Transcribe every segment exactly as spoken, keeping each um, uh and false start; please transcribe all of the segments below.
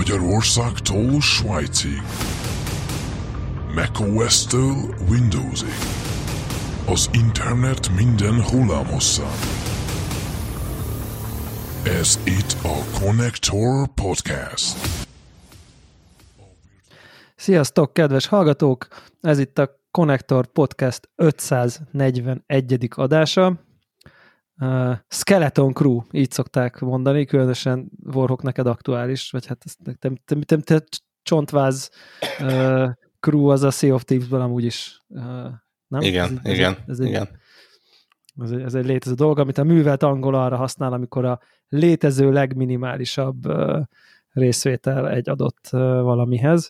Magyarországtól Svájcig, macOS-től Windowsig, az internet minden hullámosszán. Ez itt a Konnektor Podcast. Sziasztok, kedves hallgatók! Ez itt a Konnektor Podcast ötszáznegyvenegyedik adása. Uh, Skeleton Crew, így szokták mondani, különösen Warhawk neked aktuális, vagy hát te, te, te, te csontváz uh, crew az a Sea of Thieves-ből amúgy is, uh, nem? Igen, ez, igen, ez, ez egy, igen. Ez egy, ez egy létező dolog, amit a művelt angol arra használ, amikor a létező legminimálisabb uh, részvétel egy adott uh, valamihez.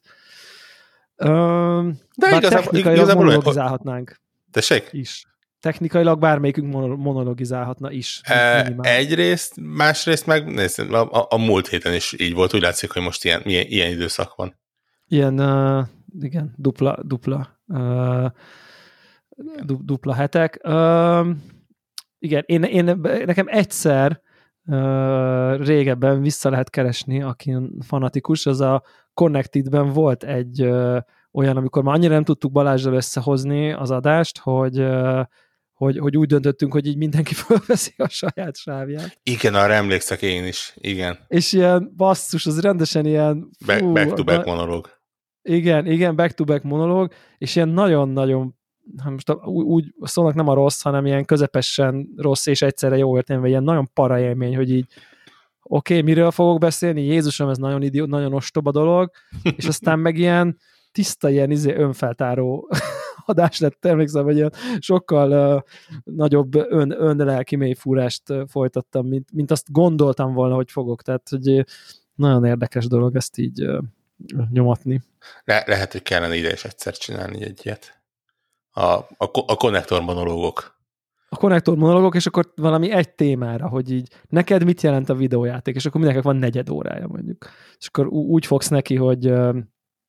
Uh, De bár igazából, technikailag igazából monologizálhatnánk tessék? is. Technikailag bármelyikünk monologizálhatna is. E, egyrészt, másrészt meg nézd, a, a, a múlt héten is így volt, úgy látszik, hogy most ilyen, ilyen, ilyen időszak van. Ilyen, uh, igen, dupla, dupla, uh, du, dupla hetek. Uh, igen, én, én, nekem egyszer uh, régebben vissza lehet keresni, aki fanatikus, az a Connected-ben volt egy uh, olyan, amikor már annyira nem tudtuk Balázsral összehozni az adást, hogy uh, Hogy, hogy úgy döntöttünk, hogy így mindenki fölveszi a saját sávját. Igen, arra emlékszek én is, igen. És ilyen basszus, az rendesen ilyen... Fú, back-to-back monológ. Igen, igen, back-to-back monológ, és ilyen nagyon-nagyon, hát most úgy szólnak nem a rossz, hanem ilyen közepesen rossz és egyszerre jó értelme, ilyen nagyon para élmény, hogy így oké, okay, miről fogok beszélni? Jézusom, ez nagyon idió, nagyon ostoba dolog, és aztán meg ilyen tiszta ilyen izé önfeltáró adás lett, emlékszem, hogy ilyen sokkal uh, nagyobb ön, önlelki mélyfúrást uh, folytattam, mint, mint azt gondoltam volna, hogy fogok. Tehát, hogy uh, nagyon érdekes dolog ezt így uh, nyomatni. Le, lehet, hogy kellene ide is egyszer csinálni egy ilyet. A, a, a konnektor monológok. A konnektor monológok, és akkor valami egy témára, hogy így neked mit jelent a videójáték, és akkor mindenkinek van negyed órája mondjuk. És akkor úgy fogsz neki, hogy uh,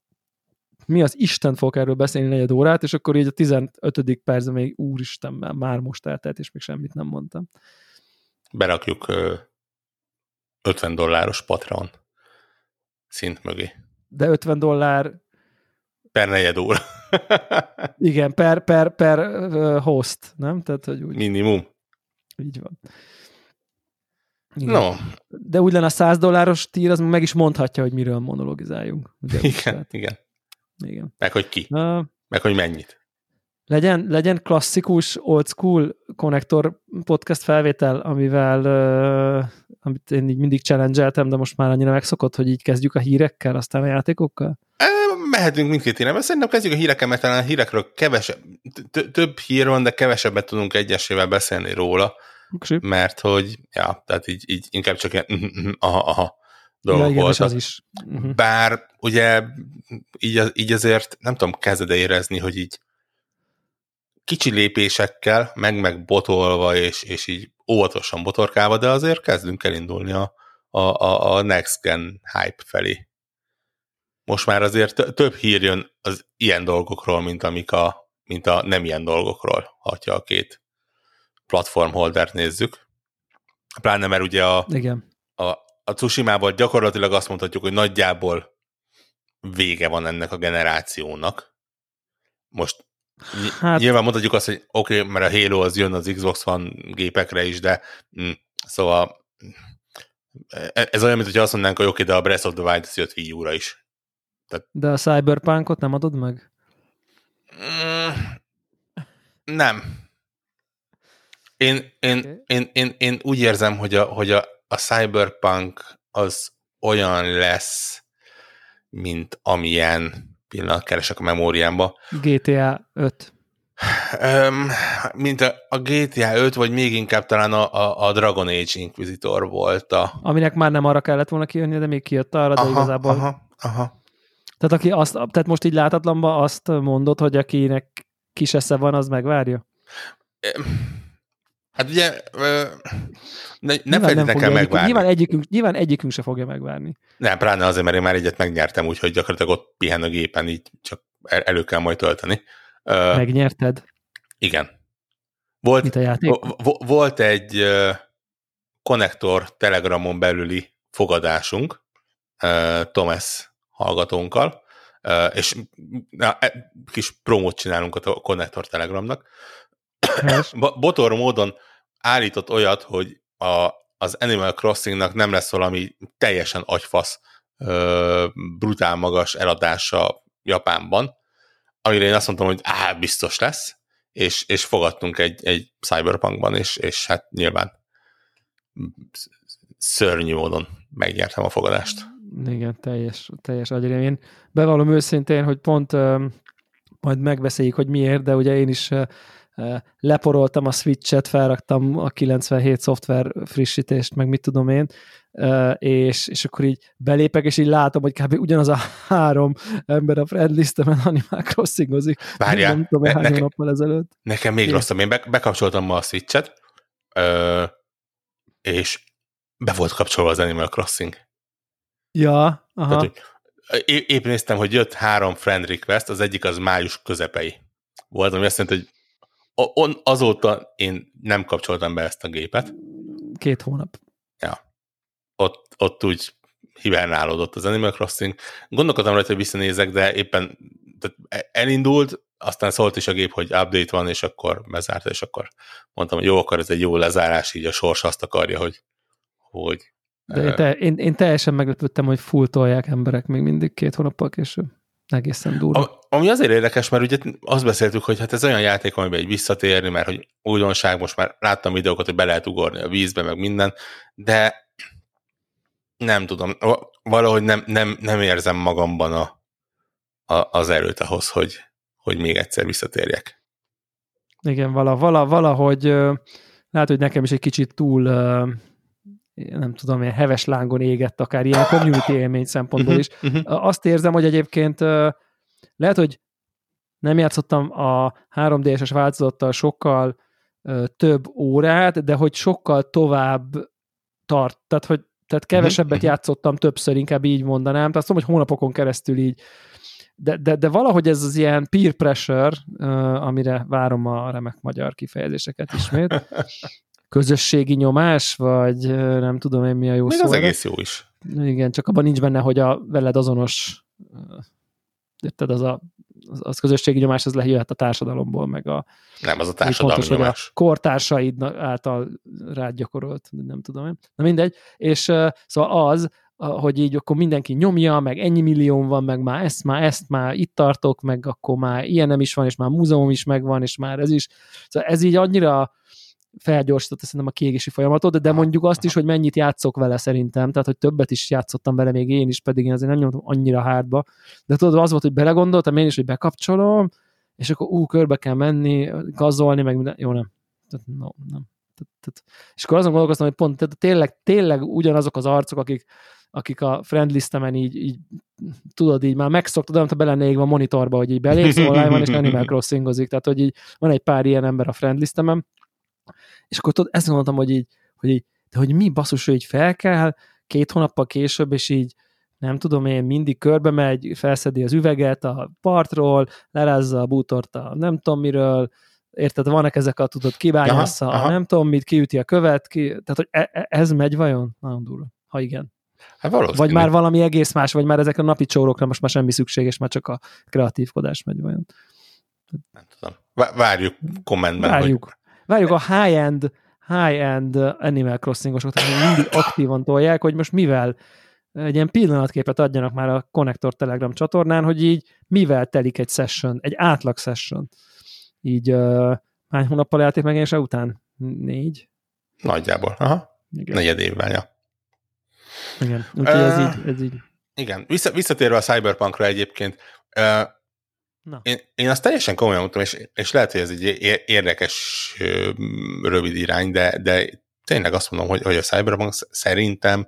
mi az Isten fogok erről beszélni negyed órát, és akkor így a tizenötödik percben még úristen, már most eltelt, és még semmit nem mondtam. Berakjuk ötven dolláros Patreon szint mögé. De ötven dollár... Per negyed óra. Igen, per, per, per uh, host, nem? Tehát, hogy úgy... Minimum. Így van. Igen. No. De úgy lenne a száz dolláros tír, az meg is mondhatja, hogy miről monologizáljunk. Ugye, igen, igen. Igen. Meg hogy ki. Uh, meg hogy mennyit. Legyen, legyen klasszikus, old school konnektor podcast felvétel, amivel uh, amit én így mindig challenge-eltem, de most már annyira megszokott, hogy így kezdjük a hírekkel, aztán a játékokkal? E, mehetünk mindkét irányba. Szerintem kezdjük a hírekkel, mert talán a hírekről kevesebb, több hír van, de kevesebbet tudunk egyesével beszélni róla, Köszönöm. Mert hogy, ja, tehát így, így inkább csak ilyen aha, aha dolgok ja, igen, voltak. az is. Uh-huh. Bár ugye így, így azért nem tudom, kezded érezni, hogy így kicsi lépésekkel, meg-meg botolva, és, és így óvatosan botorkálva, de azért kezdünk elindulni a, a, a, a next gen hype felé. Most már azért több hír jön az ilyen dolgokról, mint, amik a, mint a nem ilyen dolgokról, ha a két platform holdert nézzük. Pláne, mert ugye a, igen. a, a Tsushima-val gyakorlatilag azt mondhatjuk, hogy nagyjából vége van ennek a generációnak. Most hát, nyilván mondhatjuk azt, hogy oké, okay, mert a Halo az jön az Xbox One gépekre is, de mm, szóval ez olyan, mint hogyha azt mondanánk, hogy oké, okay, de a Breath of the Wild jött Wii U-ra is. Tehát, de a Cyberpunkot nem adod meg? Mm, nem. Én, én, okay. én, én, én úgy érzem, hogy a, hogy a, a Cyberpunk az olyan lesz, mint amilyen pillanat keresek a memóriámba. gé té á öt. Um, mint a, a gé té á öt, vagy még inkább talán a, a, a Dragon Age Inquisitor volt a... Aminek már nem arra kellett volna kijönni, de még kijött arra, de aha, igazából... Aha, aha. Tehát, aki azt, tehát most így látatlanban azt mondod, hogy akinek kis esze van, az megvárja? Hát ugye ne, ne feltétlenül kell megvárni. Nyilván egyikünk, nyilván egyikünk se fogja megvárni. Nem, pláne azért, mert én már egyet megnyertem, úgyhogy gyakorlatilag ott pihen a gépen, így csak elő kell majd tölteni. Megnyerted? Igen. Volt, Mit a játék? Volt egy Konnektor Telegramon belüli fogadásunk, uh, Thomas hallgatónkkal, uh, és na, kis promót csinálunk a Connector Telegramnak. Botor módon állított olyat, hogy a, az Animal Crossingnak nem lesz valami teljesen agyfasz, uh, brutál magas eladása Japánban, amire én azt mondtam, hogy á, biztos lesz, és, és fogadtunk egy, egy Cyberpunkban, és, és hát nyilván szörnyű módon megnyertem a fogadást. Igen, teljes, teljes agyarém. Én bevallom őszintén, hogy pont uh, majd megbeszéljük, hogy miért, de ugye én is uh, leporoltam a Switch-et, felraktam a kilencvenhét szoftver frissítést, meg mit tudom én, uh, és, és akkor így belépek, és így látom, hogy kb. Ugyanaz a három ember a friendlistemen Animal Crossingozik. Várjál, nem tudom, ne, hány neke, nappal ezelőtt. Nekem még rosszabb, én be, bekapcsoltam ma a Switch-et, uh, és be volt kapcsolva az Animal Crossing. Ja, aha. Tehát, hogy épp néztem, hogy jött három friend request, az egyik az május közepei volt, ami azt jelenti, hogy on, azóta én nem kapcsoltam be ezt a gépet. Két hónap. Ja. Ott, ott úgy hibernálódott az Animal Crossing. Gondolkodtam rajta, hogy visszanézek, de éppen elindult, aztán szólt is a gép, hogy update van, és akkor bezárta, és akkor mondtam, hogy jó, akkor ez egy jó lezárás, így a sors azt akarja, hogy, hogy De én, te, én, én teljesen meglepődtem, hogy full tolják emberek még mindig két hónappal később. Egészen durva. A, ami azért érdekes, mert ugye azt beszéltük, hogy hát ez olyan játék, amiben egy visszatérni, mert hogy újdonság, most már láttam videókat, hogy be lehet ugorni a vízbe, meg minden, de nem tudom, valahogy nem, nem, nem érzem magamban a, a, az erőt ahhoz, hogy, hogy még egyszer visszatérjek. Igen, vala, vala, valahogy lehet, hogy nekem is egy kicsit túl nem tudom, ilyen heves lángon égett, akár ilyen community élmény szempontból is. Azt érzem, hogy egyébként lehet, hogy nem játszottam a három dé-es változattal sokkal több órát, de hogy sokkal tovább tart. Tehát, hogy tehát kevesebbet játszottam többször, inkább így mondanám. Tehát azt tudom, hogy hónapokon keresztül így. De, de, de valahogy ez az ilyen peer pressure, amire várom a remek magyar kifejezéseket ismét, közösségi nyomás, vagy nem tudom én mi a jó még szó. Az egész jó is. Igen, csak abban nincs benne, hogy a veled azonos érted, az a az közösségi nyomás, az lejöhet a társadalomból, meg a nem, az a társadalmi pontos, nyomás. A kortársaid által rád gyakorolt, nem tudom én. Na mindegy, és uh, szóval az, hogy így akkor mindenki nyomja, meg ennyi millió van, meg már ezt, már ezt, már itt tartok, meg akkor már ilyen nem is van, és már múzeum is megvan, és már ez is. Szóval ez így annyira felgyorsított szerintem a kiégési folyamatot, de mondjuk azt is, hogy mennyit játszok vele szerintem, tehát hogy többet is játszottam vele még én is, pedig én azért nem nyomtam annyira hardba, de tudod, az volt, hogy belegondoltam én is, hogy bekapcsolom, és akkor ú, körbe kell menni, gazolni, meg minden, jó, nem. Tehát, no, nem. Tehát, tehát, és akkor azon gondolkoztam, hogy pont tehát tényleg, tényleg ugyanazok az arcok, akik, akik a friendlistemen így, így tudod, így már megszoktad, nem tudom, be lenne égve a monitorba, hogy így belépsz, online van, és Animal Crossingozik, tehát hogy így van egy pár ilyen ember a friendlistemen, és akkor tudod, ezt gondoltam, hogy így, hogy így, de hogy mi basszus, hogy így fel kell, két hónappal később, és így nem tudom én, mindig körbe megy, felszedi az üveget a partról, lerázza a bútort a nem tudom miről, érted, vannak ezek a, tudod, kibányásza, a nem tudom mit, kiüti a követ, ki, tehát hogy e- ez megy vajon? Nagyon durva. Ha igen. Hát vagy már valami egész más, vagy már ezekre a napi csórokra most már semmi szükséges, már csak a kreatívkodás megy vajon. Nem tudom. Várjuk kommentben. Várjuk. Hogy... Várjuk a high-end, high-end Animal Crossing-osokat, hogy mindig aktívan tolják, hogy most mivel egy ilyen pillanatképet adjanak már a Connector Telegram csatornán, hogy így mivel telik egy session, egy átlag session. Így uh, hány hónappal játék megjelenése után? Négy? Nagyjából. Aha. Igen. Negyed évvel, ja. Igen, úgyhogy uh, ez így. Ez így. Igen, Vissza, visszatérve a Cyberpunkra egyébként, uh, én, én azt teljesen komolyan mondtam, és, és lehet, hogy ez egy érdekes rövid irány, de, de tényleg azt mondom, hogy, hogy a Cyberpunk szerintem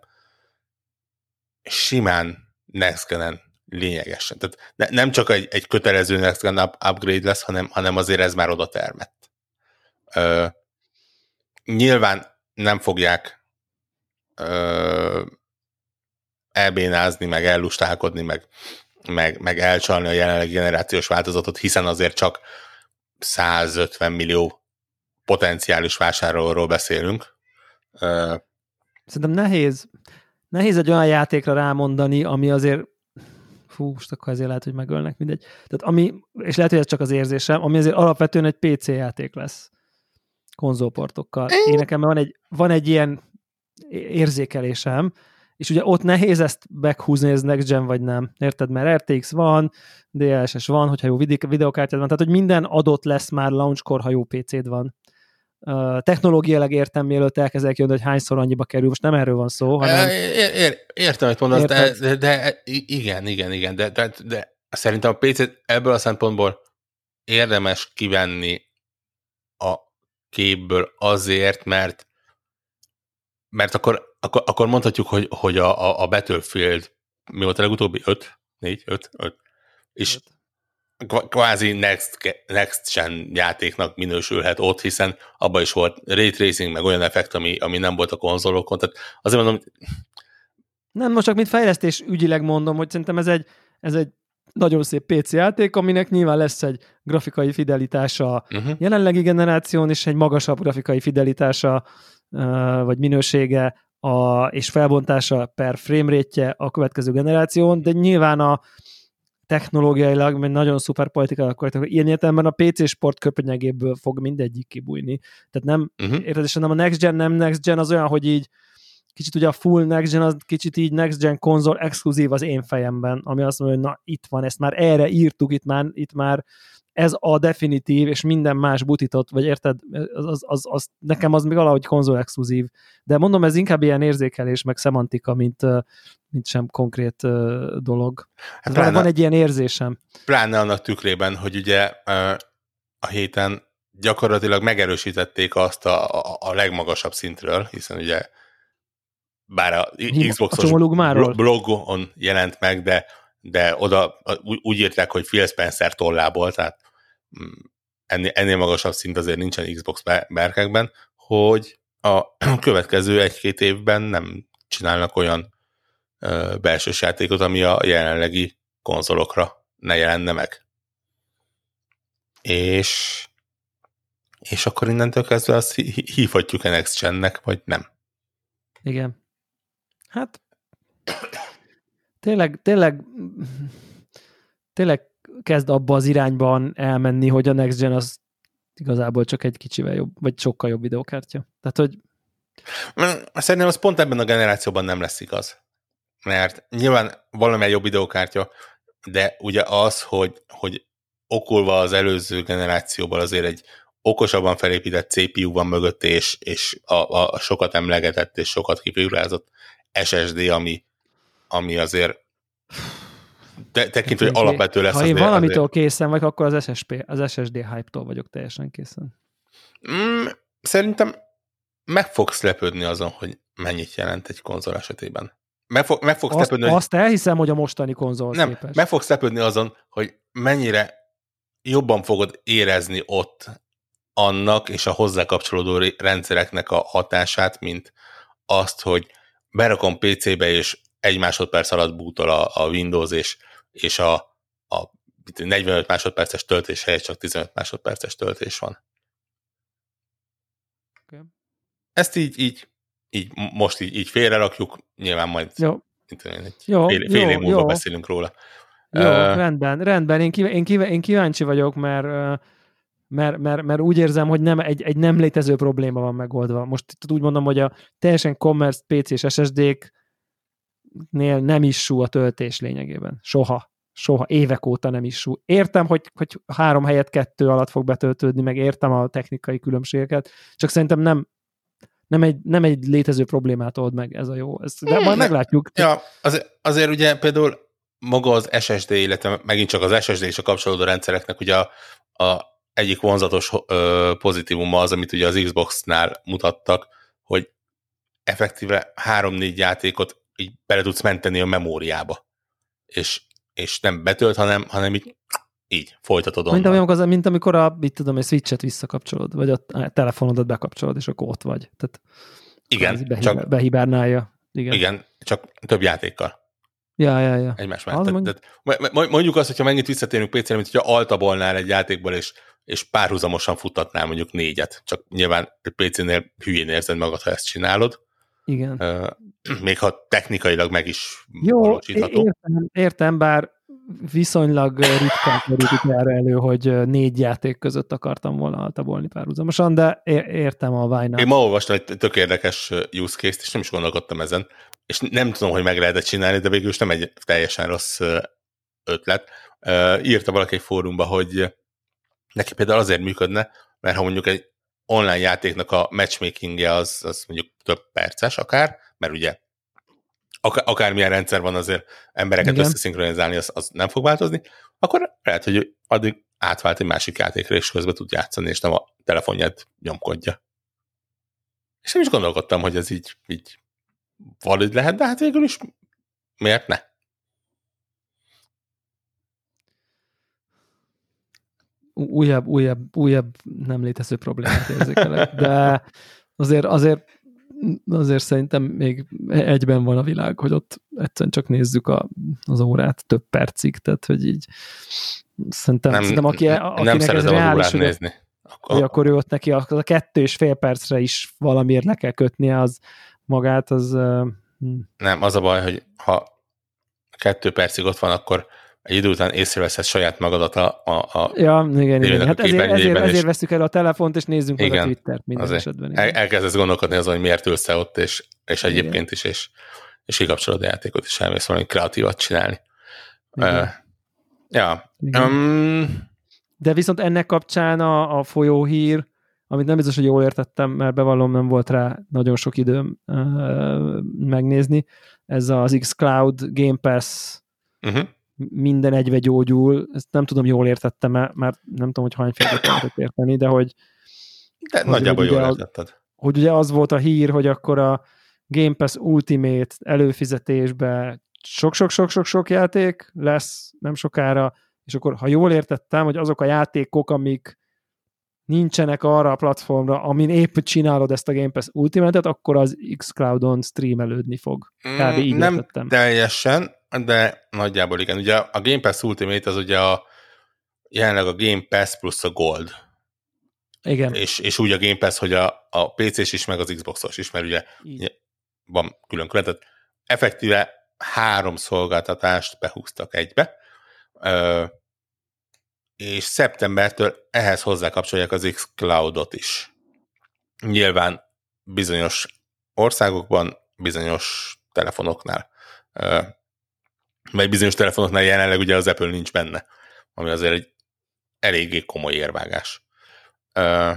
simán Next Gen-en lényegesen. Tehát ne, nem csak egy, egy kötelező Next Gen up, upgrade lesz, hanem, hanem azért ez már oda termett. Uh, nyilván nem fogják uh, elbénázni, meg ellustálkodni, meg, meg, meg elcsalni a jelenlegi generációs változatot, hiszen azért csak százötven millió potenciális vásárlóról beszélünk. Uh, Szerintem nehéz. nehéz egy olyan játékra rámondani, ami azért fú, most akkor ezért lehet, hogy megölnek, mindegy. Tehát ami, és lehet, hogy ez csak az érzésem, ami azért alapvetően egy pé cé játék lesz konzolportokkal. Én nekem van egy, van egy ilyen érzékelésem, és ugye ott nehéz ezt meghúzni, ez next gen vagy nem. Érted? Mert er té iksz van, dé el es es van, hogyha jó videokártyád van, tehát hogy minden adott lesz már launchkor, ha jó pé céd van. Uh, technológiailag értem, mielőtt elkezdek jönni, hogy hányszor annyiba kerül, most nem erről van szó, hanem... Ér, ér, értem, hogy mondasz, de, de, de igen, igen, igen, de, de, de szerintem a pé cét ebből a szempontból érdemes kivenni a képből azért, mert mert akkor, akkor, akkor mondhatjuk, hogy, hogy a, a Battlefield mi volt a legutóbbi? öt? négy? öt? öt? És öt. Kvázi next, next gen játéknak minősülhet ott, hiszen abban is volt ray tracing, meg olyan effekt, ami, ami nem volt a konzolokon. Tehát azért mondom, hogy... Nem, most csak mint fejlesztés ügyileg mondom, hogy szerintem ez egy, ez egy nagyon szép pé cé játék, aminek nyilván lesz egy grafikai fidelitása uh-huh. jelenlegi generáción, és egy magasabb grafikai fidelitása vagy minősége a, és felbontása per frame rate-je a következő generáción, de nyilván a technológiailag, mert nagyon szuper politikailag korrekt, ilyen értelemben a pé cé sport köpenyegéből fog mindegyik kibújni. Tehát nem, uh-huh. érted, és nem a next gen, nem next gen, az olyan, hogy így kicsit ugye a full next gen, az kicsit így next gen konzol exkluzív az én fejemben, ami azt mondja, hogy na itt van, ezt már erre írtuk, itt már, itt már ez a definitív, és minden más butitott, vagy érted, az, az, az, az, nekem az még valahogy konzol exkluzív. De mondom, ez inkább ilyen érzékelés, meg szemantika, mint, mint sem konkrét uh, dolog. Hát pláne, van egy ilyen érzésem. Pláne annak tükrében, hogy ugye uh, a héten gyakorlatilag megerősítették azt a, a, a legmagasabb szintről, hiszen ugye bár a Xboxos blogon jelent meg, de, de oda úgy, úgy írták, hogy Phil Spencer tollából, tehát ennél, ennél magasabb szint azért nincsen Xbox berkekben, hogy a következő egy-két évben nem csinálnak olyan ö, belsős játékot, ami a jelenlegi konzolokra ne jelenne meg. És, és akkor innentől kezdve azt hívhatjuk-e Next Gen-nek, vagy nem. Igen. Hát tényleg, tényleg tényleg kezd abba az irányban elmenni, hogy a Next Gen az igazából csak egy kicsivel jobb, vagy sokkal jobb videókártya. Tehát, hogy... Szerintem az pont ebben a generációban nem lesz igaz. Mert nyilván valamilyen jobb videókártya, de ugye az, hogy, hogy okulva az előző generációból azért egy okosabban felépített cé pé u van mögött, és, és a, a sokat emlegetett és sokat kifigurázott es es dé, ami, ami azért te, tekintve, hogy alapvető lesz. Ha én valamitől azért... készen vagyok, akkor az es es pé, az es es dé hype-tól vagyok teljesen készen. Mm, szerintem meg fogsz lepődni azon, hogy mennyit jelent egy konzol esetében. Meg, fog, meg fogsz azt, lepődni, azt elhiszem, hogy a mostani konzolhoz nem, képest. Meg fogsz lepődni azon, hogy mennyire jobban fogod érezni ott annak és a hozzá kapcsolódó rendszereknek a hatását, mint azt, hogy berakom pé cébe, és egy másodperc alatt bootol a, a Windows, és, és a, a negyvenöt másodperces töltés helyett csak tizenöt másodperces töltés van. Okay. Ezt így, így, így most így, így félrerakjuk, nyilván majd jó. Egy jó, fél, fél jó, év múlva jó. beszélünk róla. Jó, uh, rendben, rendben. Én, kív- én, kív- én kíváncsi vagyok, mert Mert, mert, mert úgy érzem, hogy nem, egy, egy nem létező probléma van megoldva. Most úgy mondom, hogy a teljesen commerce pé cé és es es dé-knél nem issú a töltés lényegében. Soha. Soha. Évek óta nem issú. Értem, hogy, hogy három helyett kettő alatt fog betöltődni, meg értem a technikai különbségeket, csak szerintem nem, nem, egy, nem egy létező problémát old meg, ez a jó. Ezt, de majd meglátjuk. Ja, azért, azért ugye például maga az es es dé, illetve megint csak az es es dé és a kapcsolódó rendszereknek ugye a, a egyik vonzatos ö, pozitívuma az, amit ugye az Xbox-nál mutattak, hogy effektíve három-négy játékot így bele tudsz menteni a memóriába. És, és nem betölt, hanem, hanem így, így folytatod onnan. Mint, amikor, mint amikor a, mit tudom, a Switch-et visszakapcsolod, vagy a telefonodat bekapcsolod, és akkor ott vagy. Tehát igen, behib- csak... behibernálja. Igen. igen, csak több játékkal. Ja, ja, ja. Egymás mellett. Tehát, mondjuk azt, hogyha mennyit visszatérünk pé cére, mint hogyha altabolnál egy játékból, és, és párhuzamosan futtatnál mondjuk négyet. Csak nyilván pé cénél hülyén érzed magad, ha ezt csinálod. Igen. Uh, még ha technikailag meg is Jó, valósítható. Értem, értem, bár viszonylag ritkán került erre elő, hogy négy játék között akartam volna altabolni párhuzamosan, de értem a why not. Én ma olvastam egy tök érdekes use case-t, és nem is gondolkodtam ezen, és nem tudom, hogy meg lehet csinálni, de végül is nem egy teljesen rossz ötlet. Írta valaki egy fórumba, hogy neki például azért működne, mert ha mondjuk egy online játéknak a matchmakingje az, az mondjuk több perces akár, mert ugye akár, akármilyen rendszer van, azért embereket Igen. összeszinkronizálni, az, az nem fog változni, akkor lehet, hogy addig átvált egy másik játékra, és közben tud játszani, és nem a telefonját nyomkodja. És nem is gondolkodtam, hogy ez így, így valid lehet, de hát végül is miért ne? Újabb, újabb, újabb nem létező problémát érzékelek, de azért, azért, azért szerintem még egyben van a világ, hogy ott egyszerűen csak nézzük a, az órát több percig, tehát hogy így szerintem, nem, szerintem aki, akinek nem ez reális, hogy, nézni. Akkor... hogy akkor ő ott neki az a kettő és fél percre is valamiért le kell kötnie az magát, az... Uh, nem, az a baj, hogy ha kettő percig ott van, akkor egy idő után észreveszed saját magadat a, a, a ja, igen, igen. Hát ezért, ezért, és... ezért veszük el a telefont, és nézzünk meg a Twittert minden azért esetben. El, elkezdesz gondolkodni azon, hogy miért ülsz ott, és, és egyébként igen. is, és, és kikapcsolod a játékot, és elmész valami kreatívat csinálni. Uh, ja. Um, De viszont ennek kapcsán a, a folyóhír, amit nem biztos, hogy jól értettem, mert bevallom, nem volt rá nagyon sok időm uh, megnézni, ez az xCloud Game Pass uh-huh. minden egybe gyógyul, ezt nem tudom, jól értettem, mert nem tudom, hogy hányféle lehetett érteni, de hogy de hogy nagyjából jól értetted. Hogy ugye az volt a hír, hogy akkor a Game Pass Ultimate előfizetésbe sok-sok-sok-sok-sok játék lesz nem sokára, és akkor, ha jól értettem, hogy azok a játékok, amik nincsenek arra a platformra, amin épp csinálod ezt a Game Pass Ultimate-et, akkor az xCloud-on streamelődni fog. Kb. Így nem értettem. Teljesen, de nagyjából igen. Ugye a Game Pass Ultimate az ugye a, jelenleg a Game Pass plusz a Gold. Igen. És, és úgy a Game Pass, hogy a, a pé cés is, meg az Xboxos is, mert ugye így. Van külön-külön. Tehát effektíve három szolgáltatást behúztak egybe, Ö, és szeptembertől ehhez hozzákapcsolják az xCloud-ot is. Nyilván bizonyos országokban, bizonyos telefonoknál. Ö, vagy bizonyos telefonoknál jelenleg ugye az Apple nincs benne, ami azért egy eléggé komoly érvágás. Ö,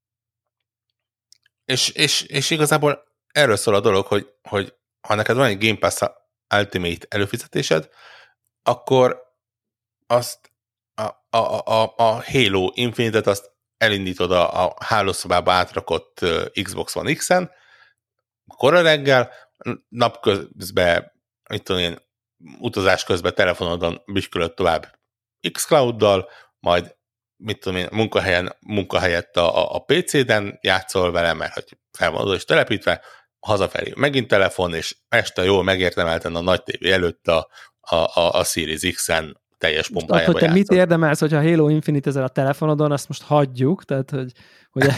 és, és, és igazából erről szól a dolog, hogy, hogy ha neked van egy Game Pass Ultimate előfizetésed, akkor azt a, a, a, a Halo Infinite-et azt elindítod a, a hálószobába átrakott Xbox One X-en, kora reggel, napközben, mit tudom én, utazás közben telefonodon büskölöd tovább xCloud-dal, majd mit tudom én, munkahelyen, munkahelyett a, a pé cé-den játszol vele, mert hogy fel van oda is telepítve, hazafelé megint telefon, és este jól megérdemelten a nagy tévé előtt a, a, a, a Series X-en teljes pompájába játszol. Hogy te mit érdemelsz, hogyha Halo Infinite ezen a telefonodon, azt most hagyjuk, tehát, hogy... hogy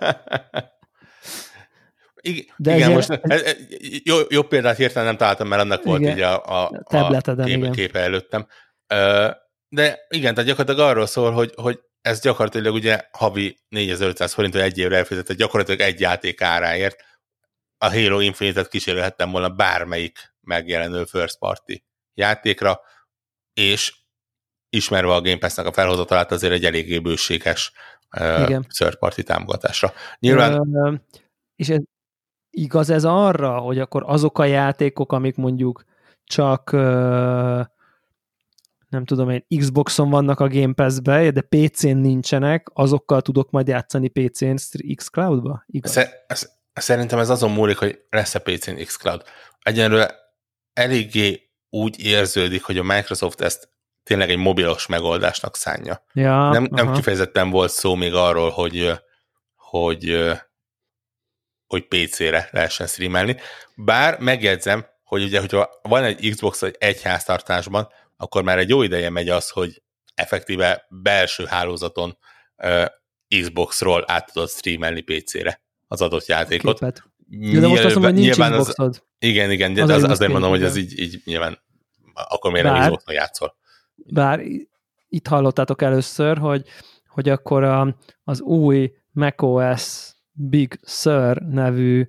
igen, igen ilyen, most ez, jó, jobb példát hirtelen nem találtam, mert annak volt igen, így a, a, a képe, képe előttem. De igen, tehát gyakorlatilag arról szól, hogy, hogy ez gyakorlatilag ugye havi négyezer-ötszáz forint, vagy egy évre elfizetett, gyakorlatilag egy játék áráért a Halo Infinite-et kísérelhettem volna bármelyik megjelenő first party játékra, és ismerve a Game Pass-nak a felhozatalát azért egy eléggé bőséges uh, third party támogatásra. Nyilván... Uh, és ez, igaz ez arra, hogy akkor azok a játékok, amik mondjuk csak uh, nem tudom én, Xboxon vannak a Game Pass-be, de pé cén nincsenek, azokkal tudok majd játszani pé cén xCloud-ba? Sz- szerintem ez azon múlik, hogy lesz-e pé cén xCloud. Egyenlőre eléggé úgy érződik, hogy a Microsoft ezt tényleg egy mobilos megoldásnak szánja. Ja, nem, nem kifejezetten volt szó még arról, hogy, hogy, hogy pé cére lehessen streamelni. Bár megjegyzem, hogy ugye, hogyha van egy Xbox egy, egy háztartásban, akkor már egy jó ideje megy az, hogy effektíve belső hálózaton uh, Xboxról át tudod streamelni pé cére az adott játékot. Képet. Ja, de most azt mondom, hogy nincs Xboxod. Az, igen, igen, de az, az azért mondom, hogy ez így, így nyilván, akkor miért bár, nem Xboxon játszol. Bár itt hallottátok először, hogy, hogy akkor a, az új macOS Big Sur nevű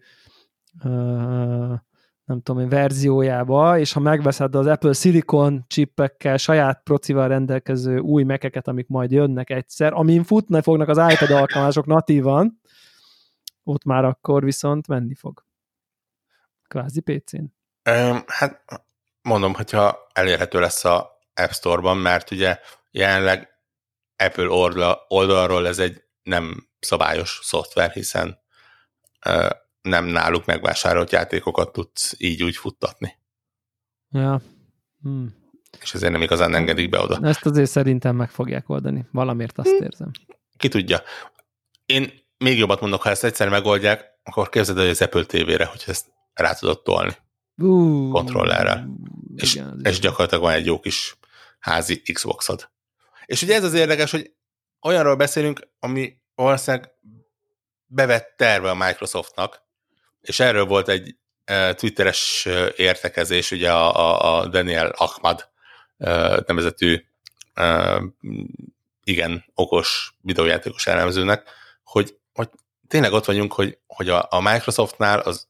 uh, nem tudom, verziójába, és ha megveszed az Apple Silicon chipekkel, saját procival rendelkező új Mac-eket, amik majd jönnek egyszer, amin futni fognak az iPad alkalmazások natívan, ott már akkor viszont menni fog. Kvázi pé cén. Um, hát mondom, hogyha elérhető lesz a App Store-ban, mert ugye jelenleg Apple oldal, oldalról ez egy nem szabályos szoftver, hiszen uh, nem náluk megvásárolt játékokat tudsz így úgy futtatni. Ja. Hmm. És ezért nem igazán engedik be oda. Ezt azért szerintem meg fogják oldani. Valamiért azt érzem. Ki tudja. Én még jobbat mondok, ha ezt egyszer megoldják, akkor képzeld el, hogy az Apple té vére, hogy ezt rá tudod tolni. Uh, kontrollerrel. És, igen, és gyakorlatilag van egy jó kis házi Xboxod. És ugye ez az érdekes, hogy olyanról beszélünk, ami valószínűleg bevett terve a Microsoftnak, és erről volt egy uh, twitteres uh, értekezés, ugye a, a, a Daniel Ahmad uh, nevezetű uh, igen okos videójátékos elemzőnek, hogy, hogy tényleg ott vagyunk, hogy, hogy a, a Microsoftnál az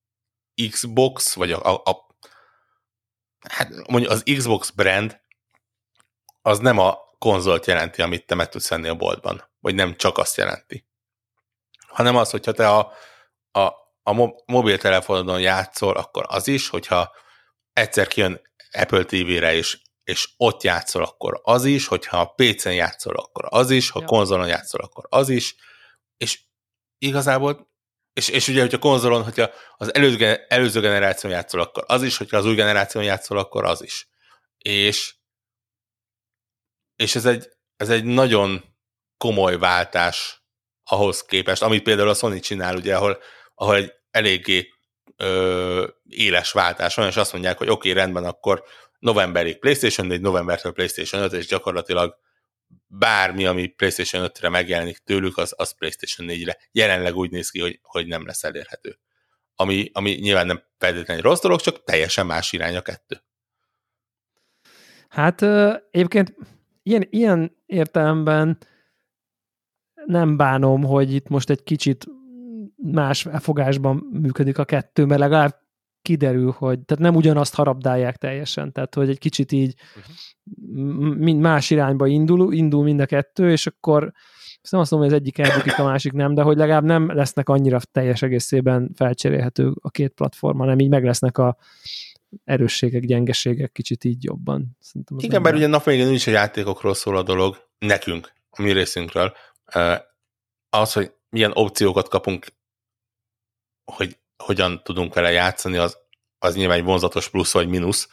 Xbox, vagy a, a, a hát mondjuk az Xbox brand az nem a konzolt jelenti, amit te meg tudsz venni a boltban, vagy nem csak azt jelenti, hanem az, hogyha te a, a, a mobiltelefonodon játszol, akkor az is, hogyha egyszer kijön Apple té vére is, és ott játszol, akkor az is, hogyha a pé cén játszol, akkor az is, ha ja. konzolon játszol, akkor az is, és igazából És, és ugye, hogyha konzolon, hogyha az előző, előző generáción játszol, akkor az is, hogyha az új generáción játszol, akkor az is. És, és ez, egy, ez egy nagyon komoly váltás ahhoz képest, amit például a Sony csinál, ugye, ahol, ahol egy eléggé ö, éles váltás van, és azt mondják, hogy oké, okay, rendben, akkor novemberig PlayStation négy, novembertől PlayStation öt, és gyakorlatilag bármi, ami PlayStation ötre megjelenik tőlük, az, az PlayStation négyre jelenleg úgy néz ki, hogy, hogy nem lesz elérhető. Ami, ami nyilván nem feltétlenül rossz dolog, csak teljesen más irány a kettő. Hát egyébként ilyen, ilyen értelemben nem bánom, hogy itt most egy kicsit más fogásban működik a kettő, mert legalább kiderül, hogy tehát nem ugyanazt harabdálják teljesen, tehát hogy egy kicsit így uh-huh. mind más irányba indul, indul mind a kettő, és akkor nem azt mondom, hogy az egyik elbukik, a másik nem, de hogy legalább nem lesznek annyira teljes egészében felcserélhető a két platform, hanem így meg lesznek a erősségek, gyengeségek kicsit így jobban. Igen, bár ugye nap végén is a játékokról szól a dolog, nekünk, a mi részünkről, az, hogy milyen opciókat kapunk, hogy hogyan tudunk vele játszani, az, az nyilván egy vonzatos plusz vagy mínusz,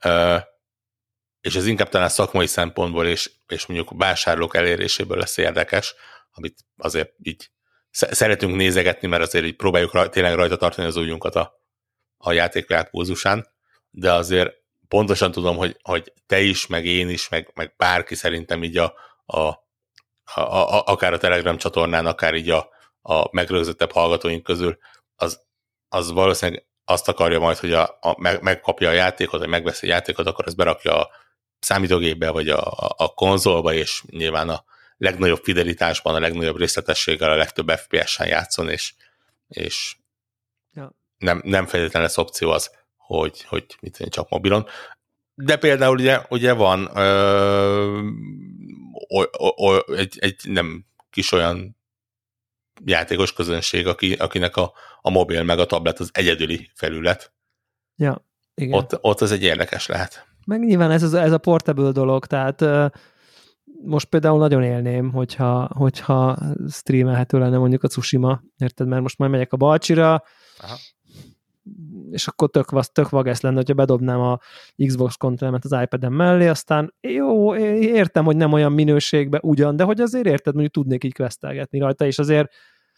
és ez inkább talán szakmai szempontból és, és mondjuk vásárlók eléréséből lesz érdekes, amit azért így szeretünk nézegetni, mert azért így próbáljuk raj, tényleg rajta tartani az ujjunkat a, a játékvilág pulzusán, de azért pontosan tudom, hogy, hogy te is, meg én is, meg, meg bárki szerintem így a, a, a, a, akár a Telegram csatornán, akár így a, a megrögzöttebb hallgatóink közül, az, az valószínűleg azt akarja majd, hogy a, a, meg, megkapja a játékot, vagy megveszi a játékot, akkor ezt berakja a számítógépbe, vagy a, a, a konzolba, és nyilván a legnagyobb fidelitásban, a legnagyobb részletességgel, a legtöbb ef pé es-en játszon, és, és ja. nem, nem feltétlenül lesz opció az, hogy, hogy mit tenni csak mobilon. De például ugye, ugye van ö, o, o, o, egy, egy nem kis olyan játékos közönség, aki, akinek a, a mobil meg a tablet az egyedüli felület. Ja, igen. Ott, ott az egy érdekes lehet. Meg nyilván ez, ez a portable dolog, tehát uh, most például nagyon élném, hogyha, hogyha streamelhető lenne mondjuk a Tsushima, érted? Mert most majd megyek a Balcsira, aha. És akkor tök, tök vagesz lenne, hogyha bedobnám a Xbox kontrollemet az iPad-en mellé, aztán jó, értem, hogy nem olyan minőségben ugyan, de hogy azért érted, mondjuk tudnék így questelgetni rajta, és azért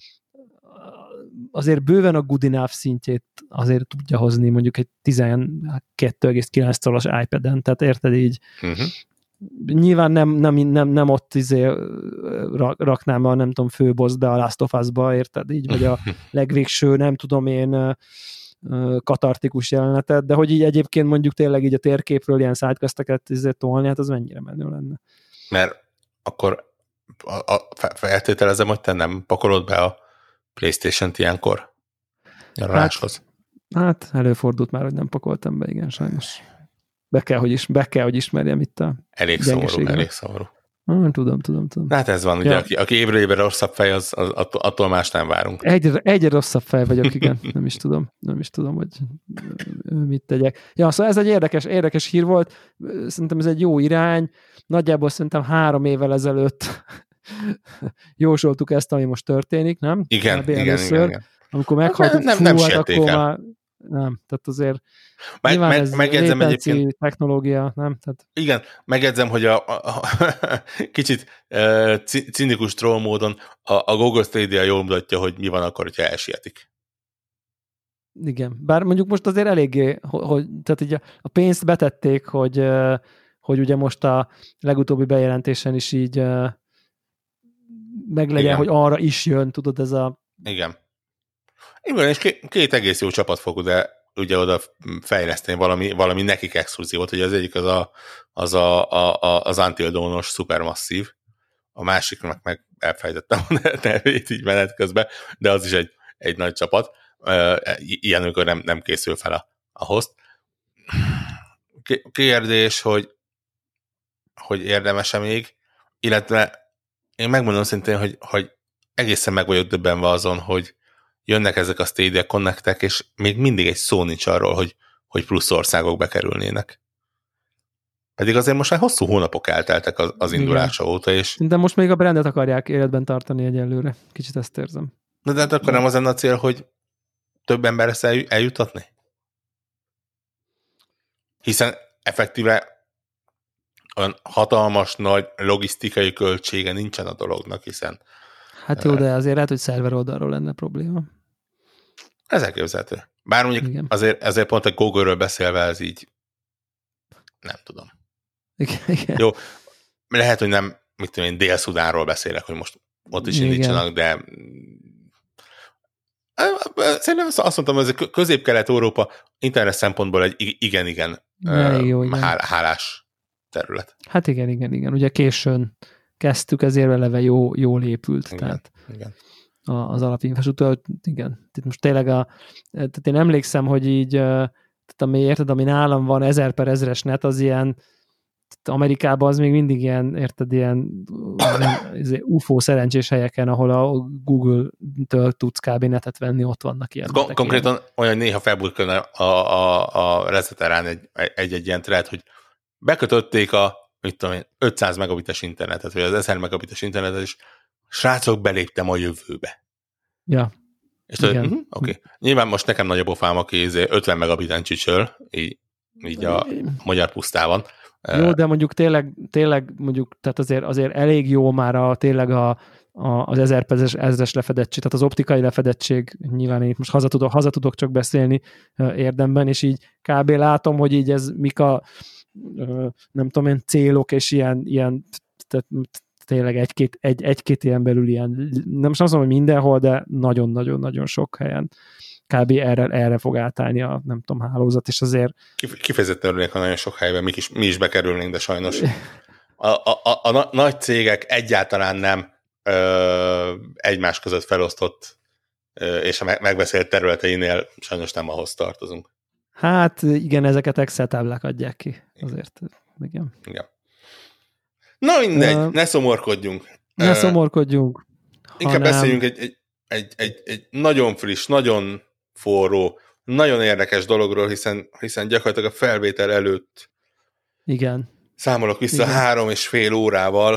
azért bőven a good enough szintjét azért tudja hozni mondjuk egy tizenkettő egész kilenc colos iPad-en, tehát érted így, uh-huh. Nyilván nem, nem, nem, nem ott izé raknám a, nem tudom, főbossz be a Last of Us-ba, érted így, vagy a legvégső, nem tudom én, katartikus jelenetet, de hogy így egyébként mondjuk tényleg így a térképről ilyen sidequesteket izé tolni, hát az mennyire menő lenne. Mert akkor a, a, feltételezem, hogy te nem pakolod be a PlayStation-t ilyenkor nyaraláshoz. Hát, hát előfordult már, hogy nem pakoltam be, igen, sajnos. Be kell, hogy, is, be kell, hogy ismerjem itt a Elég szomorú, elég szomorú. Ah, tudom, tudom, tudom. Hát ez van, ugye, ja. aki, aki évről évre rosszabb fej, az, az, attól más nem várunk. Egyre, egyre rosszabb fej vagyok, igen. Nem is tudom, nem is tudom, hogy mit tegyek. Ja, szóval ez egy érdekes, érdekes hír volt. Szerintem ez egy jó irány. Nagyjából szerintem három évvel ezelőtt jósoltuk ezt, ami most történik, nem? Igen, igen, először, igen, igen. Amikor meghaltunk, nem, nem, nem hát akkor el. már nem, tehát azért meg, nyilván meg, ez megjegyzem egyébként technológia, nem? Tehát... Igen, megjegyzem, hogy a, a, a kicsit uh, cinikus troll módon a, a Google Stadia jól mutatja, hogy mi van akkor, hogyha elsietik. Igen, bár mondjuk most azért eléggé, hogy, tehát így a, a pénzt betették, hogy, hogy ugye most a legutóbbi bejelentésen is így meglegyen, igen, hogy arra is jön, tudod, ez a... Igen. Igen, és két, két egész jó csapat fog ugye, ugye oda fejleszteni valami, valami nekik exkluzívot, ugye az egyik az a, az, a, a, a, az Until Dawn-os Supermassive, a másiknak meg elfejtettem a nevét így menet közben, de az is egy, egy nagy csapat. Ilyen, amikor nem, nem készül fel a, a host. Kérdés, hogy, hogy érdemese még, illetve én megmondom szintén, hogy, hogy egészen meg vagyok döbbenve azon, hogy jönnek ezek a Stadia Connectek, és még mindig egy szó nincs arról, hogy, hogy plusz országok bekerülnének. Pedig azért most már hosszú hónapok elteltek az, az indulása óta, és... De most még a brandet akarják életben tartani egyelőre. Kicsit ezt érzem. De, de hát akkor de. nem az lenne a cél, hogy több ember ezt el, eljutatni? Hiszen effektíve olyan hatalmas, nagy logisztikai költsége nincsen a dolognak, hiszen... Hát jó, de azért lehet, hogy szerver oldalról lenne probléma. Ez elképzelhető. Bár mondjuk azért, azért pont a Google-ről beszélve ez így nem tudom. Igen, igen. Jó, lehet, hogy nem, mit tudom én, Dél-Szudánról beszélek, hogy most ott is indítsanak, de szerintem azt mondtam, hogy ez Közép-Kelet-Európa internet szempontból egy igen-igen hálás terület. Hát igen, igen, igen. Ugye későn kezdtük, ezért eleve jó, jól épült. Igen, tehát igen. az alapinfrastruktúra, igen. Tehát most tényleg a, tehát én emlékszem, hogy így, tehát ami, érted, ami nálam van ezer per ezres net, az ilyen, Amerikában az még mindig ilyen, érted, ilyen u f o szerencsés helyeken, ahol a Google-től tudsz kb. Netet venni, ott vannak ilyen. Kon- konkrétan ilyen. Olyan néha felburkolna a, a, a Reseterán egy, egy, egy ilyen thread, hogy bekötötték a mit tudom én, ötszáz megabites internetet, vagy az ezer megabites internetet, és srácok, beléptem a jövőbe. Ja. És tudod, uh-huh, oké. Okay. Nyilván most nekem nagyobb a fám, aki ötven megabiten csicsöl, így, így a magyar pusztában. Jó, de mondjuk tényleg, tényleg mondjuk, tehát azért, azért elég jó már a, tényleg a, a, az ezer per ezres lefedettség, tehát az optikai lefedettség, nyilván én itt most haza tudok, haza tudok csak beszélni érdemben, és így kb. Látom, hogy így ez mik a nem tudom én, célok, és ilyen, ilyen tehát tényleg egy-két, egy, egy-két ilyen belül ilyen, nem most azt mondom, hogy mindenhol, de nagyon-nagyon-nagyon sok helyen kb. erre, erre fog átállni a, nem tudom, hálózat, és azért... Kifejezetten örülnék, ha nagyon sok helyben mi is, mi is bekerülnénk, de sajnos a, a, a, a nagy cégek egyáltalán nem ö, egymás között felosztott ö, és a megbeszélt területeinél sajnos nem ahhoz tartozunk. Hát igen, ezeket Excel táblák adják ki. Azért, igen. igen. Na mindegy, uh, ne szomorkodjunk. Ne uh, szomorkodjunk. Inkább hanem... beszéljünk egy, egy, egy, egy, egy nagyon friss, nagyon forró, nagyon érdekes dologról, hiszen, hiszen gyakorlatilag a felvétel előtt igen. számolok vissza igen. három és fél órával.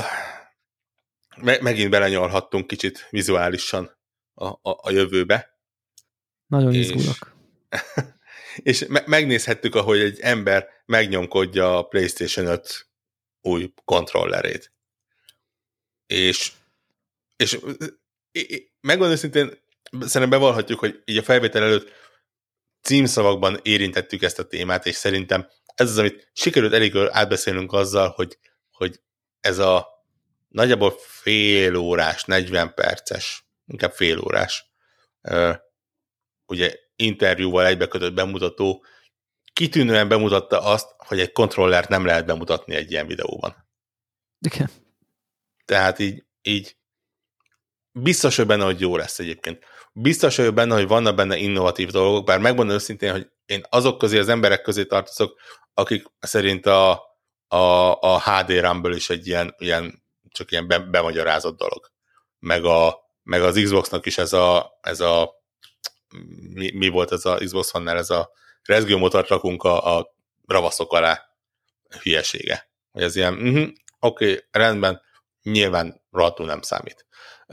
Me- megint belenyalhattunk kicsit vizuálisan a, a, a jövőbe. Nagyon és... izgulok. és me- megnézhettük, ahogy egy ember megnyomkodja a PlayStation öt új kontrollerét. És, és megmondom szintén, szerintem bevallhatjuk, hogy így a felvétel előtt címszavakban érintettük ezt a témát, és szerintem ez az, amit sikerült elég átbeszélnünk azzal, hogy, hogy ez a nagyjából fél órás, negyven perces, inkább fél órás, ugye interjúval egybekötött bemutató kitűnően bemutatta azt, hogy egy kontrollert nem lehet bemutatni egy ilyen videóban. Igen. Tehát így, így biztos, hogy benne, hogy jó lesz egyébként. Biztos, hogy benne, hogy vannak benne innovatív dolgok, bár megmondom őszintén, hogy én azok közé, az emberek közé tartozok, akik szerint a, a, a há dé RAM-ből is egy ilyen, ilyen csak ilyen be, bemagyarázott dolog. Meg, a, meg az Xboxnak is ez a, ez a mi, mi volt ez a Xbox One-nál, ez a rezgőmotort rakunk a, a ravaszok alá hülyesége. Hogy ez ilyen, uh-huh, oké, okay, rendben, nyilván rohadtul nem számít.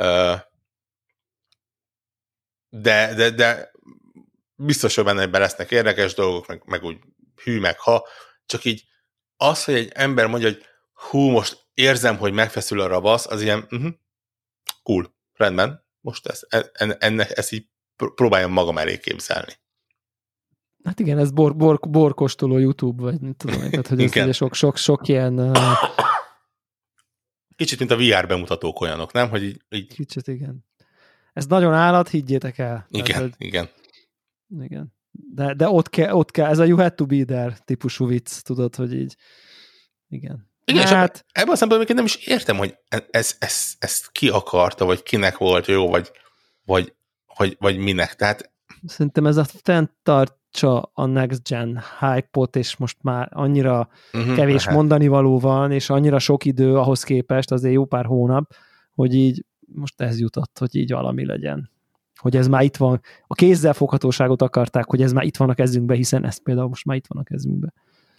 De, de, de biztos, hogy benne lesznek érdekes dolgok, meg, meg úgy hű, meg ha, csak így az, hogy egy ember mondja, hogy hú, most érzem, hogy megfeszül a ravasz, az ilyen, uh-huh, cool, rendben, most ez, en, ennek, ezt így próbáljam magam elé képzelni. Hát igen, ez bor, bor, borkostoló YouTube, vagy nem tudom, tehát, hogy ez ugye sok, sok, sok ilyen... Uh... Kicsit, mint a vé er bemutatók olyanok, nem? Hogy így, így... Kicsit, igen. Ez nagyon állat, higgyétek el. Igen, tehát, hogy... igen. Igen. De, de ott kell, ott kell, ez a you had to be there típusú vicc, tudod, hogy így... Igen. Igen, hát... és ebben a szempontból nem is értem, hogy ez, ez, ezt ki akarta, vagy kinek volt jó, vagy, vagy, vagy, vagy minek. Tehát... Szerintem ez a fenntartsa a next gen hype-ot, és most már annyira uh-huh, kevés hát. mondani való van, és annyira sok idő ahhoz képest, azért jó pár hónap, hogy így most ez jutott, hogy így valami legyen. Hogy ez már itt van. A kézzel foghatóságot akarták, hogy ez már itt van a kezünkbe, hiszen ez például most már itt van a kezünkbe.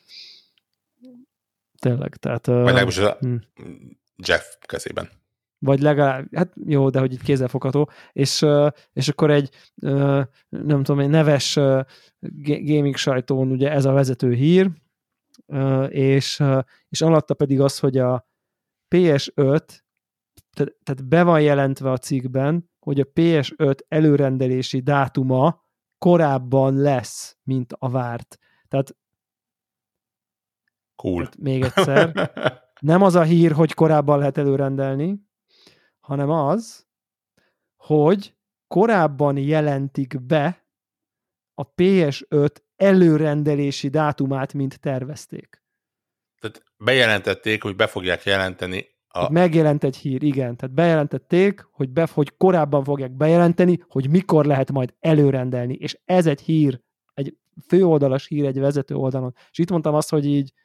Tényleg, tehát... Vagy legalábbis a hm. Jeff kezében. Vagy legalább, hát jó, de hogy itt kézzelfogható, és, és akkor egy, nem tudom, egy neves gaming sajtón ugye ez a vezető hír, és, és alatta pedig az, hogy a pé es öt, tehát be van jelentve a cikkben, hogy a pé es öt előrendelési dátuma korábban lesz, mint a várt. Tehát, cool. tehát még egyszer, nem az a hír, hogy korábban lehet előrendelni, hanem az, hogy korábban jelentik be a pé es öt előrendelési dátumát, mint tervezték. Tehát bejelentették, hogy be fogják jelenteni a... Megjelent egy hír, igen. Tehát bejelentették, hogy, be, hogy korábban fogják bejelenteni, hogy mikor lehet majd előrendelni. És ez egy hír, egy főoldalas hír egy vezető oldalon. És itt mondtam azt, hogy így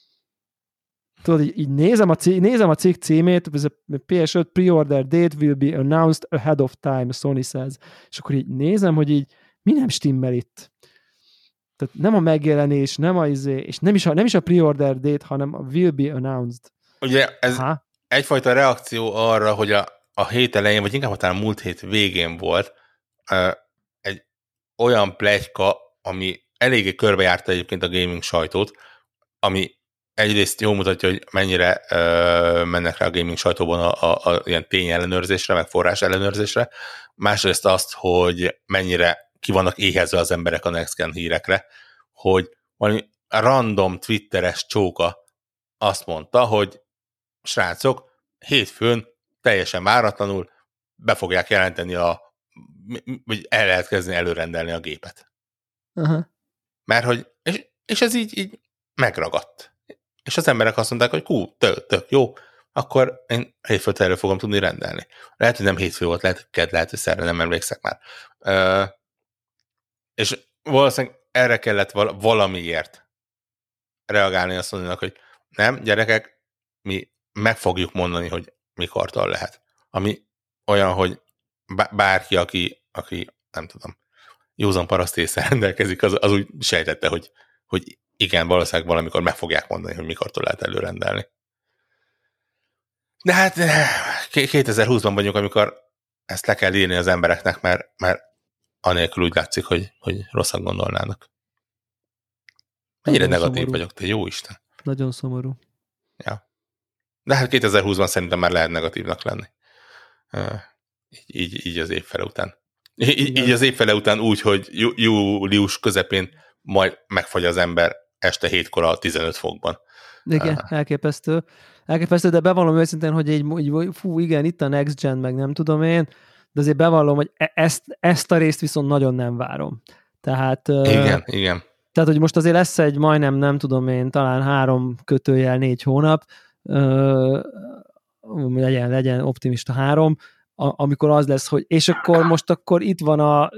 tudod, így, így nézem, a cikk, nézem a cikk címét, ez a pé es öt pre-order date will be announced ahead of time, Sony says. És akkor így nézem, hogy így mi nem stimmel itt. Tehát nem a megjelenés, nem a izé, és nem is a, nem is a pre-order date, hanem a will be announced. Ugye ez ha? egyfajta reakció arra, hogy a, a hét elején, vagy inkább talán múlt hét végén volt uh, egy olyan pletyka, ami eléggé körbejárta egyébként a gaming sajtót, ami egyrészt jól mutatja, hogy mennyire uh, mennek rá a gaming sajtóban a, a, a ilyen tényellenőrzésre, meg forrás ellenőrzésre. Másrészt azt, hogy mennyire ki vannak éhezve az emberek a next gen hírekre, hogy valami random twitteres csóka azt mondta, hogy srácok, hétfőn teljesen váratlanul be fogják jelenteni a, vagy el lehet kezdeni előrendelni a gépet. Uh-huh. Mert hogy, és, és ez így, így megragadt. És az emberek azt mondták, hogy kú, tök, tök jó, akkor én hétfőt elő fogom tudni rendelni. Lehet, hogy nem hétfő volt, lehet, hogy kedd, lehet, hogy szerre, nem emlékszek már. Uh, és valószínűleg erre kellett val- valamiért reagálni azt mondanak, hogy nem, gyerekek, mi meg fogjuk mondani, hogy mikortól lehet. Ami olyan, hogy bárki, aki, aki nem tudom, józan paraszt észre rendelkezik, az, az úgy sejtette, hogy, hogy igen, valószínűleg valamikor meg fogják mondani, hogy mikortól lehet előrendelni. De hát kétezer-húszban vagyunk, amikor ezt le kell írni az embereknek, mert, mert anélkül úgy látszik, hogy, hogy rosszat gondolnának. Mennyire Nagyon negatív szomorú. vagyok, te jó Isten. Nagyon szomorú. Ja. De hát kétezer-húszban szerintem már lehet negatívnak lenni. Így, így, így az évfele után. Így, így az évfele után úgy, hogy jú, július közepén majd megfagy az ember este hétkor a tizenöt fokban. Igen, elképesztő. Elképesztő, de bevallom őszintén, hogy így, így, fú, igen, itt a Next Gen, meg nem tudom én, de azért bevallom, hogy ezt, ezt a részt viszont nagyon nem várom. Tehát, igen, uh, igen. Tehát, hogy most azért lesz egy majdnem, nem tudom én, talán három kötőjel négy hónap, uh, legyen, legyen optimista három, a, amikor az lesz, hogy és akkor most akkor itt van a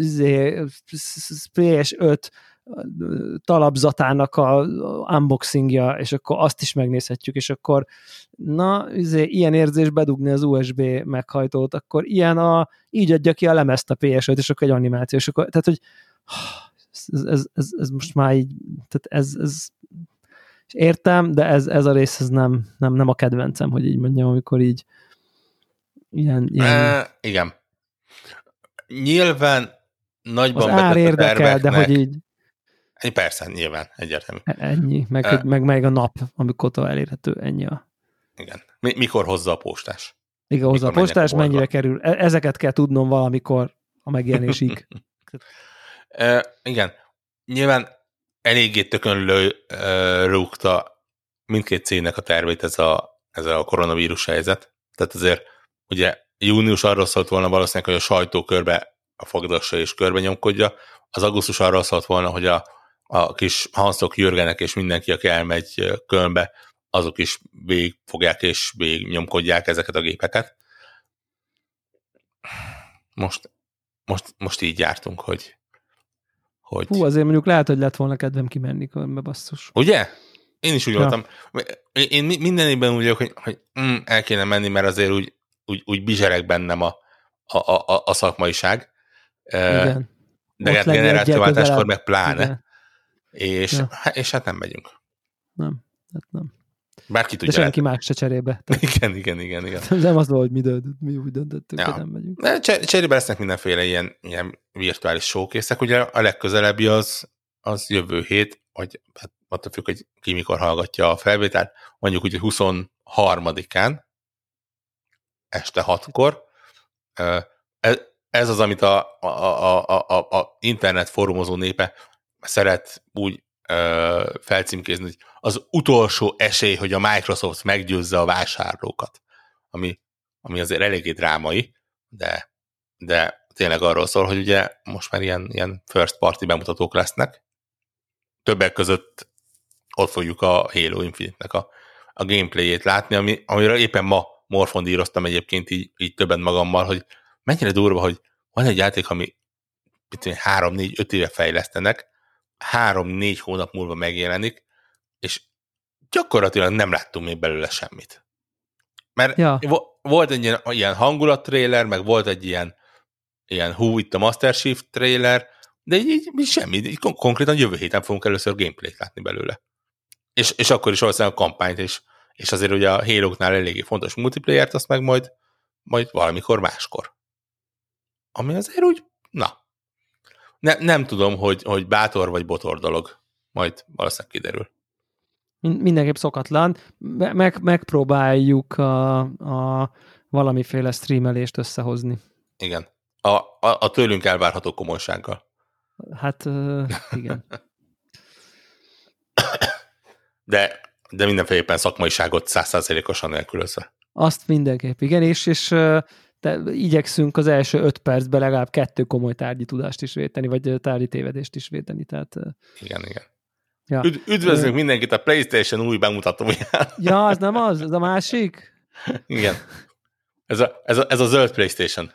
pé es öt talapzatának a unboxingja, és akkor azt is megnézhetjük, és akkor na, izé, ilyen érzés bedugni az u es bé meghajtót, akkor ilyen a, így adja ki a lemezt a pé es öt, és akkor egy animáció, és akkor, tehát, hogy ez, ez, ez, ez most már így, tehát ez, ez értem, de ez, ez a rész ez nem, nem, nem a kedvencem, hogy így mondjam, amikor így ilyen... ilyen... E, igen. Nyilván nagyban az ár érdekel, terveknek, de hogy így persze, nyilván, egyértelmű. Ennyi, meg, e... meg, meg a nap, amikor elérhető, ennyi a... Igen. Mikor hozza a postás? Igen, hozza a postás, mennyire kerül. Ezeket kell tudnom valamikor a megjelenésig. e, igen. Nyilván eléggé tökön rúgta mindkét cégnek a tervét ez a, ez a koronavírus helyzet. Tehát azért ugye június arról szólt volna valószínűleg, hogy a sajtó körbe a fogdassa és körbe nyomkodja. Az augusztus arról szólt volna, hogy a, a kis Hanszok, Jürgenek és mindenki, aki elmegy Kölnbe, azok is végigfogják és végig nyomkodják ezeket a gépeket. Most, most, most így jártunk, hogy, hogy... Hú, azért mondjuk lehet, hogy lett volna kedvem kimenni Kölnbe, basszus. Ugye? Én is úgy ja. voltam. Én minden évben úgy vagyok, hogy, hogy mm, el kéne menni, mert azért úgy, úgy, úgy bizsereg bennem a, a, a, a szakmaiság. Igen. De hát generációváltáskor meg pláne. És, ja. és hát nem megyünk. Nem, hát nem. Bárki tudja. De senki más se cserébe. Igen, igen, igen, igen. Nem az, hogy mi, döntött, mi úgy döntöttünk, ja. hogy nem megyünk. De cserébe lesznek mindenféle ilyen, ilyen virtuális showkészek. Ugye a legközelebbi az, az jövő hét, vagy hát attól függ, hogy ki mikor hallgatja a felvételt, mondjuk úgy huszonharmadikán este hatkor. Ez az, amit a, a, a, a, a internet fórumozó népe szeret úgy ö, felcímkézni, hogy az utolsó esély, hogy a Microsoft meggyőzze a vásárlókat, ami, ami azért eléggé drámai, de, de tényleg arról szól, hogy ugye most már ilyen, ilyen first party bemutatók lesznek. Többek között ott fogjuk a Halo Infinite-nek a, a gameplayét látni, ami, amiről éppen ma morfondíroztam egyébként így, így többen magammal, hogy mennyire durva, hogy van egy játék, ami három négy öt éve fejlesztenek, három-négy hónap múlva megjelenik, és gyakorlatilag nem láttunk még belőle semmit. Mert ja. volt egy ilyen, ilyen hangulat-trailer, meg volt egy ilyen, ilyen Who itt a Master Chief trailer, de így, így semmi, így konkrétan jövő héten fogunk először gameplayt látni belőle. És, és akkor is valószínűleg a kampányt, és, és azért ugye a Halo-knál eléggé fontos multiplayert, azt meg majd, majd valamikor máskor. Ami azért úgy, na, ne, nem tudom, hogy, hogy bátor vagy botor dolog. Majd valószínűleg kiderül. Mindenképp szokatlan. Meg, megpróbáljuk a, a valamiféle streamelést összehozni. Igen. A, a, a tőlünk elvárható komolysággal. Hát, uh, igen. De, de mindenféleképpen szakmaiságot száz százalékosan nélkülözve. Azt mindenképp, igen, és, és de igyekszünk az első öt percben legalább kettő komoly tárgyi tudást is véteni, vagy tárgyi tévedést is véteni. Tehát, igen, igen. Ja. Üd- üdvözlünk Ö... mindenkit a PlayStation új bemutatóján. Ja, az nem az? Ez a másik? Igen. Ez a, ez a, ez a zöld PlayStation.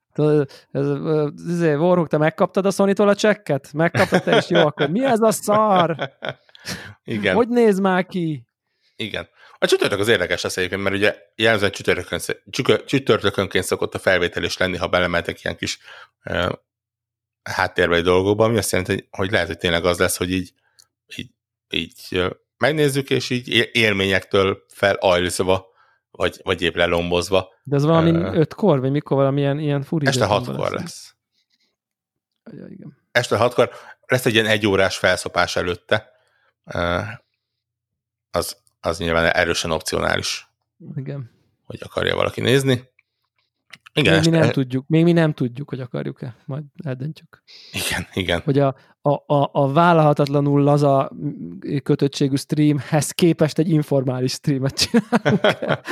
Warhawk, te megkaptad a Sony-tól a csekket? Megkaptad te is? Jó, akkor mi ez a szar? Igen. Hogy néz már ki? Igen. A csütörtök az érdekes lesz egyébként, mert ugye jellemzően csütörtökön, csütörtökönként szokott a felvétel is lenni, ha belemeltek ilyen kis uh, háttérbeli dolgokba, ami azt jelenti, hogy, hogy lehet, hogy tényleg az lesz, hogy így, így, így uh, megnézzük, és így élményektől felajlizva, vagy, vagy épp lelombozva. De ez valami uh, ötkor, vagy mikor valamilyen ilyen furi? Este hatkor lesz. lesz. Ja, igen. Este hatkor lesz egy ilyen egyórás felszopás előtte. Uh, az az nyilván erősen opcionális. Igen. Hogy akarja valaki nézni. Igen, még mi nem este... tudjuk, még mi nem tudjuk, hogy akarjuk-e, majd eldöntjük. Igen, igen. Hogy a, a, a, a vállalhatatlanul laza kötöttségű streamhez képest egy informális streamet csinálunk.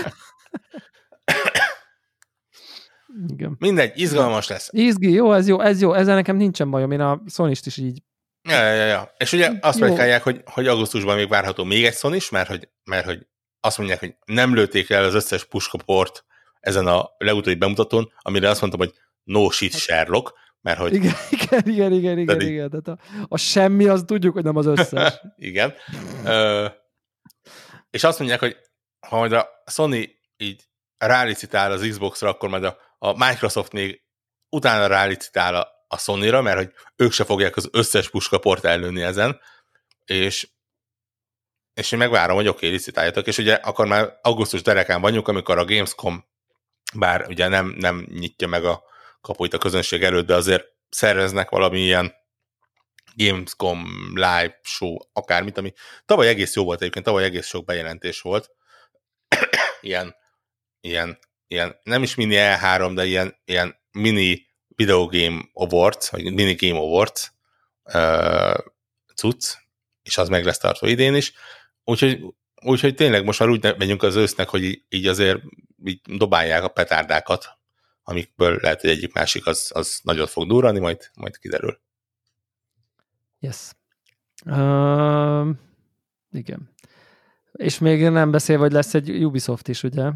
Igen. Mindegy, izgalmas lesz. Izgi, jó, ez jó, ez jó, ezzel nekem nincsen bajom, én a Sony-t is így. Ja, ja, ja. És ugye azt mondják, hogy, hogy augusztusban még várható még egy Sony is, mert hogy, mert hogy azt mondják, hogy nem lőtték el az összes puskaport ezen a legutóbbi bemutatón, amire azt mondtam, hogy no shit Sherlock, mert hogy... Igen, igen, igen, igen, igen, így... igen. Tehát a, a semmi, az tudjuk, hogy nem az összes. Igen. Ö, és azt mondják, hogy ha majd a Sony így rálicitál az Xbox-ra, akkor majd a, a Microsoft még utána rálicitál a, a Sony-ra, mert hogy ők se fogják az összes puskaport ellőni ezen, és és én megvárom, hogy oké, okay, licitáljatok, és ugye akkor már augusztus derekán vagyunk, amikor a Gamescom, bár ugye nem, nem nyitja meg a kapuit a közönség előtt, de azért szerveznek valami ilyen Gamescom live show, akármit, ami tavaly egész jó volt egyébként, tavaly egész sok bejelentés volt. ilyen, ilyen, ilyen, nem is mini E három, de ilyen, ilyen mini Video Game Awards, vagy mini Game Awards uh, cucc, és az meg lesz tartva idén is. Úgyhogy, úgyhogy tényleg most már úgy megyünk az ősznek, hogy így, így azért így dobálják a petárdákat, amikből lehet, hogy egyik másik az, az nagyot fog durrani, majd, majd kiderül. Yes. Uh, igen. És még nem beszélve, hogy lesz egy Ubisoft is, ugye?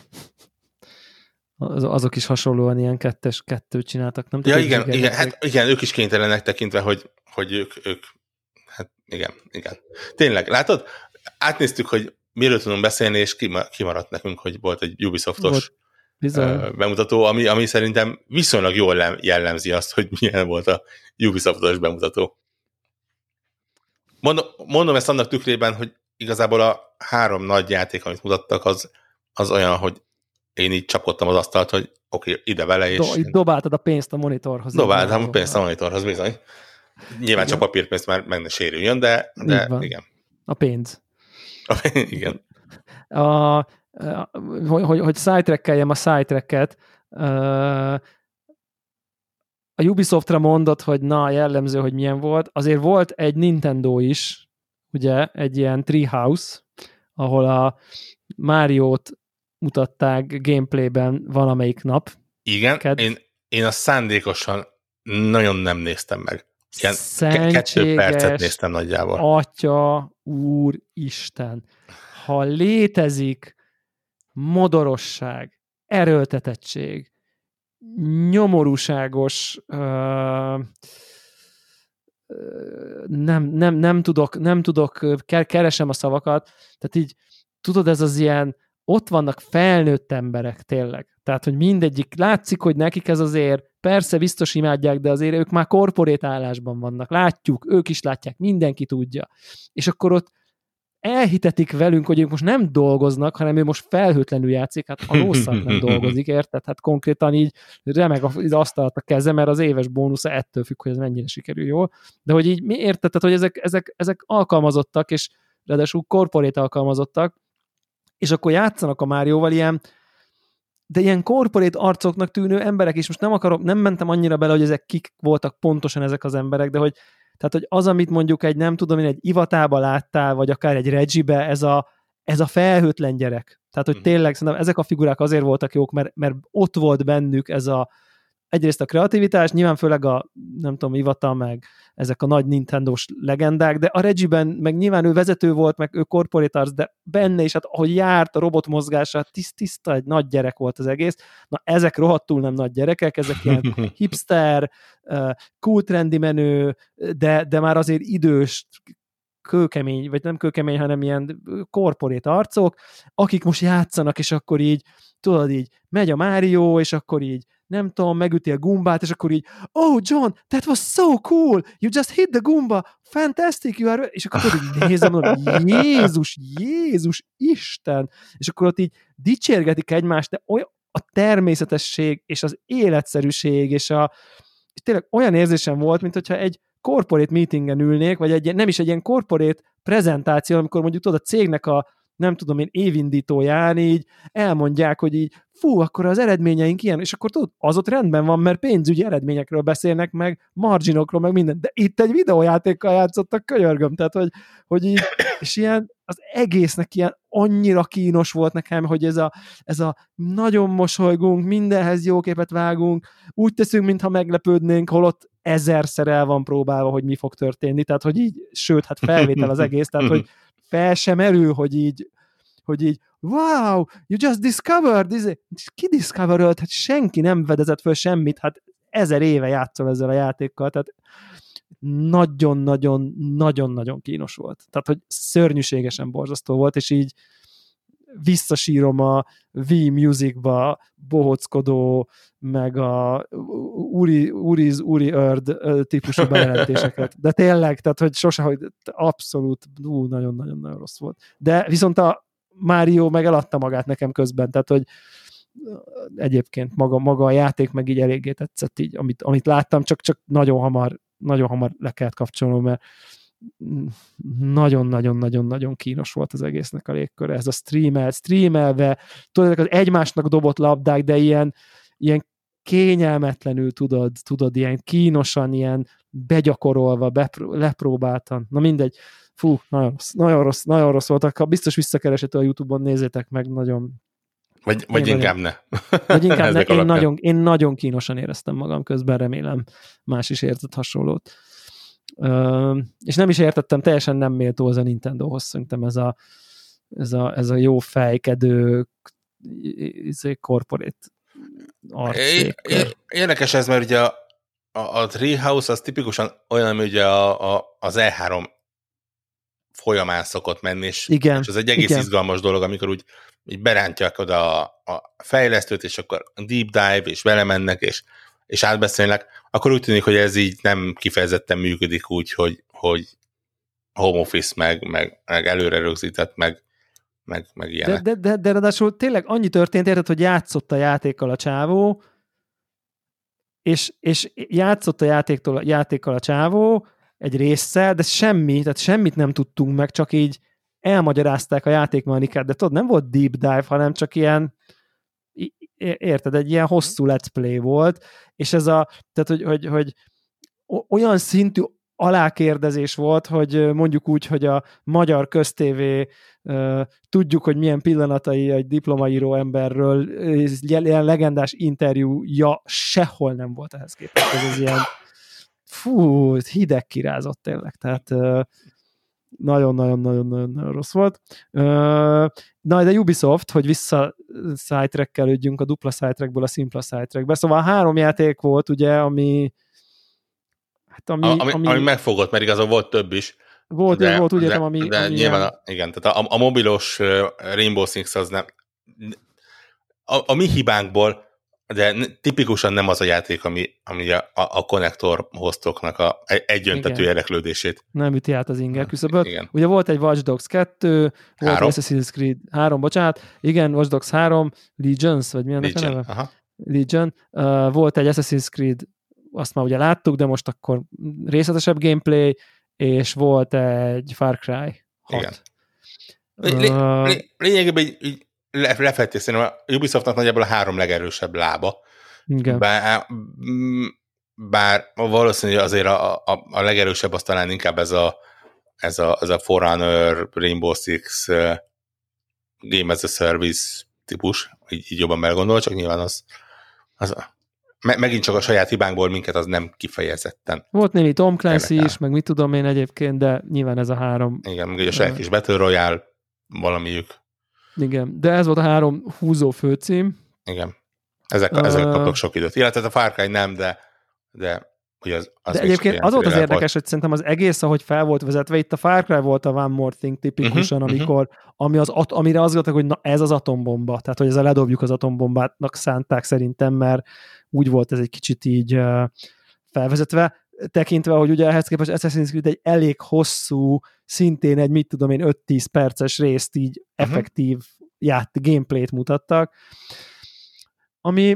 Az, azok is hasonlóan ilyen kettes kettőt csináltak, nem? Ja, igen, igen, igen, hát igen, ők is kénytelenek tekintve, hogy, hogy ők, ők, hát igen, igen. Tényleg, látod? Átnéztük, hogy miről tudunk beszélni, és kimaradt nekünk, hogy volt egy Ubisoftos volt, bemutató, ami, ami szerintem viszonylag jól jellemzi azt, hogy milyen volt a Ubisoftos bemutató. Mondom, mondom ezt annak tükrében, hogy igazából a három nagy játék, amit mutattak, az, az olyan, hogy én így csapkodtam az asztalt, hogy oké, okay, ide vele, és... Do, itt dobáltad a pénzt a monitorhoz. Dobáltam a pénzt a monitorhoz, bizony. Nyilván csak papírpénzt már meg ne sérüljön, de, de igen. A pénz. A, igen. A, a, hogy, hogy, hogy sidetrack-eljem a sidetrack-et, a Ubisoftra mondott, hogy na, jellemző, hogy milyen volt. Azért volt egy Nintendo is, ugye, egy ilyen Treehouse, ahol a Máriót mutatták gameplayben valamelyik nap. Igen, én, én azt szándékosan nagyon nem néztem meg. Ilyen kettő percet néztem nagyjából. Atya, úr, Isten! Ha létezik modorosság, erőltetettség, nyomorúságos uh, nem, nem, nem tudok, nem tudok, keresem a szavakat, tehát így tudod, ez az ilyen, ott vannak felnőtt emberek tényleg, tehát, hogy mindegyik, látszik, hogy nekik ez azért, persze biztos imádják, de azért ők már korporét állásban vannak, látjuk, ők is látják, mindenki tudja, és akkor ott elhitetik velünk, hogy ők most nem dolgoznak, hanem ő most felhőtlenül játszik, hát a rosszat nem dolgozik, érted? Hát konkrétan így remeg az asztalat a keze, mert az éves bónusza ettől függ, hogy ez mennyire sikerül jól, de hogy így mi érted, hogy ezek, ezek, ezek alkalmazottak, és ráadásul korporét alkalmazottak, és akkor játszanak a Márióval ilyen, de ilyen korporét arcoknak tűnő emberek, és most nem akarom, nem mentem annyira bele, hogy ezek kik voltak pontosan ezek az emberek, de hogy tehát, hogy az, amit mondjuk egy, nem tudom én, egy Ivatába láttál, vagy akár egy Regibe, ez a, ez a felhőtlen gyerek. Tehát, hogy tényleg szerintem ezek a figurák azért voltak jók, mert, mert ott volt bennük ez a, egyrészt a kreativitás, nyilván főleg a, nem tudom, Ivata, meg ezek a nagy Nintendo-s legendák, de a Regiben meg nyilván ő vezető volt, meg ő corporate arc, de benne is, hát ahogy járt a robot mozgása, tiszt, tiszta, egy nagy gyerek volt az egész. Na, ezek rohadtul nem nagy gyerekek, ezek ilyen hipster, cool trendy menő, de, de már azért idős, kőkemény, vagy nem kőkemény, hanem ilyen corporate arcok, akik most játszanak, és akkor így, tudod így, megy a Mario, és akkor így nem tudom, megüti a gumbát, és akkor így, oh, John, that was so cool, you just hit the gumba, fantastic, you are... És akkor így nézem, mondom, Jézus, Jézus, Isten! És akkor ott így dicsérgetik egymást, de olyan a természetesség, és az életszerűség, és, a, és tényleg olyan érzésem volt, mint hogyha egy corporate meetingen ülnék, vagy egy, nem is egy ilyen corporate prezentáció, amikor mondjuk tudod, a cégnek a nem tudom én, évindítóján így elmondják, hogy így fú, akkor az eredményeink ilyen, és akkor tudod, az ott rendben van, mert pénzügyi eredményekről beszélnek, meg marginokról, meg minden, de itt egy videójátékkal játszottak, könyörgöm, tehát, hogy, hogy így, és ilyen, az egésznek ilyen annyira kínos volt nekem, hogy ez a, ez a nagyon mosolygunk, mindenhez jó képet vágunk, úgy teszünk, mintha meglepődnénk, holott ezerszer el van próbálva, hogy mi fog történni, tehát, hogy így, sőt, hát felvétel az egész, tehát, hogy fel sem erül, hogy így, hogy így, wow, you just discovered this. Ki discovered? Hát senki nem fedezett föl semmit, hát ezer éve játszol ezzel a játékkal, tehát nagyon-nagyon-nagyon-nagyon kínos volt. Tehát, hogy szörnyűségesen borzasztó volt, és így visszasírom a Wii Musicba bohockodó, meg a Uri, Uri's Uri Earth típusú bejelentéseket. De tényleg, tehát, hogy sose, hogy abszolút ú, nagyon-nagyon-nagyon rossz volt. De viszont a Mario meg eladta magát nekem közben, tehát, hogy egyébként maga, maga a játék meg így eléggé tetszett, így, amit, amit láttam, csak, csak nagyon hamar, nagyon hamar le kellett kapcsolnom, mert nagyon-nagyon-nagyon-nagyon kínos volt az egésznek a légköre. Ez a streamel, streamelve, tudod, az egymásnak dobott labdák, de ilyen, ilyen kényelmetlenül tudod, tudod, ilyen kínosan, ilyen begyakorolva, bepró- lepróbáltan. Na mindegy. Fú, nagyon rossz, nagyon rossz, nagyon rossz voltak. Ha biztos visszakereshető a YouTube-on, nézzétek meg, nagyon... Vagy, vagy inkább ne. Vagy inkább ne. Én nagyon, én nagyon kínosan éreztem magam közben, remélem más is érzett hasonlót. Uh, és nem is értettem, teljesen nem méltó az a Nintendohoz, szerintem ez a, ez a, ez a jó fejkedő corporate arcék. Érdekes ez, mert ugye a, a, a Treehouse az tipikusan olyan, hogy ugye a, a, az E három folyamán szokott menni, és, igen, és az egy egész igen. izgalmas dolog, amikor úgy így berántják oda a, a fejlesztőt, és akkor deep dive, és vele mennek, és, és átbeszélnek, akkor úgy tűnik, hogy ez így nem kifejezetten működik úgy, hogy, hogy home office, meg, meg, meg előre rögzített, meg, meg, meg ilyenek. De, de, de, de ráadásul tényleg annyi történt, érted, hogy játszott a játékkal a csávó, és, és játszott a játéktól, játékkal a csávó egy résszel, de semmi, tehát semmit nem tudtunk meg, csak így elmagyarázták a játékmechanikát, de tudod, nem volt deep dive, hanem csak ilyen, érted, egy ilyen hosszú let's play volt, és ez a, tehát, hogy, hogy, hogy olyan szintű alákérdezés volt, hogy mondjuk úgy, hogy a magyar köztévé uh, tudjuk, hogy milyen pillanatai egy diplomaíró emberről, ilyen legendás interjúja sehol nem volt ehhez képest. Ez az ilyen fú, hideg kirázott tényleg, tehát uh, nagyon-nagyon-nagyon rossz volt. Uh, na, de Ubisoft, hogy vissza sidetrack-elődjünk a dupla sidetrackből a szimpla sidetrackbe. Szóval három játék volt, ugye, ami hát ami, ami, ami, ami megfogott, mert igazán volt több is. Volt, de, volt úgy de, értem, ami... De ami nyilván, ilyen... a, igen, tehát a, a mobilos Rainbow Six az nem... A, a mi hibánkból, de tipikusan nem az a játék, ami, ami a, a konnektor hostoknak a egyöntetű érdeklődését. Nem üti át az inger küszöböt. Ugye volt egy Watch Dogs kettő, volt három. egy Assassin's Creed három, bocsánat, igen, Watch Dogs három, Legions, vagy mi ennek Legion, a neve? Aha. Legion. Uh, volt egy Assassin's Creed, azt már ugye láttuk, de most akkor részletesebb gameplay, és volt egy Far Cry hat. Igen. Lé- lé- lényegében így, így lefették, szerintem a Ubisoftnak nagyjából a három legerősebb lába. Igen. Bár, bár valószínűleg azért a, a, a legerősebb az talán inkább ez a, ez a, ez a Forerunner, Rainbow Six uh, Game as a Service típus, így, így jobban belegondol, csak nyilván az, az me, megint csak a saját hibánkból minket az nem kifejezetten. Volt némi Tom Clancy is, meg mit tudom én egyébként, de nyilván ez a három. Igen, meg a saját kis Battle Royale valamiük. Igen, de ez volt a három húzó főcím. Igen. Ezek, uh, ezek kapnak sok időt. Illetve a Far Cry nem, de, de ugye az, az de egyébként az volt az érdekes, volt. Hogy szerintem az egész, ahogy fel volt vezetve, itt a Far Cry volt a One More Thing tipikusan, uh-huh, amikor, uh-huh. ami az, amire azt gondoltak, hogy na, ez az atombomba. Tehát, hogy ezzel ledobjuk az atombombátnak szánták szerintem, mert úgy volt ez egy kicsit így uh, felvezetve, tekintve, hogy ugye ehhez képest Assassin's Creed egy elég hosszú, szintén egy, mit tudom én, öt-tíz perces részt így uh-huh. effektív ját, gameplayt mutattak, ami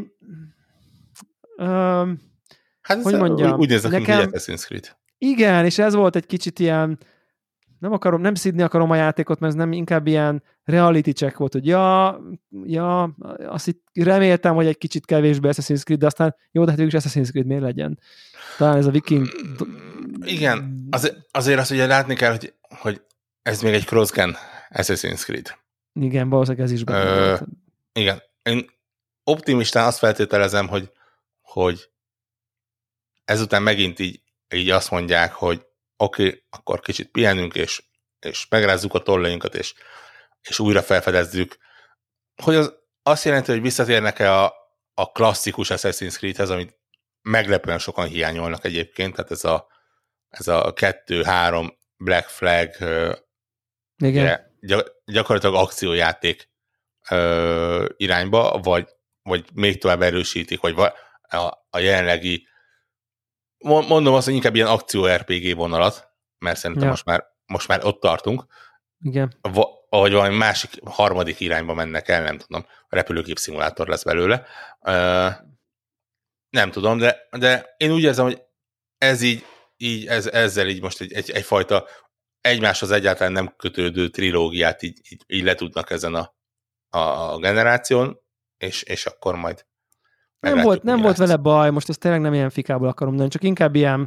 um, hát hogy mondjam, úgy néznek, nekem, mint egy Assassin's Creed. Igen, és ez volt egy kicsit ilyen, nem akarom, nem szidni akarom a játékot, mert ez nem inkább ilyen reality check volt, hogy ja, ja, azt itt reméltem, hogy egy kicsit kevésbé Assassin's Creed, de aztán jó, de hát is Assassin's Creed miért legyen? Talán ez a viking... Igen, az, azért azt ugye látni kell, hogy, hogy ez még egy cross-gen Assassin's Creed. Igen, valószínűleg ez is benne Ö, volt. Igen. Én optimistán azt feltételezem, hogy, hogy ezután megint így, így azt mondják, hogy oké, okay, akkor kicsit pihenünk, és, és megrázzuk a tollainkat, és, és újra felfedezzük. Hogy az azt jelenti, hogy visszatérnek-e a, a klasszikus Assassin's Creedhez, amit meglepően sokan hiányolnak egyébként, tehát ez a, ez a kettő-három Black Flag Igen. Ugye, gyakorlatilag akciójáték ö, irányba, vagy, vagy még tovább erősítik, vagy a, a jelenlegi mondom azt, hogy inkább ilyen akció er pé gé vonalat, mert szerintem ja. most, már, most már ott tartunk. Igen. Va, vagy valami másik, harmadik irányba mennek el, nem tudom. A repülőgép szimulátor lesz belőle. Ö, nem tudom, de, de én úgy érzem, hogy ez így, így ez, ezzel így most egy, egy, egyfajta egymáshoz egyáltalán nem kötődő trilógiát így, így, így le tudnak ezen a, a, a generáción, és, és akkor majd nem volt, nem volt vele baj, most ezt tényleg nem ilyen fikából akarom mondani, csak inkább ilyen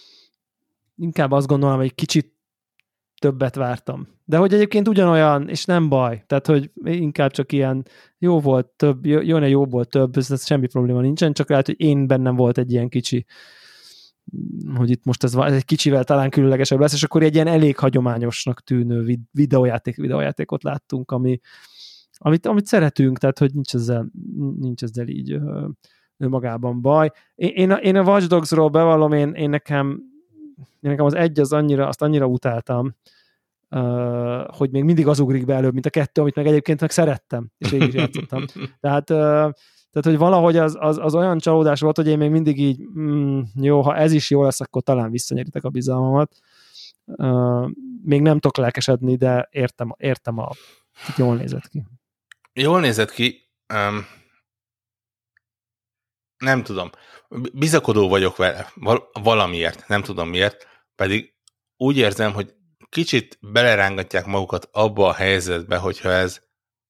inkább azt gondolom, hogy kicsit többet vártam. De hogy egyébként ugyanolyan, és nem baj. Tehát, hogy inkább csak ilyen jó volt több, jön-e jó volt több, ez, ez semmi probléma nincsen, csak lehet, hogy én bennem volt egy ilyen kicsi, hogy itt most ez, ez egy kicsivel talán különlegesebb lesz, és akkor egy ilyen elég hagyományosnak tűnő videójáték, videójátékot láttunk, ami, amit, amit szeretünk, tehát, hogy nincs ezzel, nincs ezzel így önmagában baj. Én, én, a, én a Watch Dogs-ról bevallom, én, én nekem én nekem az egy az annyira, azt annyira utáltam, uh, hogy még mindig az ugrik be előbb, mint a kettő, amit meg egyébként meg szerettem, és végig is játszottam. Tehát, uh, tehát, hogy valahogy az, az, az olyan csalódás volt, hogy én még mindig így, mm, jó, ha ez is jó lesz, akkor talán visszanyeritek a bizalmamat. Uh, még nem tudok lelkesedni, de értem, értem a... Jól nézett ki. Jól nézett ki. Um, nem tudom. Bizakodó vagyok vele val- valamiért, nem tudom miért, pedig úgy érzem, hogy kicsit belerángatják magukat abba a helyzetbe, hogyha ez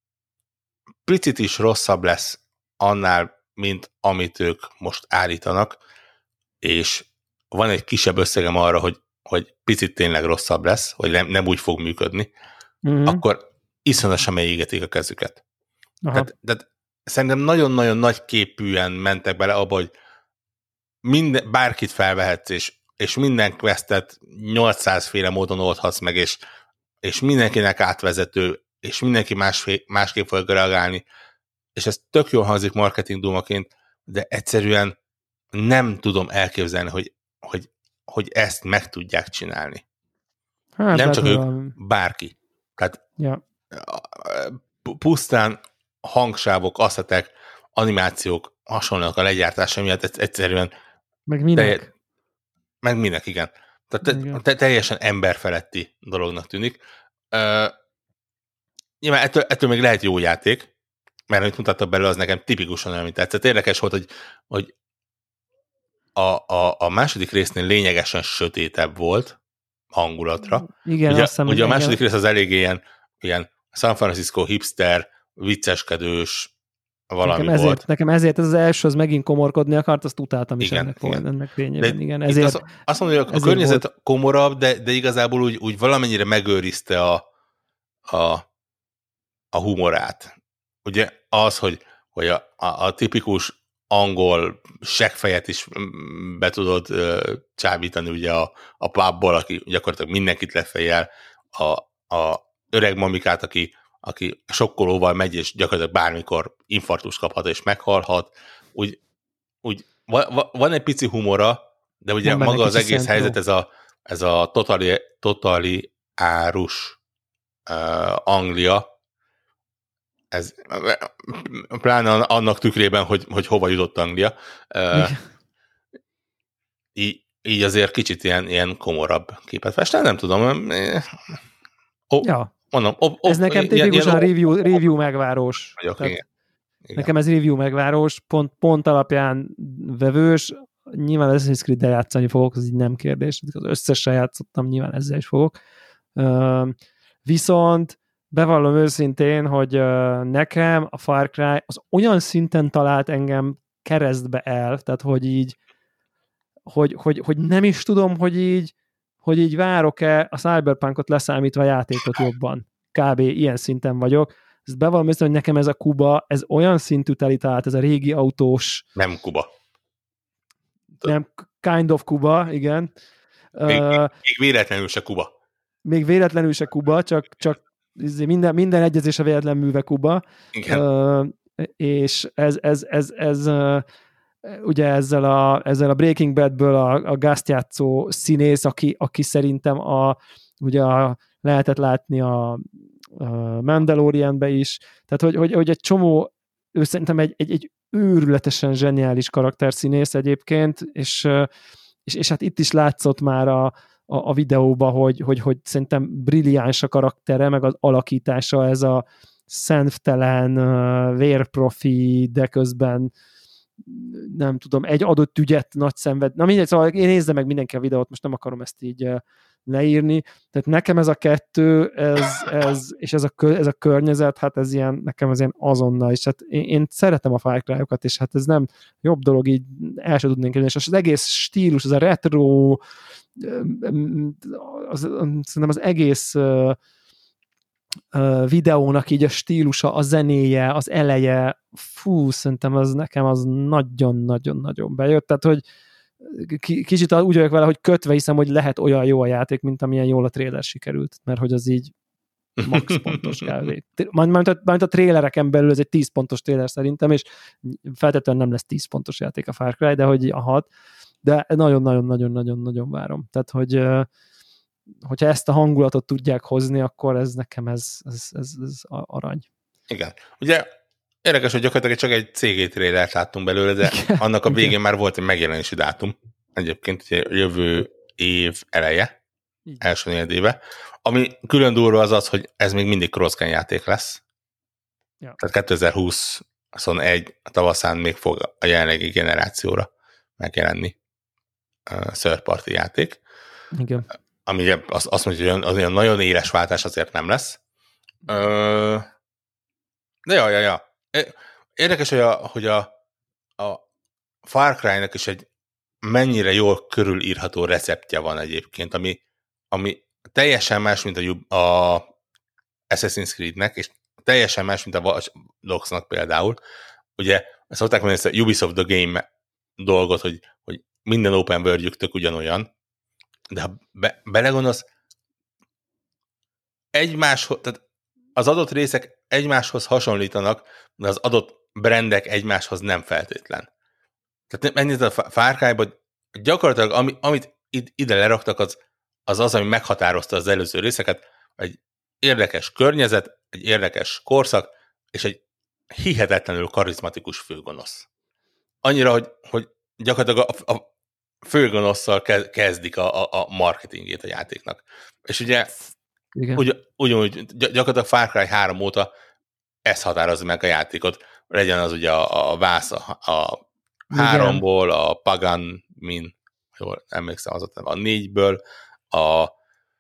picit is rosszabb lesz annál, mint amit ők most állítanak, és van egy kisebb összegem arra, hogy, hogy picit tényleg rosszabb lesz, hogy nem, nem úgy fog működni, mm-hmm. akkor iszonyatosan megégetik a kezüket. Tehát, tehát szerintem nagyon-nagyon nagy képűen mentek bele abba, hogy minden, bárkit felvehetsz, és, és minden questet nyolcszáz féle módon oldhatsz meg, és, és mindenkinek átvezető, és mindenki másfé, másképp fog reagálni, és ez tök jól hangzik marketing dúmaként, de egyszerűen nem tudom elképzelni, hogy, hogy, hogy ezt meg tudják csinálni. Hát, nem csak ők, a... bárki. Tehát ja. pusztán hangsávok, asszetek, animációk hasonlóak a legyártása miatt egyszerűen meg minek? Telje, meg minek, igen. Tehát igen. Te, teljesen emberfeletti dolognak tűnik. Uh, nyilván ettől, ettől még lehet jó játék, mert amit mutattak belőle, az nekem tipikusan olyan, mint tetszett. Érdekes volt, hogy, hogy a, a, a második résznél lényegesen sötétebb volt hangulatra. Igen, ugye, azt hiszem, ugye a második rész az elég ilyen, ilyen San Francisco hipster, vicceskedős valami nekem ezért, volt. Nekem ezért ez az első, az megint komorkodni akart, azt utáltam is igen, ennek, igen. ennek lényében. De igen, ezért, azt, azt mondom, hogy a környezet volt komorabb, de, de igazából úgy, úgy valamennyire megőrizte a, a, a humorát. Ugye az, hogy, hogy a, a, a tipikus angol seggfejet is be tudod uh, csábítani ugye a, a pubból, aki gyakorlatilag mindenkit lefejel, a, a öreg mamikát, aki, aki sokkolóval megy, és gyakorlatilag bármikor infarktust kaphat, és meghalhat. Úgy, úgy va, va, van egy pici humora, de ugye nem maga az egész helyzet, ez a, ez a totali, totali árus uh, Anglia, ez pláne annak tükrében, hogy, hogy hova jutott Anglia. Uh, így, így azért kicsit ilyen, ilyen komorabb képet fest. Nem tudom. Oh, ja. Mondom, oh, oh, ez nekem tipikusan review, review megvárós. Vagyok, igen. Igen. Nekem ez review megvárós, pont, pont alapján vevős. Nyilván az Assassin's Creed-del játszani fogok, az így nem kérdés. Az összesen játszottam, nyilván ezzel is fogok. Viszont bevallom őszintén, hogy nekem a Far Cry az olyan szinten talált engem keresztbe el, tehát hogy így, hogy, hogy, hogy nem is tudom, hogy így, hogy így várok-e a Cyberpunkot leszámítva a játékot jobban. Kb. Ilyen szinten vagyok. Ezt bevallom őszintén, hogy nekem ez a Kuba, ez olyan szintű teli talált, ez a régi autós... Nem Kuba. Nem, kind of Kuba, igen. Még, uh, még véletlenül se Kuba. Még véletlenül se Kuba, csak, csak minden, minden egyezés a véletlen műve Kuba. Igen. Uh, és ez, ez, ez, ez uh, ugye ezzel a, ezzel a Breaking Badből a, a Gust játszó színész, aki, aki szerintem a, ugye a, lehetett látni a, a Mandalorianbe is, tehát hogy, hogy, hogy egy csomó, ő szerintem egy, egy, egy őrületesen zseniális karakterszínész egyébként, és, és, és hát itt is látszott már a, a, a videóban, hogy, hogy, hogy szerintem brilliáns a karaktere, meg az alakítása, ez a szenvtelen, vérprofi, de közben nem tudom, egy adott ügyet nagy szenved. Na mindegy, szóval én nézze meg mindenki a videót, most nem akarom ezt így leírni. Tehát nekem ez a kettő, ez, ez, és ez a, ez a környezet, hát ez ilyen, nekem ez ilyen azonnal is. Hát én, én szeretem a Far Cry-okat, és hát ez nem jobb dolog, így el sem tudnénk élni. És az egész stílus, az a retro, az, szerintem az egész videónak így a stílusa, a zenéje, az eleje, fú, szerintem az nekem az nagyon-nagyon-nagyon bejött, tehát hogy kicsit úgy vagyok vele, hogy kötve hiszem, hogy lehet olyan jó a játék, mint amilyen jól a trailer sikerült, mert hogy az így max pontos kávé. Majd a, a trélereken belül ez egy tíz pontos trailer szerintem, és feltétlenül nem lesz tíz pontos játék a Far Cry, de hogy a hat, de nagyon-nagyon-nagyon-nagyon-nagyon várom. Tehát, hogy hogyha ezt a hangulatot tudják hozni, akkor ez nekem ez, ez, ez, ez arany. Igen. Ugye érdekes, hogy gyakorlatilag csak egy cé gé trailert láttunk belőle, de igen, annak a végén igen. Már volt egy megjelenési dátum. Egyébként jövő év eleje, igen. első negyedéve. Ami külön durva az az, hogy ez még mindig cross-gen játék lesz. Ja. Tehát kétezer-huszonegy tavaszán még fog a jelenlegi generációra megjelenni uh, third party játék. Igen. Ami azt, azt mondja, hogy az olyan nagyon éles váltás azért nem lesz. Ö, de ja, ja, ja. Érdekes, hogy a, hogy a, a Far Cry-nak is egy mennyire jól körülírható receptje van egyébként, ami, ami teljesen más, mint a, a Assassin's Creed-nek, és teljesen más, mint a Watch Dogs-nak például. Ugye szokták mondani ezt a Ubisoft the Game dolgot, hogy, hogy minden open world-jük tök ugyanolyan, de ha be, belegondolsz, egymáshoz, tehát az adott részek egymáshoz hasonlítanak, de az adott brandek egymáshoz nem feltétlen. Tehát mennyit a Far Cry-ban gyakorlatilag, ami, amit ide leraktak, az, az az, ami meghatározta az előző részeket, egy érdekes környezet, egy érdekes korszak, és egy hihetetlenül karizmatikus főgonosz. Annyira, hogy, hogy gyakorlatilag a, a főgonosszal kezdik a, a, a marketingét a játéknak. És ugye ugy, ugyanúgy gyakorlatilag Far Cry három óta ez határozza meg a játékot. Legyen az ugye a, a vász a, a háromból, a Pagan Min, jól emlékszem, az a négyből, a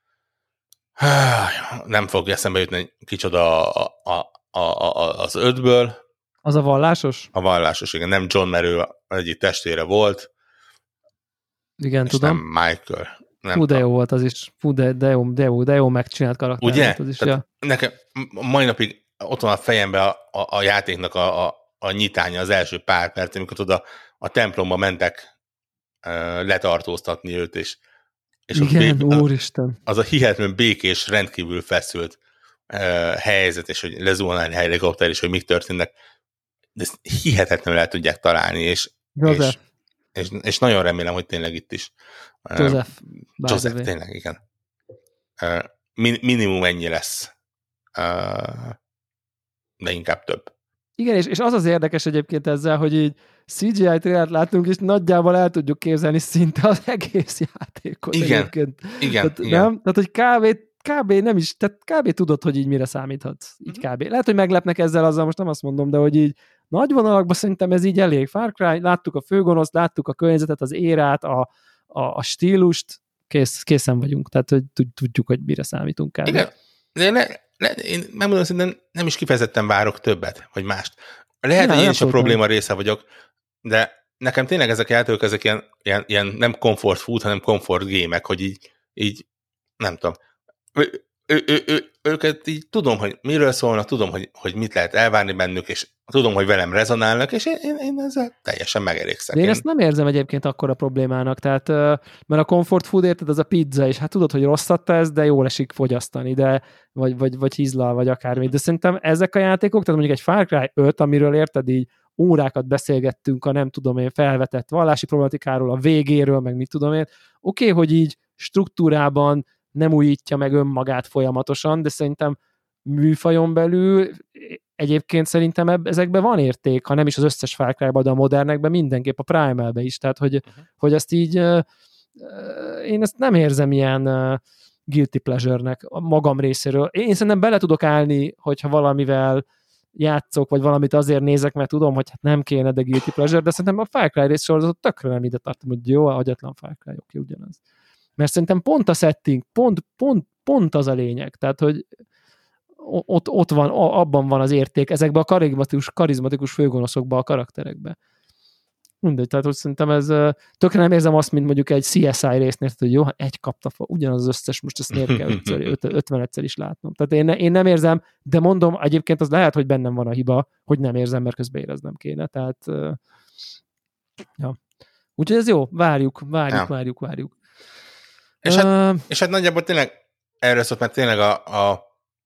nem fog eszembe jutni kicsoda a, a, a, a, az ötből. Az a vallásos? A vallásos, igen. Nem John, mert ő egyik testvére volt. Igen, és tudom. Nem Michael. Nem Fú, de jó volt az is. Fú, de, de, jó, de, jó, de jó megcsinált karakter. Ugye? Az is, ja. Nekem mai napig ott van a fejemben a, a, a játéknak a, a, a nyitánya, az első pár perc, amikor oda a templomba mentek uh, letartóztatni őt, és, és igen, a, úristen. Az a hihetetlen békés, rendkívül feszült uh, helyzet, és hogy lezuhanálni a helikopter, és hogy mik történnek. De ezt hihetetlenül el tudják találni, és, és, és, és nagyon remélem, hogy tényleg itt is. Uh, Joseph. Joseph, tényleg, igen. Uh, min, minimum ennyi lesz. Uh, de inkább több. Igen, és, és az az érdekes egyébként ezzel, hogy így cé gé í trailert látunk, és nagyjából el tudjuk képzelni szinte az egész játékot. Igen, egyébként. igen, tehát, igen. Nem? Tehát, hogy kb, kb nem is, tehát kb tudod, hogy így mire számíthatsz. Így kb. Lehet, hogy meglepnek ezzel, azzal most nem azt mondom, de hogy így nagy vonalakban szerintem ez így elég. Far Cry, láttuk a főgonoszt, láttuk a környezetet, az érát, a, a, a stílust, kész, készen vagyunk, tehát hogy tudjuk, hogy mire számítunk el. Igen, de ne, ne, én megmondom, hogy nem, nem is kifejezetten várok többet, vagy mást. Lehet, ja, hogy én is a probléma része vagyok, de nekem tényleg ezek játékok, ezek ilyen, ilyen, ilyen nem comfort food, hanem comfort gémek, hogy így, így nem tudom. Ő, ő, ő, ő, őket így tudom, hogy miről szólnak, tudom, hogy, hogy mit lehet elvárni bennük, és tudom, hogy velem rezonálnak, és én, én, én ezzel teljesen megelégszek. De én ezt nem érzem egyébként akkora problémának, tehát, mert a comfort food, érted, az a pizza, és hát tudod, hogy rosszat tesz, de jól esik fogyasztani, de, vagy, vagy, vagy hízlal, vagy akármi. De szerintem ezek a játékok, tehát mondjuk egy Far Cry öt, amiről érted, így órákat beszélgettünk a nem tudom én felvetett vallási problematikáról, a végéről, meg mit tudom én. Oké, okay, hogy így struktúrában nem újítja meg önmagát folyamatosan, de szerintem műfajon belül egyébként szerintem eb- ezekben van érték, ha nem is az összes Far Cry-ban, de a modernekben mindenképp a Primal-ben is, tehát hogy, uh-huh. hogy azt így uh, én ezt nem érzem ilyen uh, guilty pleasure-nek a magam részéről. Én szerintem bele tudok állni, hogyha valamivel játszok, vagy valamit azért nézek, mert tudom, hogy hát nem kéne, de guilty pleasure, de szerintem a Far Cry részsorozatot tökre nem ide tartom, hogy jó, a agyatlan Far Cry, oké, ugyanaz. Mert szerintem pont a setting, pont, pont, pont az a lényeg, tehát, hogy ott, ott van, abban van az érték, ezekben a karizmatikus, karizmatikus főgonoszokban, a karakterekben. Mindegy, tehát hogy szerintem ez, tökre nem érzem azt, mint mondjuk egy C S I résznél, hogy jó, egy kapta fel, ugyanaz az összes, most ezt miért kell ötven egyszer is látnom. Tehát én, ne, én nem érzem, de mondom, egyébként az lehet, hogy bennem van a hiba, hogy nem érzem, mert közben éreznem kéne, tehát ja. Úgyhogy ez jó, várjuk, várjuk, ja. várjuk, várjuk. És, uh, hát, és hát nagyjából tényleg erről szólt, mert tényleg a, a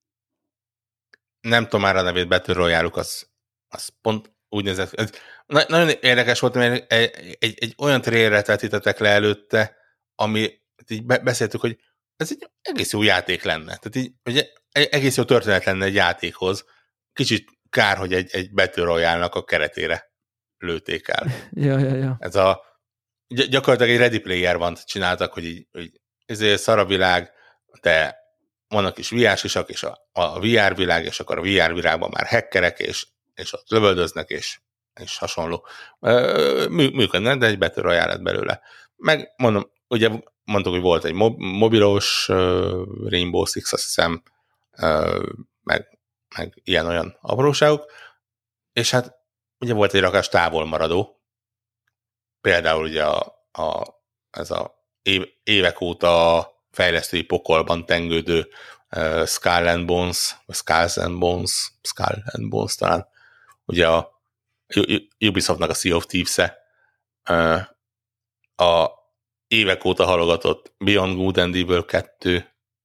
nem tudom már a nevét, Battle Royale-uk, az, az pont úgy nézett. Ez na, nagyon érdekes volt, mert egy, egy, egy olyan trailerre vetítettek le előtte, ami így be, beszéltük, hogy ez egy egész jó játék lenne. Tehát így, hogy egész jó történet lenne egy játékhoz. Kicsit kár, hogy egy, egy Battle Royale-nak a keretére lőtték el. ja, ja, ja. Ez a gyakorlatilag egy Ready Player One-t csináltak, hogy így, hogy ezért szaravilág, de vannak is vé er-sisak, és a, a vé er világ, és akkor a vé er világban már hackerek, és, és ott lövöldöznek, és, és hasonló. Mű, működnek, de egy Battle Royale lett belőle. Meg mondom, ugye mondtuk, hogy volt egy mob, mobilos uh, Rainbow Six, azt hiszem, uh, meg, meg ilyen-olyan apróságok, és hát ugye volt egy rakás távolmaradó, például ugye a, a, ez a év, évek óta fejlesztői pokolban tengődő uh, Skull and Bones, vagy Skulls and Bones, Skull and Bones talán, ugye a Ubisoftnak a Sea of Thieves-e, uh, a évek óta halogatott Beyond Good and Evil kettő,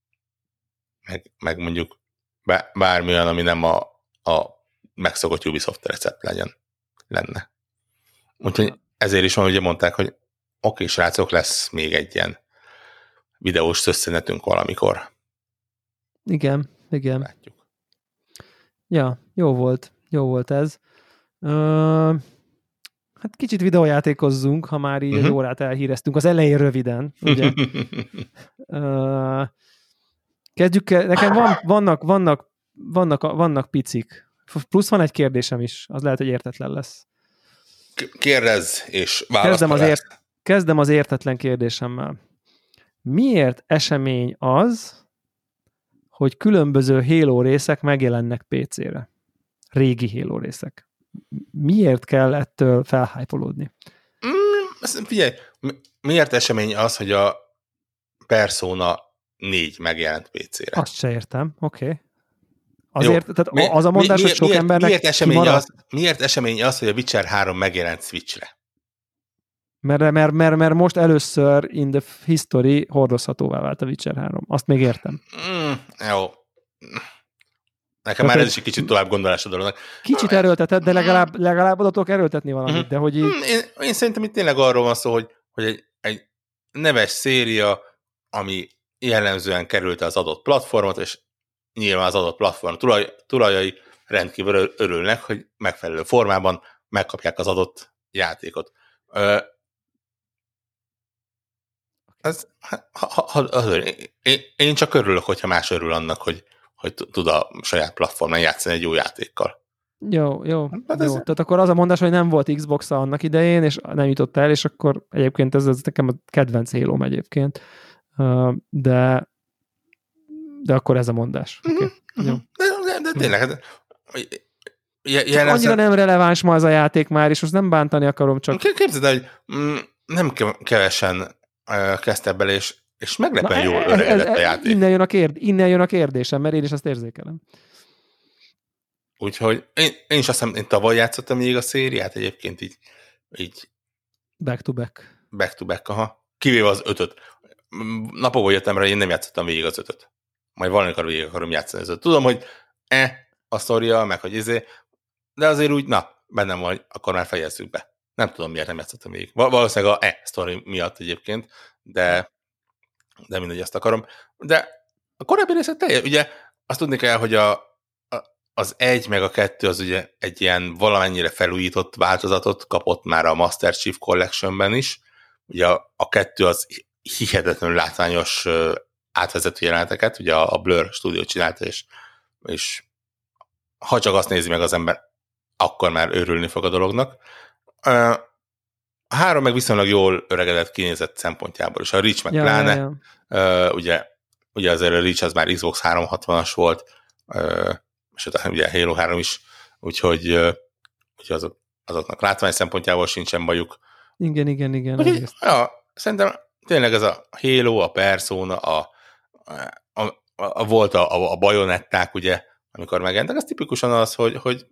meg, meg mondjuk bármi olyan, ami nem a, a megszokott Ubisoft recept legyen, lenne. Úgyhogy ezért is van, ugye mondták, hogy oké, srácok, lesz még egy ilyen videós szösszenetünk valamikor. Igen, igen. Látjuk. Ja, jó volt. Jó volt ez. Uh, hát kicsit videójátékozzunk, ha már így uh-huh. egy órát elhíreztünk. Az elején röviden, ugye? uh, kezdjük el. Nekem van, vannak, vannak, vannak, vannak picik. Plusz van egy kérdésem is. Az lehet, hogy értetlen lesz. Kérdezz, és válaszol. Kezdem az, ért, kezdem az értetlen kérdésemmel. Miért esemény az, hogy különböző Halo részek megjelennek pé cére? Régi Halo részek. Miért kell ettől felhypolódni? Mm, figyelj, miért esemény az, hogy a Persona négy megjelent pé cére? Azt se értem, oké. Okay. Azért, tehát mi, az a mondás, mi, hogy sok miért, embernek miért esemény, az, miért esemény az, hogy a Witcher három megjelent Switchre? Mert, mert, mert, mert most először in the history hordozhatóvá vált a Witcher három. Azt még értem. Mm, jó. Nekem már ez is egy kicsit tovább gondolás a dolognak. Kicsit erőltetett, de legalább, legalább oda tudok erőltetni valamit, mm-hmm. de hogy így... Én, én szerintem itt tényleg arról van szó, hogy, hogy egy, egy neves széria, ami jellemzően került az adott platformot, és nyilván az adott platform tulaj, tulajai rendkívül örülnek, hogy megfelelő formában megkapják az adott játékot. Ö, ez, ha, ha, ha, én, én csak örülök, hogyha más örül annak, hogy, hogy tud a saját platformon játszani egy jó játékkal. Jó, jó. Hát jó. Tehát akkor az a mondás, hogy nem volt Xbox-a annak idején, és nem jutott el, és akkor egyébként ez, ez nekem a kedvenc Halo-m egyébként. de de akkor ez a mondás. Mm-hmm. Okay. Mm-hmm. De, de, de tényleg, de, Csak annyira nem releváns ma az a játék már, és most nem bántani akarom, csak... Képzeld el, hogy mm, nem kevesen uh, kezdte bele, és, és meglepően jól ez, öregedett ez, a játék. Innen jön a, kérd, innen jön a kérdésem, mert én is azt érzékelem. Úgyhogy én, én is azt hiszem, én tavaly játszottam még a szériát, egyébként így, így back to back. Back to back, aha. Kivéve az ötöt. Napokból jöttem rá, én nem játszottam végig az ötöt. Majd valamikor végig akarom játszani az ötöt. Tudom, hogy e, a sztoria, meg hogy izé, de azért úgy, na, bennem van, akkor már fejezzük be. Nem tudom, miért nem játszottam végig. Valószínűleg a e sztori miatt egyébként, de, de mindegy, azt akarom. De a korábbi részek teljes, ugye azt tudni kell, hogy a, a, az egy meg a kettő az ugye egy ilyen valamennyire felújított változatot kapott már a Master Chief Collectionben is. Ugye a, a kettő az hihetetlenül látványos átvezető jeleneteket, ugye a, a Blur stúdió csinálta, és, és ha csak azt nézi meg az ember, akkor már őrülni fog a dolognak. A három meg viszonylag jól öregedett kinézett szempontjából, és a Reach meg ja, pláne, ja, ja. ugye, ugye azért a Reach az már Xbox háromszázhatvanas volt, és ugye a Halo három is, úgyhogy, úgyhogy azok, azoknak látvány szempontjából sincsen bajuk. Igen, igen, igen. Úgyhogy, ja, szerintem tényleg ez a Halo, a Persona, a, a, a, a volt a, a bajonetták, ugye, amikor megjelentek, az tipikusan az, hogy, hogy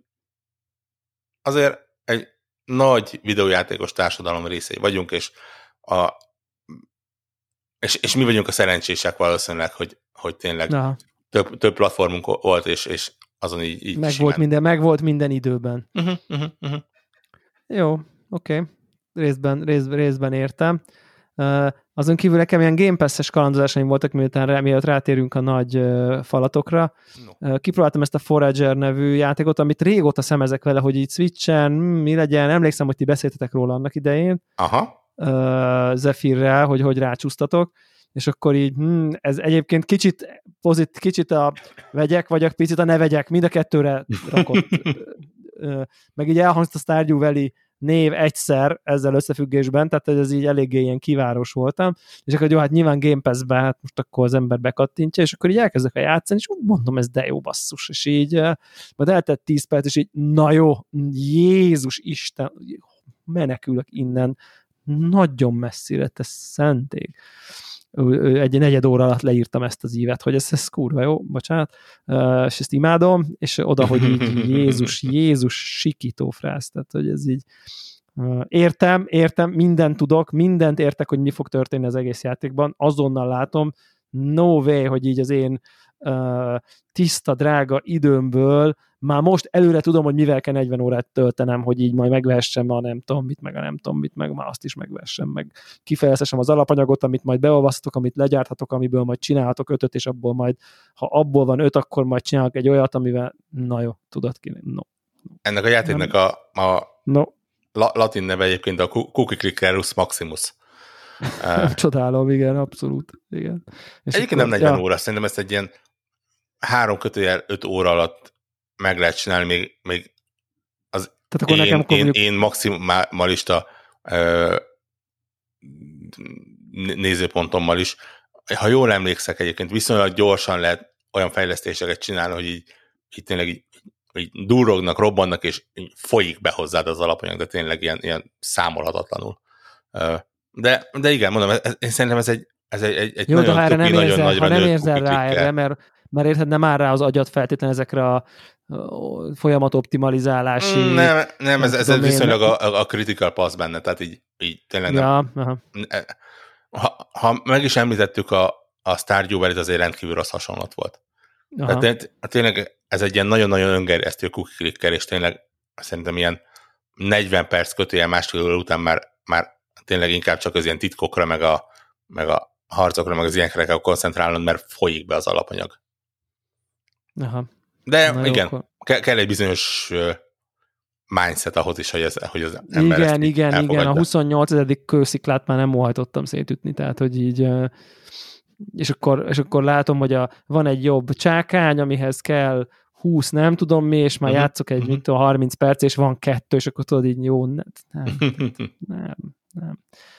azért egy nagy videójátékos társadalom részei vagyunk, és, a, és, és mi vagyunk a szerencsések valószínűleg, hogy, hogy tényleg több, több platformunk volt, és, és azon így, így meg volt minden, meg volt minden időben. Uh-huh, uh-huh, uh-huh. Jó, oké. Okay. Részben, rész, részben értem. Uh, azon kívül nekem ilyen Game Pass-es kalandozásaim voltak, miután mielőtt rátérünk a nagy uh, falatokra. No. Uh, kipróbáltam ezt a Forager nevű játékot, amit régóta szemezek vele, hogy így Switchen, mi legyen, emlékszem, hogy ti beszéltetek róla annak idején. Aha. Uh, Zephyrrel, hogy hogy rácsúsztatok, és akkor így, hm, ez egyébként kicsit pozit, kicsit a vegyek, vagy a picit a ne vegyek, mind a kettőre rakott. uh, meg így elhangzott a Stardew Valley név egyszer ezzel összefüggésben, tehát ez így eléggé ilyen kiváros voltam, és akkor jó, hát nyilván Game Pass-be, hát most akkor az ember bekattintja, és akkor így elkezdek a játszani, és úgy mondom, ez de jó basszus, és így majd eltett tíz perc, és így, na jó, Jézus Isten, menekülök innen, nagyon messzire, te szentég. Egy negyed óra alatt leírtam ezt az ívet, hogy ez, ez kurva jó, bocsánat, uh, és ezt imádom, és oda, hogy így Jézus, Jézus sikító frász, tehát hogy ez így uh, értem, értem, mindent tudok, mindent értek, hogy mi fog történni az egész játékban, azonnal látom, no way, hogy így az én uh, tiszta, drága időmből már most előre tudom, hogy mivel kell negyven órát töltenem, hogy így majd megvehessem a nem tudom mit, meg a nem tudom mit, meg már azt is megvehessem, meg kifejezhessem az alapanyagot, amit majd beolvasztok, amit legyárthatok, amiből majd csinálhatok ötöt, és abból majd, ha abból van öt, akkor majd csinálok egy olyat, amivel, na jó, tudod ki, no. Ennek a játéknak a, a no. la, latin neve egyébként a Cookie Clickerus Maximus. Csodálom, igen, abszolút, igen. És egyébként akkor, nem negyven ja. óra, szerintem ezt egy ilyen három kötőjel öt óra alatt meg lehet csinálni, még, még az én, nekem én, mondjuk... én maximalista ö, nézőpontommal is. Ha jól emlékszek egyébként, viszonylag gyorsan lehet olyan fejlesztéseket csinálni, hogy így, így tényleg így, így durrognak, robbannak, és így folyik be hozzád az alapanyag, de tényleg ilyen, ilyen számolhatatlanul. De, de igen, mondom, ez, én szerintem ez egy, ez egy, egy, egy jó, nagyon tuki, nagyon érzel, nagyra ha nem nőtt érzel rá erre, mert, mert érted, nem áll rá az agyat feltétlenül ezekre a folyamatoptimalizálási... Nem, nem ez, ez viszonylag a, a critical pass benne, tehát így, így tényleg ja, nem... Ha, ha meg is említettük a, a Stardew Valley-t, azért rendkívül rossz hasonlat volt. Tehát tényleg ez egy ilyen nagyon-nagyon öngerjesztő cookie clicker, és tényleg szerintem ilyen negyven perc kötőjel másfél óra után már, már tényleg inkább csak az ilyen titkokra, meg a, meg a harcokra, meg az ilyenkre kell koncentrálnod, mert folyik be az alapanyag. Aha. De na igen, jó, ke- kell egy bizonyos uh, mindset ahhoz is, hogy, ez, hogy az ember igen, igen, elfogadja. igen, a huszonnyolcadik kősziklát már nem óhajtottam szétütni, tehát, hogy így uh, és akkor, és akkor látom, hogy a, van egy jobb csákány, amihez kell húsz, nem tudom mi, és már uh-huh. játszok egy, uh-huh. mit tudom, harminc perc, és van kettő, és akkor tudod így, jó, nem, nem, nem, nem.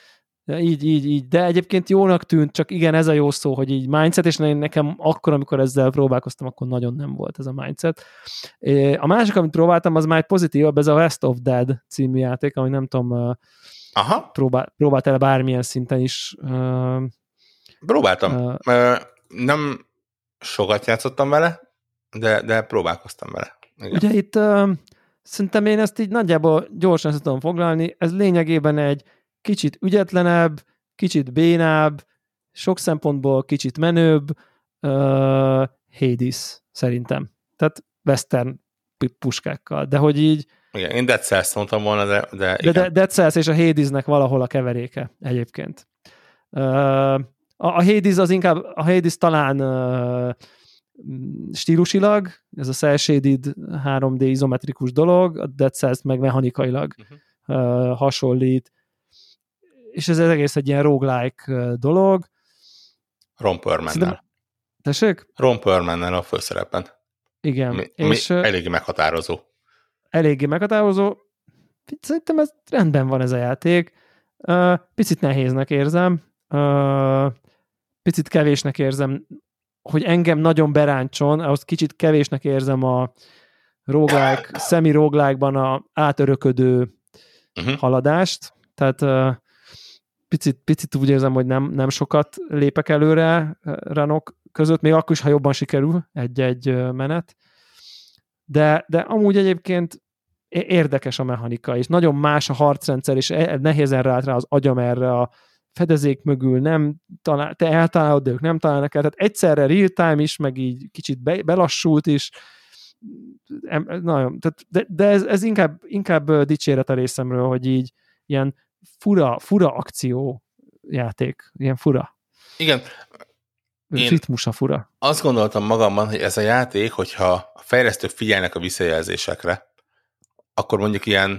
Ja, így, így, így. De egyébként jónak tűnt, csak igen, ez a jó szó, hogy így mindset, és nekem akkor, amikor ezzel próbálkoztam, akkor nagyon nem volt ez a mindset. A másik, amit próbáltam, az már egy pozitívabb, ez a West of Dead című játék, ami nem tudom, Aha. Próbál, próbáltál bármilyen szinten is. Próbáltam. Uh, nem sokat játszottam vele, de, de próbálkoztam vele. Igen. Ugye itt uh, szerintem én ezt így nagyjából gyorsan ezt tudom foglalni, ez lényegében egy kicsit ügyetlenebb, kicsit bénább, sok szempontból kicsit menőbb uh, Hades szerintem. Tehát western puskákkal, de hogy így igen, én Dead Cells mondtam volna, de, de igen. De Dead Cells és a Hadesnek valahol a keveréke egyébként. Uh, a, a Hades az inkább, a Hades talán uh, stílusilag, ez a cel-shaded három dé izometrikus dolog, a Dead Cells meg mechanikailag uh-huh. uh, hasonlít, és ez egész egy ilyen roguelike dolog. Ron Perlmannel. Tessék? Ron Perlmannel a főszerepben. Igen. Mi, és mi eléggé meghatározó. Eléggé meghatározó. Szerintem ez rendben van ez a játék. Uh, picit nehéznek érzem. Uh, picit kevésnek érzem, hogy engem nagyon beráncson, ahhoz kicsit kevésnek érzem a roguelike, semi-roguelike-ban a átöröködő uh-huh. haladást. Tehát uh, picit, picit úgy érzem, hogy nem, nem sokat lépek előre ranok között, még akkor is, ha jobban sikerül egy-egy menet. De, de amúgy egyébként érdekes a mechanika, és nagyon más a harcrendszer, és nehézen rált rá az agyam erre a fedezék mögül, nem talál, te eltalálod, de ők nem találnak el, tehát egyszerre real time is, meg így kicsit be, belassult is, nagyon, tehát, de, de ez, ez inkább, inkább dicséret a részemről, hogy így ilyen fura, fura akció játék, ilyen fura. Igen. Ritmusa fura. Azt gondoltam magamban, hogy ez a játék, hogyha a fejlesztők figyelnek a visszajelzésekre, akkor mondjuk ilyen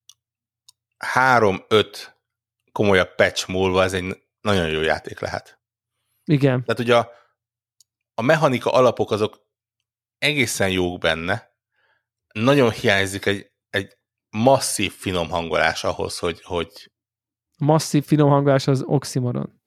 három-öt komolyabb patch múlva ez egy nagyon jó játék lehet. Igen. Tehát ugye a, a mechanika alapok azok egészen jók benne, nagyon hiányzik egy, egy masszív finom hangolás ahhoz, hogy... hogy... Masszív finom hangolás az oxymoron.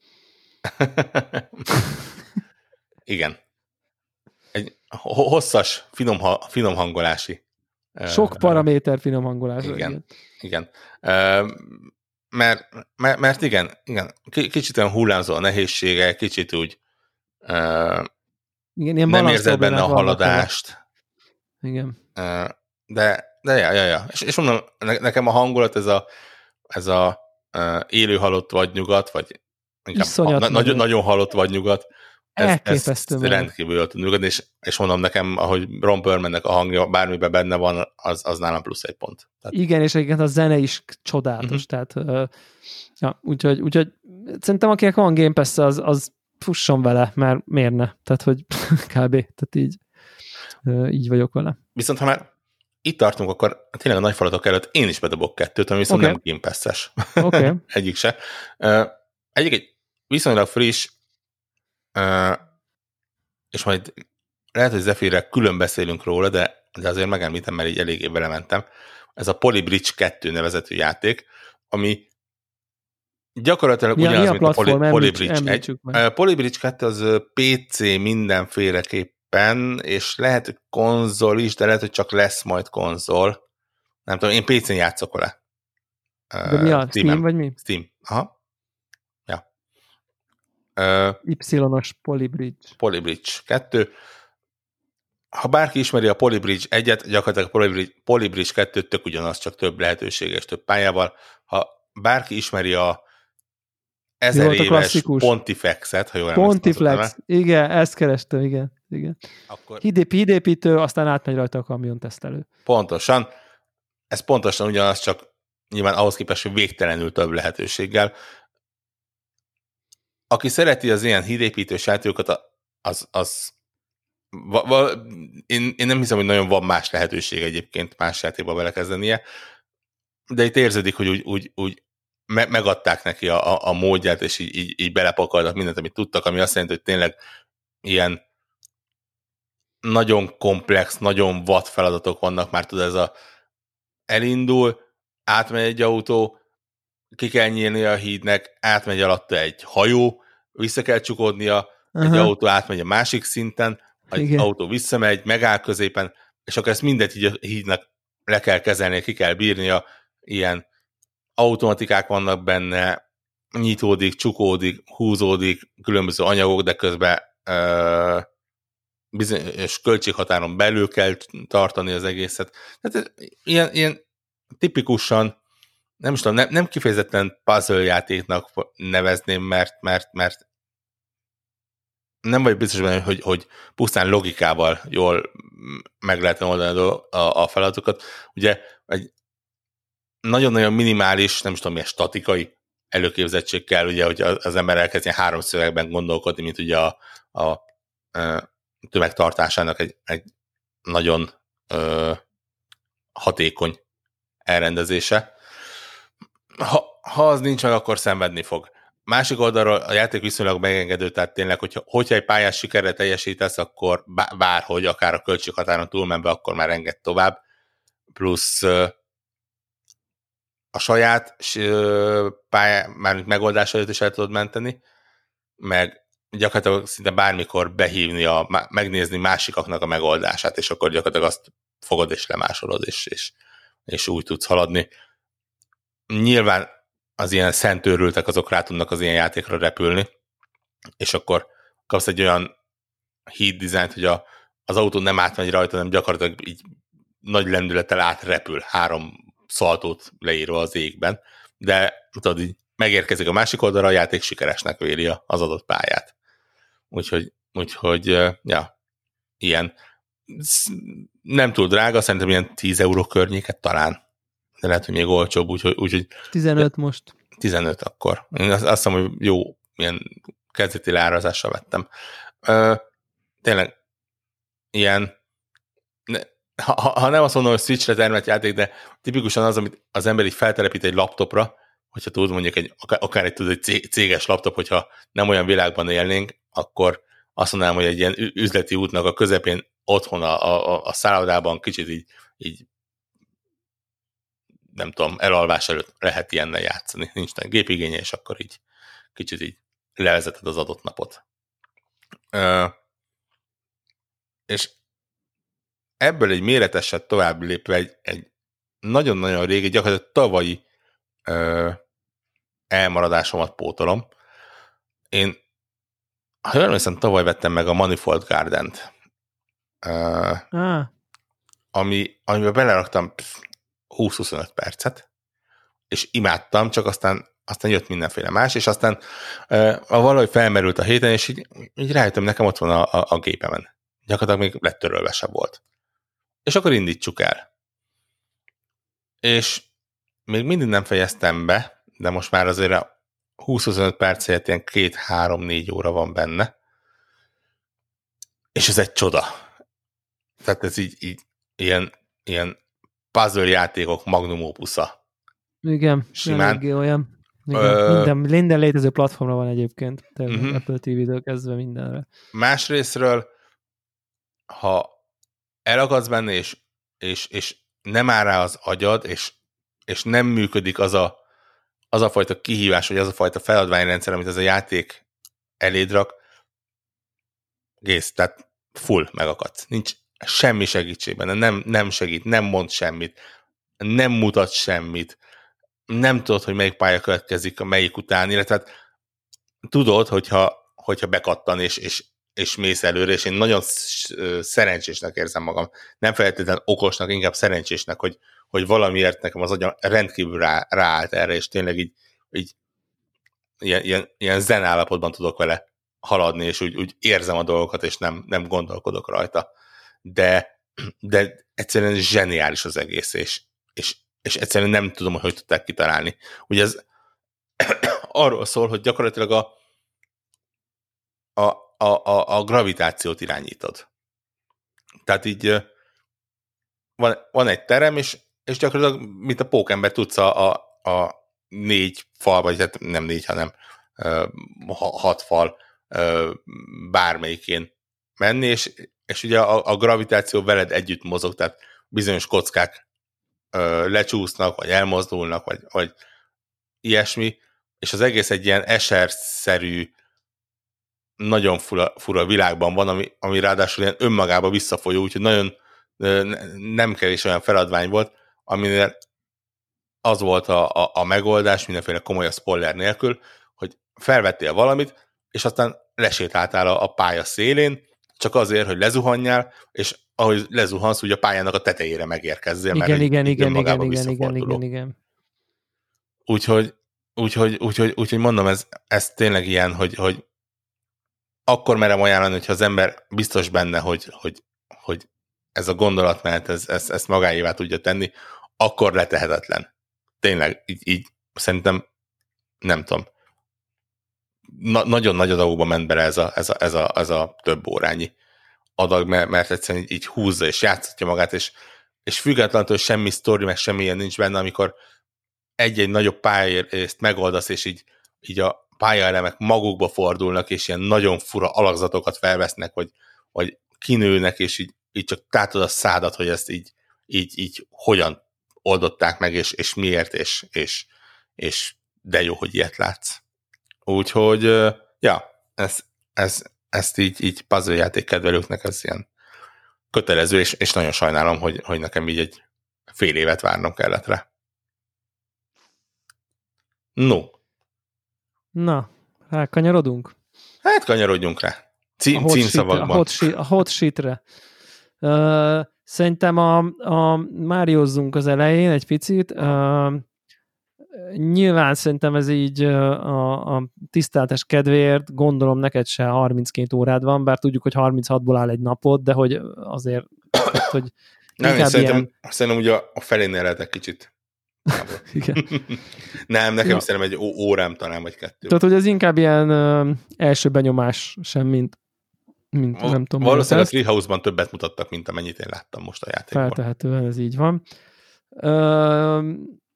Igen. Egy hosszas, finom, finom hangolási. Sok paraméter finom hangolás. Igen. Igen. igen. Mert, mert, mert igen, igen, kicsit olyan hullámzó a nehézsége, kicsit úgy igen, nem érzed benne a haladást. Igen. De, de ja, ja, ja. És, és mondom, nekem a hangulat ez a, ez a élő halott vagy nyugat, vagy inkább ha, nagyon, nagyon halott vagy nyugat, ez, ez rendkívül jól tud nyugodni, és, és mondom nekem, ahogy Ron Perlmannek a hangja bármiben benne van, az, az nálam plusz egy pont. Tehát... Igen, és egyébként a zene is csodálatos, uh-huh. tehát uh, ja, úgyhogy, úgyhogy szerintem akinek van Game Pass, az, az fusson vele, mert miért ne? Tehát, hogy kb. Tehát így, uh, így vagyok vele. Viszont ha már itt tartunk, akkor tényleg a nagy falatok előtt én is bedobok kettőt, ami viszont okay. nem Game Pass-es. Okay. Egyik se. Uh, egyik egy viszonylag friss, uh, és majd lehet, hogy Zephyrrel külön beszélünk róla, de, de azért megemlítem, mert így eléggé belementem. Ez a Polybridge kettő nevezetű játék, ami gyakorlatilag mi, ugyanaz, mi a mint a Poly, Polybridge egy. Meg. Polybridge kettő az pé cé mindenféleképpen, és lehet, hogy konzol is, de lehet, hogy csak lesz majd konzol. Nem tudom, én pé cén játszok vele. De mi a? Steam vagy mi? Steam. Aha. Ja. Y-os Polybridge. Polybridge kettő. Ha bárki ismeri a Polybridge egyet, gyakorlatilag a Polybridge, Polybridge kettő tök ugyanaz, csak több lehetőséges, több pályával. Ha bárki ismeri a ezer éves Pontifexet, ha jól Pontiflex, igen, ezt kerestem, igen. igen. Akkor... Hidép, hidépítő, aztán átmegy rajta a kamiontesztelő. Pontosan. Ez pontosan ugyanaz, csak nyilván ahhoz képest, hogy végtelenül több lehetőséggel. Aki szereti az ilyen hídépítős játékokat, az, az va, va, én, én nem hiszem, hogy nagyon van más lehetőség egyébként más játékba belekezdenie, de itt érződik, hogy úgy, úgy, úgy me, megadták neki a, a, a módját, és így, így, így belepakoltak mindent, amit tudtak, ami azt jelenti, hogy tényleg ilyen nagyon komplex, nagyon vad feladatok vannak, már tudod, ez a elindul, átmegy egy autó, ki kell nyílni a hídnek, átmegy alatta egy hajó, vissza kell csukódnia, Aha. egy autó átmegy a másik szinten, egy Igen. autó visszamegy, megáll középen, és akkor ezt mindet így a hídnak le kell kezelni, ki kell bírnia, ilyen automatikák vannak benne, nyitódik, csukódik, húzódik, különböző anyagok, de közben ö, bizonyos költséghatáron belül kell tartani az egészet. Tehát ilyen, ilyen tipikusan, nem is tudom, nem, nem kifejezetten puzzle játéknak nevezném, mert, mert, mert nem vagy biztos benne, hogy, hogy pusztán logikával jól meg lehetne oldani a, a feladatokat. Ugye egy nagyon-nagyon minimális, nem is tudom, milyen statikai előképzettség kell, ugye, hogy az ember elkezdjen három szövegben gondolkodni, mint ugye a, a, a tömegtartásának egy, egy nagyon ö, hatékony elrendezése. Ha, ha az nincs meg, akkor szenvedni fog. Másik oldalról a játék viszonylag megengedő, tehát tényleg, hogyha, hogyha egy pályás sikerre teljesítesz, akkor bárhogy, akár a költséghatáron túlmenve, akkor már enged tovább. Plusz a saját pályá, már megoldás előtt is el tudod menteni, meg gyakorlatilag szinte bármikor behívni, a, megnézni másikaknak a megoldását, és akkor gyakorlatilag azt fogod és lemásolod, és, és, és úgy tudsz haladni. Nyilván az ilyen szentőrültek, azok rá tudnak az ilyen játékra repülni, és akkor kapsz egy olyan heat dizájnt, hogy a, az autó nem átmegy rajta, hanem gyakorlatilag így nagy lendülettel átrepül, három szaltót leírva az égben, de tudod, így megérkezik a másik oldalra, a játék sikeresnek véli az adott pályát. Úgyhogy, úgyhogy ja, ilyen. Nem túl drága, szerintem ilyen tíz euró környéket talán, de lehet, hogy még olcsóbb, úgyhogy... úgyhogy tizenöt most. tizenöt akkor. Én azt, azt hiszem, hogy jó, ilyen kezdeti leárazással vettem. Ö, tényleg, ilyen, ne, ha, ha nem azt mondom, hogy Switchre termelt játék, de tipikusan az, amit az ember így feltelepít egy laptopra, hogyha tud mondjuk egy, akár egy, tud, egy céges laptop, hogyha nem olyan világban élnénk, akkor azt mondanám, hogy egy ilyen üzleti útnak a közepén otthon a, a, a szállodában kicsit így, így nem tudom, elalvás előtt lehet ilyennel játszani. Nincs nagy gépigénye, és akkor így kicsit így levezeted az adott napot. Ö, és ebből egy méreteset tovább lépve egy, egy nagyon-nagyon régi, gyakorlatilag tavalyi ö, elmaradásomat pótolom. Én, ha jól emlékszem, tavaly vettem meg a Manifold Garden-t, ö, ah. ami, amiben beleraktam húsz-huszonöt percet, és imádtam, csak aztán, aztán jött mindenféle más, és aztán uh, valahogy felmerült a héten, és így, így rájöttem, nekem ott van a, a, a gépemen. Gyakorlatilag még lettörölve sem volt. És akkor indítsuk el. És még mindig nem fejeztem be, de most már azért a húsz-huszonöt perc helyett ilyen két-három-négy óra van benne. És ez egy csoda. Tehát ez így, így ilyen, ilyen puzzle játékok magnum opusza. Igen, simán. Olyan. Igen, Ö... minden, minden létező platformra van egyébként. Uh-huh. Apple té vé-től kezdve mindenre. Másrésztről, ha elakadsz benne, és, és, és nem áll rá az agyad, és, és nem működik az a, az a fajta kihívás, vagy az a fajta feladványrendszer, amit ez a játék eléd rak, gész, tehát full megakadsz. Nincs semmi segítség benne, nem, nem segít, nem mond semmit, nem mutat semmit, nem tudod, hogy melyik pálya következik a melyik után, illetve hát tudod, hogyha, hogyha bekattan és, és, és mész előre, és én nagyon szerencsésnek érzem magam. Nem feltétlenül okosnak, inkább szerencsésnek, hogy, hogy valamiért nekem az agyam rendkívül rá, ráállt erre, és tényleg így, így ilyen, ilyen, ilyen zen állapotban tudok vele haladni, és úgy, úgy érzem a dolgokat, és nem, nem gondolkodok rajta. De, de egyszerűen zseniális az egész, és, és, és egyszerűen nem tudom, hogy hogy tudták kitalálni. Ugye ez arról szól, hogy gyakorlatilag a, a, a, a, a gravitációt irányítod. Tehát így van, van egy terem, és, és gyakorlatilag, mint a pókember tudsz a, a, a négy fal, vagy hát nem négy, hanem uh, hat fal uh, bármelyikén menni, és, és ugye a, a gravitáció veled együtt mozog, tehát bizonyos kockák uh, lecsúsznak, vagy elmozdulnak, vagy, vagy ilyesmi, és az egész egy ilyen eser-szerű, nagyon fura, fura világban van, ami, ami ráadásul ilyen önmagába visszafolyó, úgyhogy nagyon nem kevés olyan feladvány volt, aminél az volt a, a, a megoldás, mindenféle komoly spoiler nélkül, hogy felvettél valamit, és aztán lesétáltál a, a pálya szélén, csak azért, hogy lezuhanjál, és ahogy lezuhansz, úgy a pályának a tetejére megérkezzél, igen, mert igen, így igen, önmagába igen, igen, igen, visszaforduló. igen, igen. Úgyhogy, úgyhogy, úgyhogy, úgyhogy mondom, ez, ez tényleg ilyen, hogy, hogy akkor merem ajánlani, hogyha az ember biztos benne, hogy, hogy, hogy ez a gondolatmenet, ez, ez, ezt magáévá tudja tenni, akkor letehetetlen. Tényleg, így, így szerintem, nem tudom, na, nagyon nagy adagokba ment bele ez a, ez a, ez a, ez a több órányi adag, mert, mert egyszerűen így, így húzza és játszatja magát, és, és függetlenül, hogy semmi sztori, meg semmi ilyen nincs benne, amikor egy-egy nagyobb pályárészt megoldasz, és így, így a pályaelemek magukba fordulnak, és ilyen nagyon fura alakzatokat felvesznek, vagy, vagy kinőnek, és így, így csak tátod a szádat, hogy ezt így, így, így hogyan oldották meg, és, és miért, és, és, és de jó, hogy ilyet látsz. Úgyhogy, ja, ez, ez, ezt így, így puzzle játék kedvelőknek ez ilyen kötelező, és, és nagyon sajnálom, hogy, hogy nekem így egy fél évet várnom kellett rá. No. Na, rákanyarodunk? Hát kanyarodjunk rá. Cím, a címszavakban. A hot, sheet, a hot sheetre. Uh, szerintem a, a Máriózzunk az elején egy picit. Uh, nyilván szerintem ez így a, a tiszteltes kedvéért, gondolom neked se harminckét órád van, bár tudjuk, hogy harminchatból áll egy napod, de hogy azért, tehát, hogy nem, én szerintem, ilyen... szerintem ugye a felénél lehet egy kicsit. Igen. Nem, nekem ja. is szerintem egy órám talán, vagy kettő. Tehát, hogy ez inkább ilyen uh, első benyomás sem, mint, mint Val- nem tudom. Valószínűleg a Treehouse-ban többet mutattak, mint amennyit én láttam most a játékban. Feltehetően ez így van. Uh,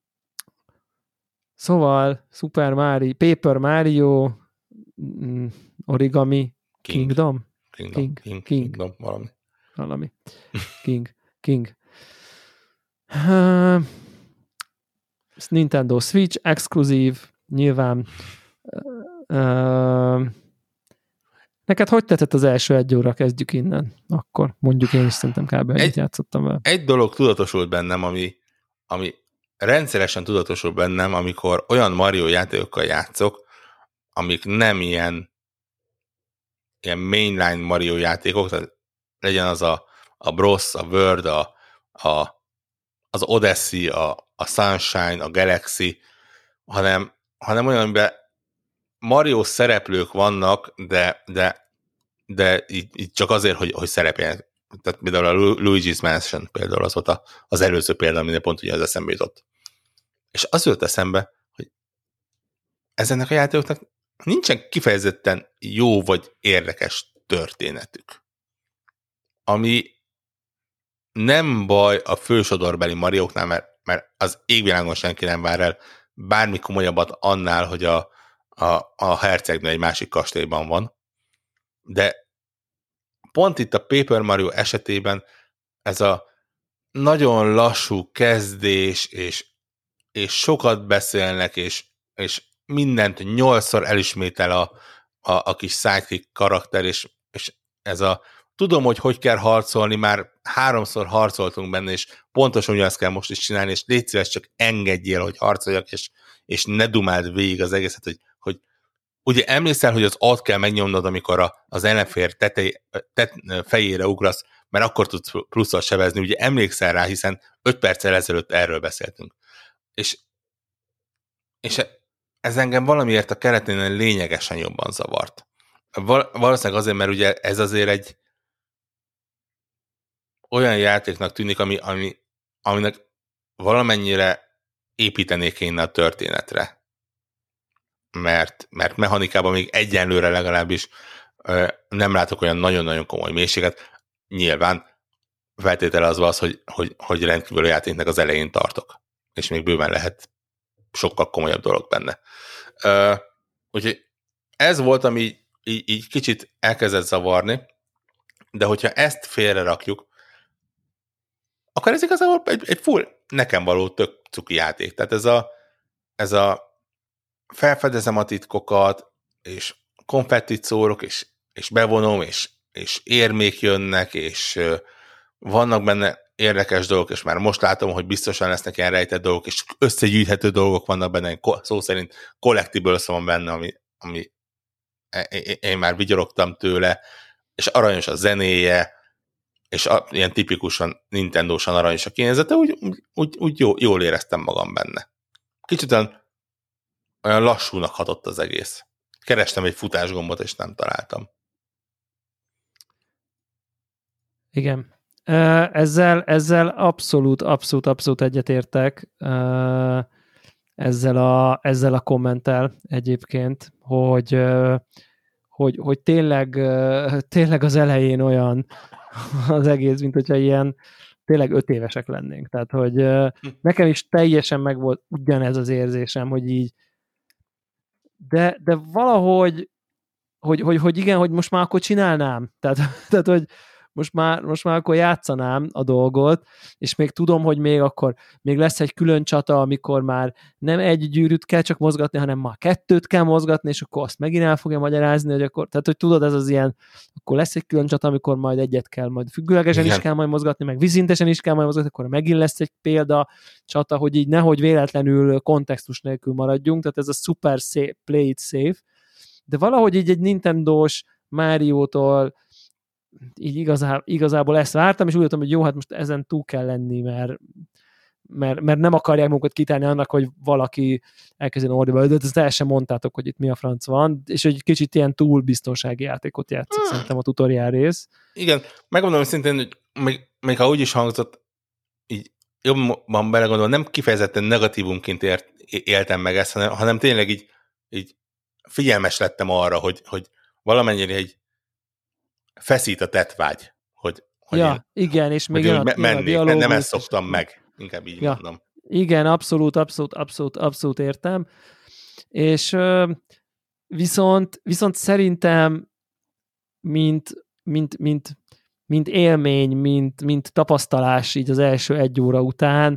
szóval Super Mario, Paper Mario, mm, Origami, King. Kingdom? Kingdom. King. King. King. Kingdom, valami. Valami. King. King. Uh, Nintendo Switch, exkluzív, nyilván. Uh, neked hogy tetszett az első egy óra? Kezdjük innen. Akkor mondjuk én is szerintem kb. Ennyit játszottam vele. Egy dolog tudatosult bennem, ami, ami rendszeresen tudatosul bennem, amikor olyan Mario játékokkal játszok, amik nem ilyen, ilyen mainline Mario játékok, tehát legyen az a, a Bros, a World, a, a, az Odyssey, a, a Sunshine, a Galaxy, hanem, hanem olyan, amiben Mario szereplők vannak, de, de, de így, így csak azért, hogy, hogy szerepeljenek. Tehát például a Luigi's Mansion például az volt a, az előző példa, aminél pont ugye az eszembe jutott. És az jött eszembe, hogy ezennek a játékoknak nincsen kifejezetten jó vagy érdekes történetük. Ami nem baj a fősodorbeli Marióknál, mert, mert az égvilágon senki nem vár el bármi komolyabbat annál, hogy a, a, a hercegnő egy másik kastélyban van. De pont itt a Paper Mario esetében ez a nagyon lassú kezdés, és, és sokat beszélnek, és, és mindent nyolcszor elismétel a, a, a kis sidekick karakter, és, és ez a tudom, hogy hogy kell harcolni, már háromszor harcoltunk benne, és pontosan ugyanazt kell most is csinálni, és légy szíves, csak engedjél, hogy harcoljak, és, és ne dumáld végig az egészet, hogy, hogy ugye emlékszel, hogy az alt kell megnyomnod, amikor a, az ellenfél tetej, tet, fejére ugrasz, mert akkor tudsz pluszal sebezni, ugye emlékszel rá, hiszen öt perccel ezelőtt erről beszéltünk. És, és ez engem valamiért a kereténél lényegesen jobban zavart. Val, valószínűleg azért, mert ugye ez azért egy olyan játéknak tűnik, ami, ami, aminek valamennyire építeni kéne a történetre. Mert, mert mechanikában még egyenlőre legalábbis ö, nem látok olyan nagyon-nagyon komoly mélységet. Nyilván feltétele az az, hogy, hogy, hogy rendkívül a játéknak az elején tartok. És még bőven lehet sokkal komolyabb dolog benne. Ö, úgyhogy ez volt, ami így, így kicsit elkezdett zavarni, de hogyha ezt félre rakjuk, akkor ez igazából egy, egy full nekem való tök cuki játék. Tehát ez a, ez a felfedezem a titkokat, és konfettit szórok, és, és bevonom, és, és érmék jönnek, és uh, vannak benne érdekes dolgok, és már most látom, hogy biztosan lesznek ilyen rejtett dolgok, és összegyűjthető dolgok vannak benne, szó szerint collectibles van benne, ami, ami én már vigyorogtam tőle, és aranyos a zenéje, és a, ilyen tipikusan Nintendo-san aranyos a kinézete, úgy, úgy, úgy jó, jól éreztem magam benne. Kicsit olyan, olyan lassúnak hatott az egész. Kerestem egy futásgombot, és nem találtam. Igen. Ezzel, ezzel abszolút, abszolút, abszolút egyetértek ezzel a, ezzel a kommenttel egyébként, hogy, hogy, hogy tényleg, tényleg az elején olyan az egész, mint hogyha ilyen tényleg öt évesek lennénk. Tehát, hogy nekem is teljesen megvolt ugyanez az érzésem, hogy így de, de valahogy hogy, hogy, hogy igen, hogy most már akkor csinálnám. Tehát, tehát hogy most már, most már akkor játszanám a dolgot, és még tudom, hogy még akkor még lesz egy külön csata, amikor már nem egy gyűrűt kell csak mozgatni, hanem már kettőt kell mozgatni, és akkor azt megint el fogja magyarázni, hogy akkor, tehát hogy tudod, ez az ilyen, akkor lesz egy külön csata, amikor majd egyet kell, majd függőlegesen is kell majd mozgatni, meg vízszintesen is kell majd mozgatni, akkor megint lesz egy példa csata, hogy így nehogy véletlenül kontextus nélkül maradjunk, tehát ez a super safe, play it safe, de valahogy így egy Nintendo-s Mario-tól így igazá, igazából ezt vártam, és úgy jöttem, hogy jó, hát most ezen túl kell lenni, mert, mert, mert nem akarják magukat kitálni annak, hogy valaki elkezdjen ordíba, de ezt el sem mondtátok, hogy itt mi a franc van, és egy kicsit ilyen túl biztonsági játékot játszik, hmm. szerintem a tutoriál rész. Igen, megmondom, hogy szintén, hogy még, még ha úgy is hangzott, így jobban belegondolva, nem kifejezetten negatívumként ért, éltem meg ezt, hanem, hanem tényleg így, így figyelmes lettem arra, hogy, hogy valamennyire egy feszít a tettvágy, hogy, hogy ja, én, igen, és hogy még én me- mennék, dialógus, nem ezt szoktam és... meg, inkább így ja, mondom. Igen, abszolút, abszolút, abszolút, abszolút értem, és viszont, viszont szerintem mint, mint, mint, mint élmény, mint, mint tapasztalás így az első egy óra után,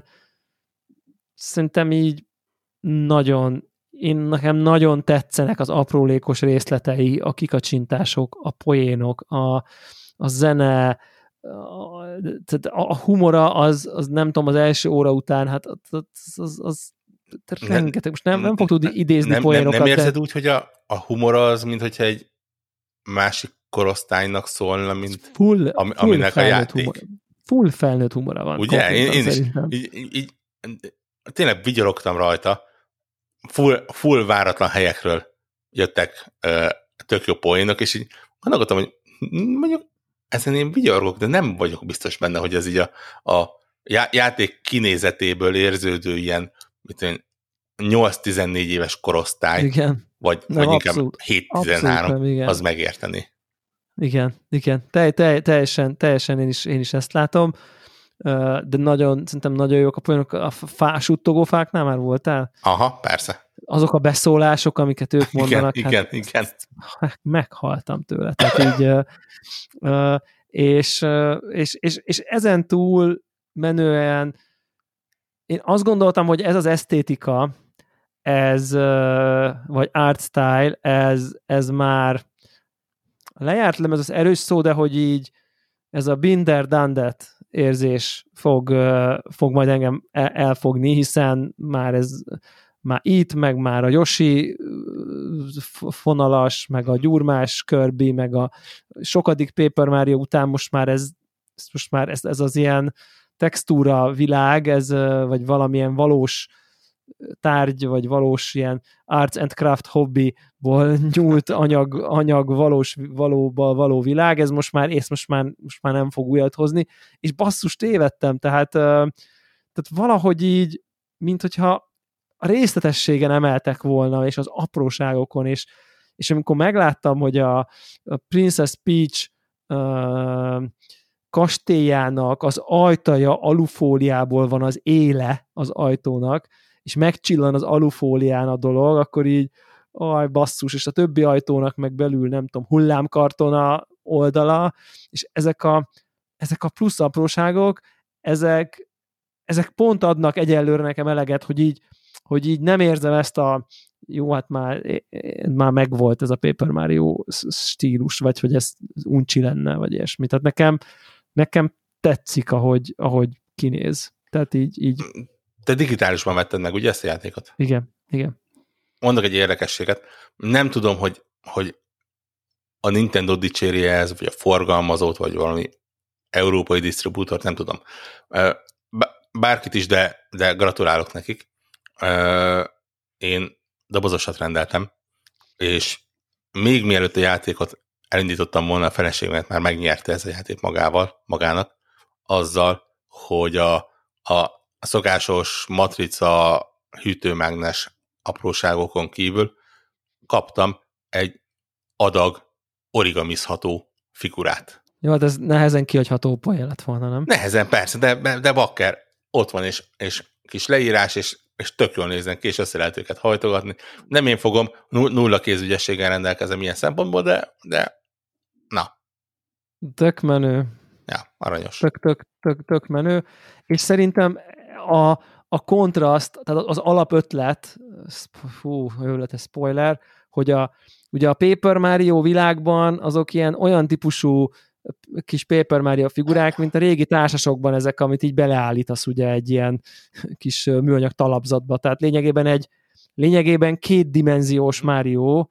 szerintem így nagyon én nekem nagyon tetszenek az aprólékos részletei, a kikacsintások, a poénok, a, a zene, a, tehát a humora az, az nem tudom, az első óra után, hát az, az, az rengeteg, most nem, nem fog tudni idézni nem, poénokat. Nem, nem érzed de... úgy, hogy a, a humora az, mint hogyha egy másik korosztálynak szólna, mint full, am, full aminek a játék. Humor. Full felnőtt humora van. Ugye? Én, én is így, így, így, tényleg vigyorogtam rajta. Full, full váratlan helyekről jöttek uh, tök jó poénok, és így gondolkodtam, hogy mondjuk ezen én vigyorgok, de nem vagyok biztos benne, hogy ez így a, a játék kinézetéből érződő ilyen nyolc-tizennégy éves korosztály, igen. vagy, nem, vagy abszolút, inkább hét-tizenhárom, az megérteni. Igen, igen. Te, te, teljesen, teljesen én is, én is ezt látom, de nagyon, szerintem nagyon jók a poénok. A fá, suttogó fáknál már voltál? Aha, persze. Azok a beszólások, amiket ők mondanak. Igen, hát, igen, igen. Meghaltam tőle. Tehát így, és, és, és, és ezen túl menően én azt gondoltam, hogy ez az esztétika, ez, vagy art style, ez, ez már lejárt lemez az erős szó, de hogy így ez a binder done that érzés fog, fog majd engem elfogni, hiszen már ez már itt, meg már a Yoshi fonalas, meg a gyurmás Kirby, meg a sokadik Paper Mario után most már ez, most már ez, ez az ilyen textúra világ, ez, vagy valamilyen valós tárgy, vagy valós ilyen arts and craft hobbyból nyúlt anyag, anyag valós, valóba való világ, ez most már, és most már, most már nem fog újat hozni, és basszus tévedtem, tehát, tehát valahogy így, mint hogyha a részletességen emeltek volna, és az apróságokon, és, és amikor megláttam, hogy a, a Princess Peach uh, kastélyának az ajtaja alufóliából van az éle az ajtónak, és megcsillan az alufólián a dolog, akkor így, aj, basszus, és a többi ajtónak meg belül, nem tudom, hullámkartona oldala, és ezek a, ezek a plusz apróságok, ezek, ezek pont adnak egyelőre nekem eleget, hogy így, hogy így nem érzem ezt a jó, hát már, már megvolt ez a Paper Mario stílus, vagy hogy ez uncsi lenne, vagy ilyesmi. Tehát nekem, nekem tetszik, ahogy, ahogy kinéz. Tehát így, így... Te digitálisban vetted meg, ugye ezt a játékot? Igen, igen. Mondok egy érdekességet. Nem tudom, hogy, hogy a Nintendo dicséri ez, vagy a forgalmazót, vagy valami európai disztribútort, nem tudom. Bárkit is, de, de gratulálok nekik. Én dobozosat rendeltem, és még mielőtt a játékot elindítottam volna, a feleségemet már megnyerte ez a játék magával, magának, azzal, hogy a, a szokásos matrica hűtőmágnes apróságokon kívül kaptam egy adag origamizható figurát. Jó, hát ez nehezen kihagyható poén lett volna, nem? Nehezen, persze, de, de bakker ott van, és, és kis leírás, és, és tök jól néznek ki, és össze lehet őket hajtogatni. Nem én fogom, nulla kézügyességgel rendelkezem ilyen szempontból, de, de na. Tök menő. Ja, aranyos. Tök, tök, tök, tök menő. És szerintem a, a kontraszt, tehát az alapötlet, fú, jó lett ez spoiler, hogy a, ugye a Paper Mario világban azok ilyen olyan típusú kis Paper Mario figurák, mint a régi társasokban ezek, amit így beleállítasz ugye egy ilyen kis műanyag talapzatba. Tehát lényegében egy lényegében kétdimenziós Mario,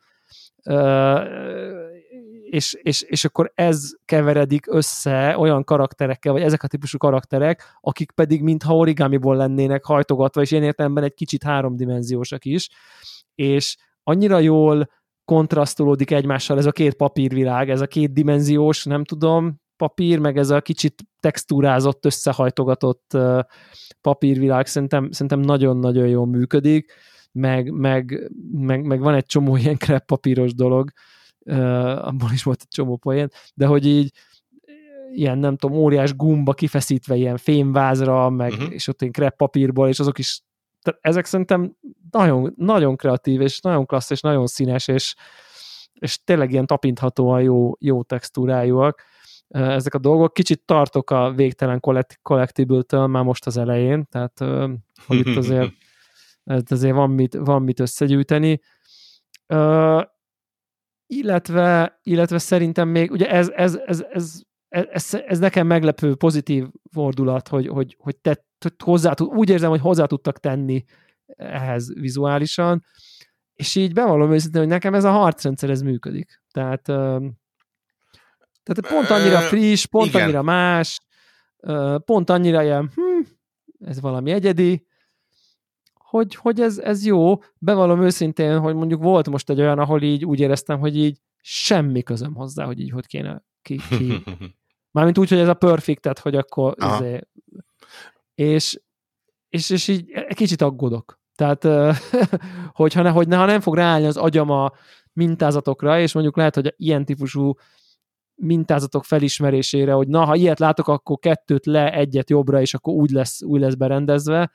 és, és, és akkor ez keveredik össze olyan karakterekkel, vagy ezek a típusú karakterek, akik pedig mintha origamiból lennének hajtogatva, és ilyen értelemben egy kicsit háromdimenziósak is, és annyira jól kontrasztolódik egymással ez a két papírvilág, ez a kétdimenziós, nem tudom, papír, meg ez a kicsit textúrázott, összehajtogatott uh, papírvilág, szerintem, szerintem nagyon-nagyon jól működik, meg, meg, meg, meg van egy csomó ilyen krepp papíros dolog, uh, abból is volt egy csomó poén, de hogy így ilyen, nem tudom, óriás gumba kifeszítve ilyen fémvázra, meg, uh-huh. és ott ilyen krepp papírból, és azok is tehát ezek szerintem nagyon, nagyon kreatív, és nagyon klassz, és nagyon színes, és, és tényleg ilyen tapinthatóan jó, jó textúrájúak ezek a dolgok. Kicsit tartok a végtelen collectible-től már most az elején, tehát hogy itt azért, azért van, mit, van mit összegyűjteni. Illetve, illetve szerintem még, ugye ez, ez, ez, ez Ez, ez nekem meglepő, pozitív fordulat, hogy, hogy, hogy te hozzá, úgy érzem, hogy hozzá tudtak tenni ehhez vizuálisan, és így bevallom őszintén, hogy nekem ez a harcrendszer ez működik. Tehát, tehát pont annyira friss, pont Igen. annyira más, pont annyira ilyen, hm, ez valami egyedi, hogy, hogy ez, ez jó. Bevallom őszintén, hogy mondjuk volt most egy olyan, ahol így úgy éreztem, hogy így semmi közöm hozzá, hogy így hogy kéne ki, ki. Mármint úgy, hogy ez a perfectet, hogy akkor azért, és, és, és így kicsit aggódok. Tehát, hogyha ne, hogy ha nem fog ráállni az agyam a mintázatokra, és mondjuk lehet, hogy ilyen típusú mintázatok felismerésére, hogy na, ha ilyet látok, akkor kettőt le, egyet jobbra, és akkor úgy lesz, úgy lesz berendezve,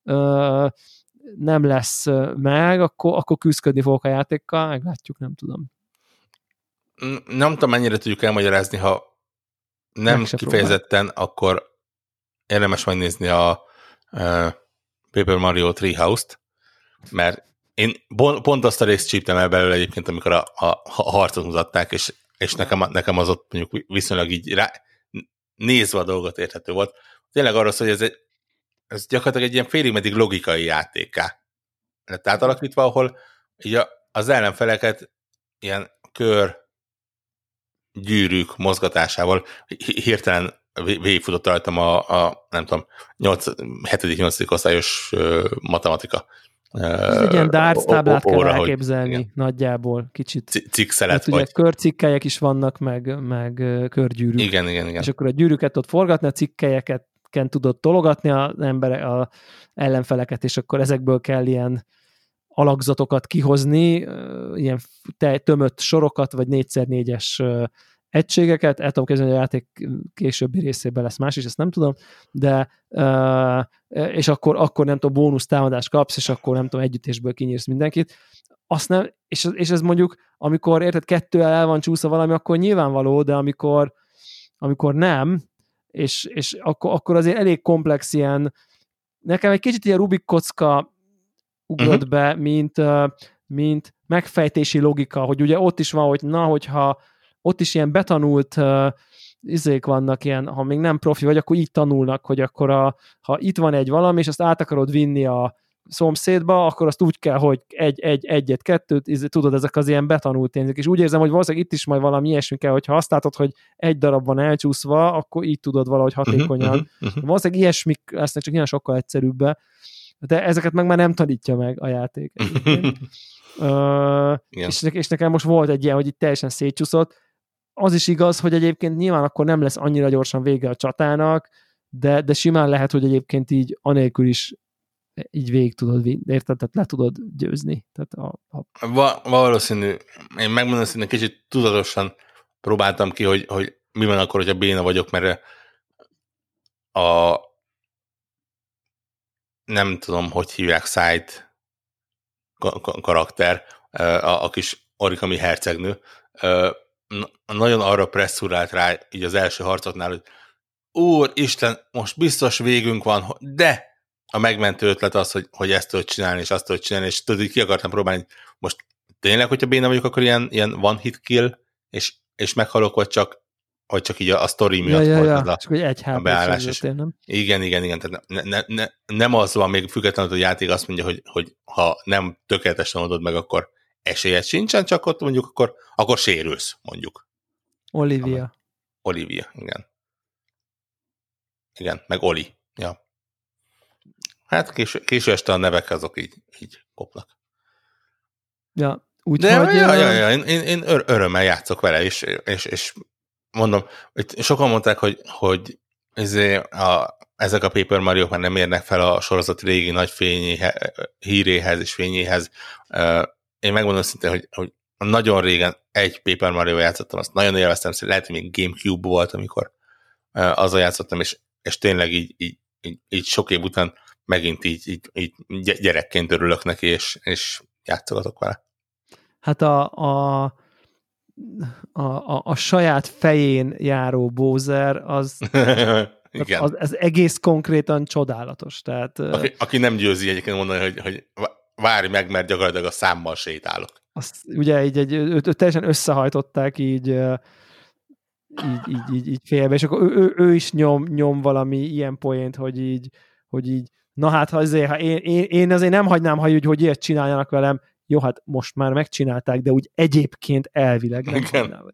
nem lesz meg, akkor, akkor küzdködni fogok a játékkal, meglátjuk, nem tudom. Nem tudom, mennyire tudjuk elmagyarázni, ha nem kifejezetten, próbál. Akkor érdemes megnézni a uh, Paper Mario Treehouse-t, mert én pont azt a részt csíptem el belőle egyébként, amikor a, a, a harcot mutatták, és, és nekem, nekem az ott mondjuk viszonylag így rá, nézve a dolgot érthető volt. Tényleg arra szól, hogy ez, egy, ez gyakorlatilag egy ilyen félig meddig logikai játékká lett átalakítva, ahol így a, az ellenfeleket ilyen kör gyűrűk mozgatásával hirtelen végigfutott rajtam a, a nem tudom, hetedik-nyolcadik osztályos uh, matematika. Ez egy ilyen darts táblát kell elképzelni hogy, nagyjából, kicsit. Cikkszelet vagy. Ugye körcikkelyek is vannak, meg, meg körgyűrűk. Igen, igen, igen. És akkor a gyűrűket tudod forgatni, a cikkelyeket tudod tologatni az emberek, a ellenfeleket, és akkor ezekből kell ilyen alakzatokat kihozni, ilyen tömött sorokat, vagy négyszer négyes egységeket. El tudom képzelni, hogy a játék későbbi részében lesz más is, ezt nem tudom, de és akkor, akkor nem tudom, bónusz támadást kapsz, és akkor nem tudom, együttésből kinyírsz mindenkit. Azt nem, és, és ez mondjuk, amikor érted, kettő el van csúszva valami, akkor nyilvánvaló, de amikor, amikor nem, és, és akkor, akkor azért elég komplex ilyen, nekem egy kicsit ilyen Rubik kocka ugrott uh-huh. be, mint, mint megfejtési logika, hogy ugye ott is van, hogy na, hogyha ott is ilyen betanult uh, izék vannak ilyen, ha még nem profi vagy, akkor így tanulnak, hogy akkor a, ha itt van egy valami, és azt át akarod vinni a szomszédba, akkor azt úgy kell, hogy egy, egy, egyet, kettőt, izé, tudod, ezek az ilyen betanult tényezők, és úgy érzem, hogy valószínűleg itt is majd valami ilyesmi kell, hogyha azt látod, hogy egy darab van elcsúszva, akkor így tudod valahogy hatékonyan. Uh-huh, uh-huh. Valószínűleg ilyesmik lesznek, csak ilyen sokkal egyszerűbb, de ezeket meg már nem tanítja meg a játék. uh, és, és nekem most volt egy ilyen, hogy itt teljesen szétcsúszott. Az is igaz, hogy egyébként nyilván akkor nem lesz annyira gyorsan vége a csatának, de, de simán lehet, hogy egyébként így anélkül is így végig tudod vinni, érted? Tehát le tudod győzni. Tehát a, a... Va, valószínű, én megmondom, hogy egy kicsit tudatosan próbáltam ki, hogy, hogy mi van akkor, hogyha béna vagyok, mert a nem tudom, hogy hívják Side karakter, a, a kis origami hercegnő, nagyon arra presszurált rá így az első harcoknál, hogy úristen, most biztos végünk van, de a megmentő ötlet az, hogy, hogy ezt tudod csinálni, és azt tudod csinálni, és tudod, ki akartam próbálni, most tényleg, hogyha béna vagyok, akkor ilyen, ilyen one hit kill, és, és meghalok, vagy csak, vagy csak így a, a sztori miatt ja, volt ja, ez ja. a, csak, egy a beállás. És nem? Igen, igen, igen. Tehát ne, ne, ne, nem az van, még függetlenül, hogy a játék azt mondja, hogy, hogy ha nem tökéletesen oldod meg, akkor esélyed sincsen, csak ott mondjuk, akkor, akkor sérülsz, mondjuk. Olivia. Olivia, igen. Igen, meg Oli. Ja. Hát késő, késő este a nevek azok így, így kopnak. Ja, úgy De hogy ja, ja, ja, én, én, én örömmel játszok vele, és, és, és mondom, itt sokan mondták, hogy, hogy ezért a, ezek a Paper Mario-k már nem érnek fel a sorozat régi nagy fényéhe, híréhez és fényéhez. Én megmondom szintén, hogy, hogy nagyon régen egy Paper Mario játszottam, azt nagyon élveztem, szóval lehet, hogy még GameCube volt, amikor azzal játszottam, és, és tényleg így, így, így, így sok év után megint így, így, így gyerekként örülök neki, és, és játszogatok vele. Hát a, a, a, a, a saját fején járó Bowser, az, igen. az, az egész konkrétan csodálatos. Tehát, aki, aki nem győzi egyébként mondani, hogy, hogy várj meg, mert gyakorlatilag a számmal sétálok. Azt ugye így egy, őt, őt teljesen összehajtották így, így, így, így, így félbe, és akkor ő, ő, ő is nyom, nyom valami ilyen poént, hogy így, hogy így na hát, ha, azért, ha én, én, én azért nem hagynám, hogy, hogy ilyet csináljanak velem, jó, hát most már megcsinálták, de úgy egyébként elvileg nem hagynám.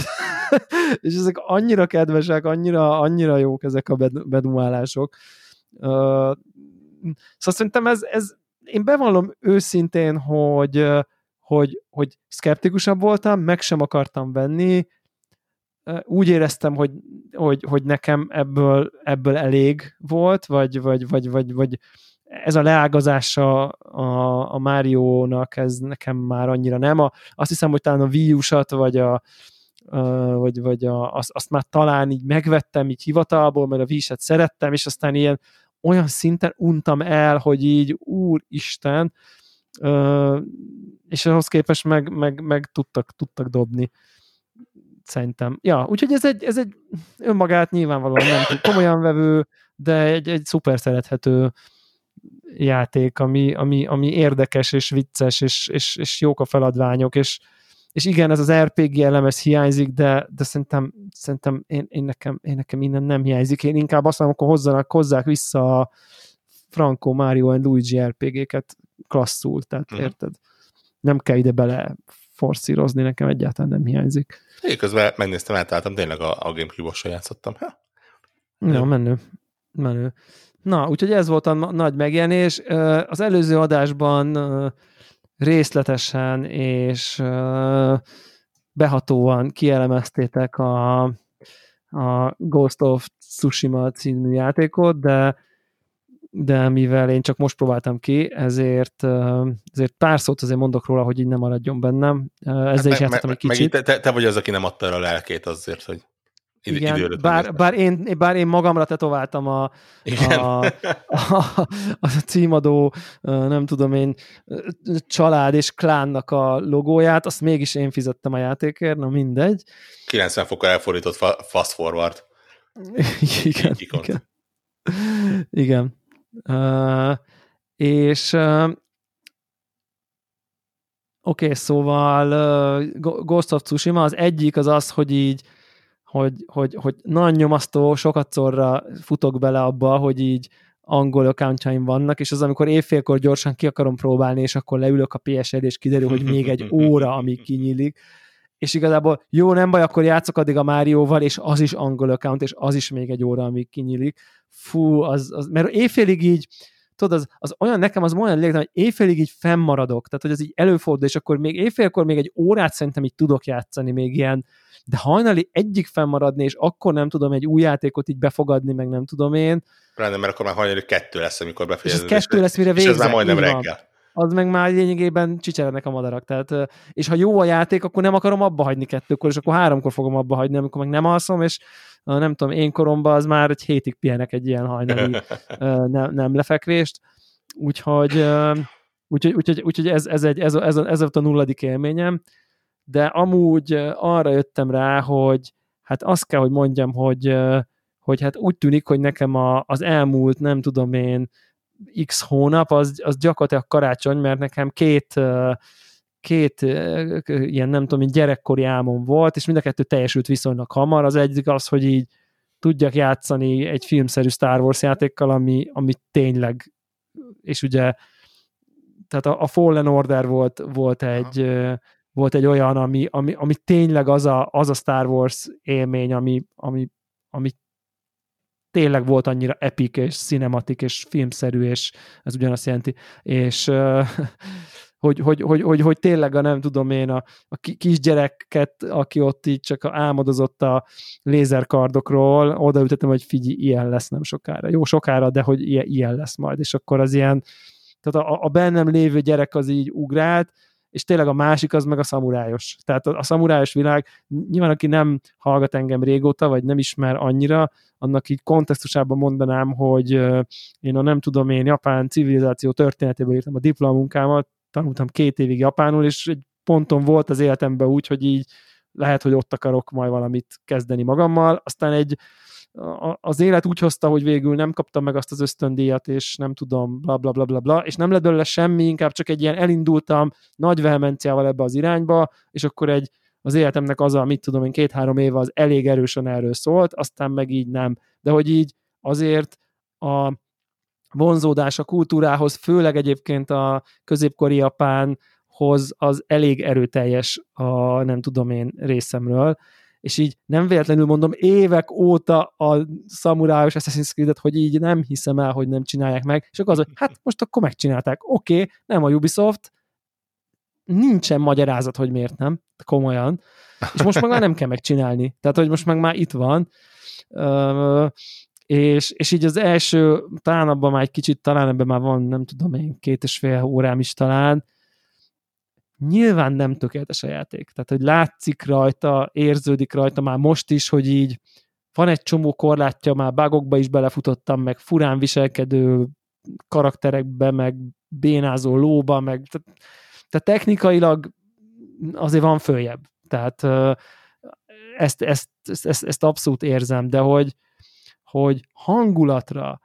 És ezek annyira kedvesek, annyira, annyira jók ezek a bedumálások. Uh, szóval szerintem ez, ez, én bevallom őszintén, hogy, hogy, hogy szkeptikusabb voltam, meg sem akartam venni, úgy éreztem, hogy, hogy, hogy nekem ebből, ebből elég volt, vagy, vagy, vagy, vagy, vagy ez a leágazása a, a Máriónak, ez nekem már annyira nem. A, azt hiszem, hogy talán a Wii U-sat, vagy, a, a, vagy, vagy a, azt, azt már talán így megvettem így hivatalból, mert a Wii U-sat szerettem, és aztán ilyen olyan szinten untam el, hogy így úristen, és ahhoz képest meg, meg, meg tudtak, tudtak dobni. Szerintem. Ja, úgyhogy ez egy, ez egy önmagát nyilvánvalóan nem tud komolyan vevő, de egy, egy szuper szerethető játék, ami, ami, ami érdekes és vicces, és, és, és jók a feladványok, és, és igen, ez az er pé gé elem, ez hiányzik, de, de szerintem, szerintem én, én, nekem, én nekem innen nem hiányzik. Én inkább azt mondom, akkor hozzanak, hozzák vissza a Franco, Mario and Luigi er pé géket klasszul, tehát mm. érted? Nem kell ide bele forszírozni, nekem egyáltalán nem hiányzik. Én közben megnéztem, átálltam, tényleg a, a GameCube-ossal játszottam. Ha? Ja, menő. Menő. Na, úgyhogy ez volt a nagy megjelenés. Az előző adásban részletesen és behatóan kielemeztétek a, a Ghost of Tsushima című játékot, de de mivel én csak most próbáltam ki, ezért, ezért pár szót azért mondok róla, hogy így nem maradjon bennem. Ezzel hát is játszottam egy kicsit. Te, te, te vagy az, aki nem adta el a lelkét azért, hogy id- igen, idő bár, bár, én, bár én magamra tetováltam a, a, a, a címadó, nem tudom én, család és klánnak a logóját, azt mégis én fizettem a játékért, na mindegy. kilencven fokkal elfordított fa- fast forward. Igen, igen. Igen. Uh, és uh, okay, szóval uh, Ghost of Tsushima az egyik az az, hogy így hogy, hogy, hogy nagyon nyomasztó, sokatszorra futok bele abba, hogy így angol accountjaim vannak, és az, amikor éjfélkor gyorsan ki akarom próbálni, és akkor leülök a pé es er-re, és kiderül, hogy még egy óra, amíg kinyílik, és igazából jó, nem baj, akkor játszok addig a Márióval, és az is angol account, és az is még egy óra, amíg kinyílik. Fú, az, az mert éjfélig így, tudod, az, az olyan, nekem az olyan lényeg, hogy éjfélig így fennmaradok, tehát hogy az így előfordul, és akkor még éjfélkor még egy órát szerintem így tudok játszani, még ilyen, de hajnali egyik fennmaradni, és akkor nem tudom egy új játékot így befogadni, meg nem tudom én. Ráne, mert akkor már hajnali kettő lesz, amikor befejezed. És ez kettő lesz, mire végzek. És ez már majdnem reggel. Az meg már lényegében csicserednek a madarak. Tehát, és ha jó a játék, akkor nem akarom abba hagyni kettőkor, és akkor háromkor fogom abba hagyni, amikor meg nem alszom, és nem tudom, én koromban az már egy hétig pihenek egy ilyen hajnali nem, nem lefekvést. Úgyhogy, úgyhogy, úgyhogy, úgyhogy ez, ez, egy, ez, ez, ez volt a nulladik élményem, de amúgy arra jöttem rá, hogy hát azt kell, hogy mondjam, hogy, hogy hát úgy tűnik, hogy nekem a, az elmúlt, nem tudom én, x hónap, az, az gyakorlatilag karácsony, mert nekem két, két ilyen nem tudom, gyerekkori álmom volt, és mind a kettő teljesült viszonylag hamar. Az egyik az, hogy így tudjak játszani egy filmszerű Star Wars játékkal, ami, ami tényleg, és ugye tehát a, a Fallen Order volt, volt egy volt egy olyan, ami, ami, ami tényleg az a, az a Star Wars élmény, ami, ami, ami tényleg volt annyira epic, és cinematik, és filmszerű, és ez ugyanazt jelenti, és uh, hogy, hogy, hogy, hogy, hogy tényleg a nem tudom én, a, a kisgyereket, aki ott így csak álmodozott a lézerkardokról, odaültettem, hogy figyelj, ilyen lesz nem sokára. Jó, sokára, de hogy ilyen, ilyen lesz majd, és akkor az ilyen, tehát a, a bennem lévő gyerek az így ugrált, és tényleg a másik az meg a szamurájos. Tehát a, a szamurájos világ, nyilván aki nem hallgat engem régóta, vagy nem ismer annyira, annak így kontextusában mondanám, hogy uh, én a nem tudom én japán civilizáció történetéből írtam a diplomamunkámat, tanultam két évig japánul, és egy ponton volt az életemben úgy, hogy így lehet, hogy ott akarok majd valamit kezdeni magammal, aztán egy az élet úgy hozta, hogy végül nem kaptam meg azt az ösztöndíjat, és nem tudom, bla bla bla bla bla, és nem lett belőle semmi, inkább csak egy ilyen elindultam nagy vehemenciával ebbe az irányba, és akkor egy az életemnek az a, mit tudom én, két-három éve az elég erősen erről szólt, aztán meg így nem. De hogy így azért a vonzódás a kultúrához, főleg egyébként a középkori Japánhoz az elég erőteljes a nem tudom én részemről, és így nem véletlenül mondom évek óta a szamurájos Assassin's Creed-et, hogy így nem hiszem el, hogy nem csinálják meg, és akkor az, hogy hát most akkor megcsinálták. Oké, okay, nem a Ubisoft, nincsen magyarázat, hogy miért nem, komolyan, és most meg már nem kell megcsinálni. Tehát, hogy most meg már itt van, uh, és, és így az első, talán abban már egy kicsit, talán ebben már van, nem tudom én, két és fél órám is talán, nyilván nem tökéletes a játék. Tehát, hogy látszik rajta, érződik rajta már most is, hogy így van egy csomó korlátja, már bugokba is belefutottam, meg furán viselkedő karakterekbe, meg bénázó lóba, meg tehát, tehát technikailag azért van följebb. Tehát ezt, ezt, ezt, ezt abszolút érzem, de hogy, hogy hangulatra,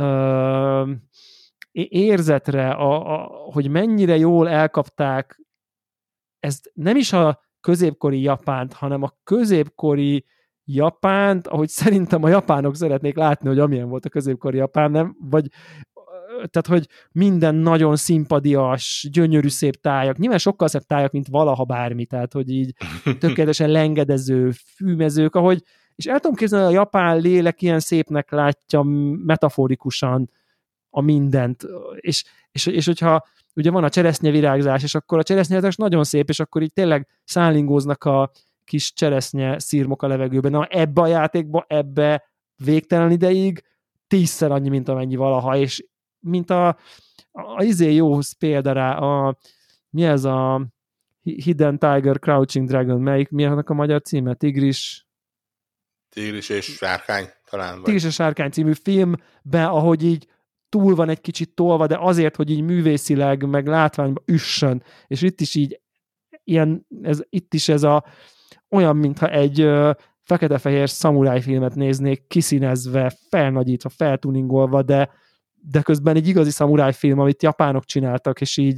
érzetre, a, a, hogy mennyire jól elkapták ezt nem is a középkori Japánt, hanem a középkori Japánt, ahogy szerintem a japánok szeretnék látni, hogy amilyen volt a középkori Japán, nem? Vagy, tehát, hogy minden nagyon szimpadias, gyönyörű szép tájak, nyilván sokkal szebb tájak, mint valaha bármi, tehát, hogy így tökéletesen lengedező fűmezők, ahogy, és el tudom képzelni, hogy a japán lélek ilyen szépnek látja metaforikusan a mindent, és, és, és hogyha ugye van a cseresznyevirágzás, és akkor a cseresznyevirágzás nagyon szép, és akkor így tényleg szállingóznak a kis cseresznye szirmok a levegőben. Na ebbe a játékba, ebbe végtelen ideig tízszer annyi, mint amennyi valaha, és mint a, a, a izé jó példa rá, a, mi ez a Hidden Tiger, Crouching Dragon, melyik, mi annak a magyar címe? Tigris? Tigris és sárkány talán. Vagy. Tigris és sárkány című filmben, ahogy így túl van egy kicsit tolva, de azért, hogy így művészileg, meg látványban üssön. És itt is így ilyen, ez, itt is ez a olyan, mintha egy ö, fekete-fehér szamuráj filmet néznék, kiszínezve, felnagyítva, feltuningolva, de, de közben egy igazi szamuráj film, amit japánok csináltak, és így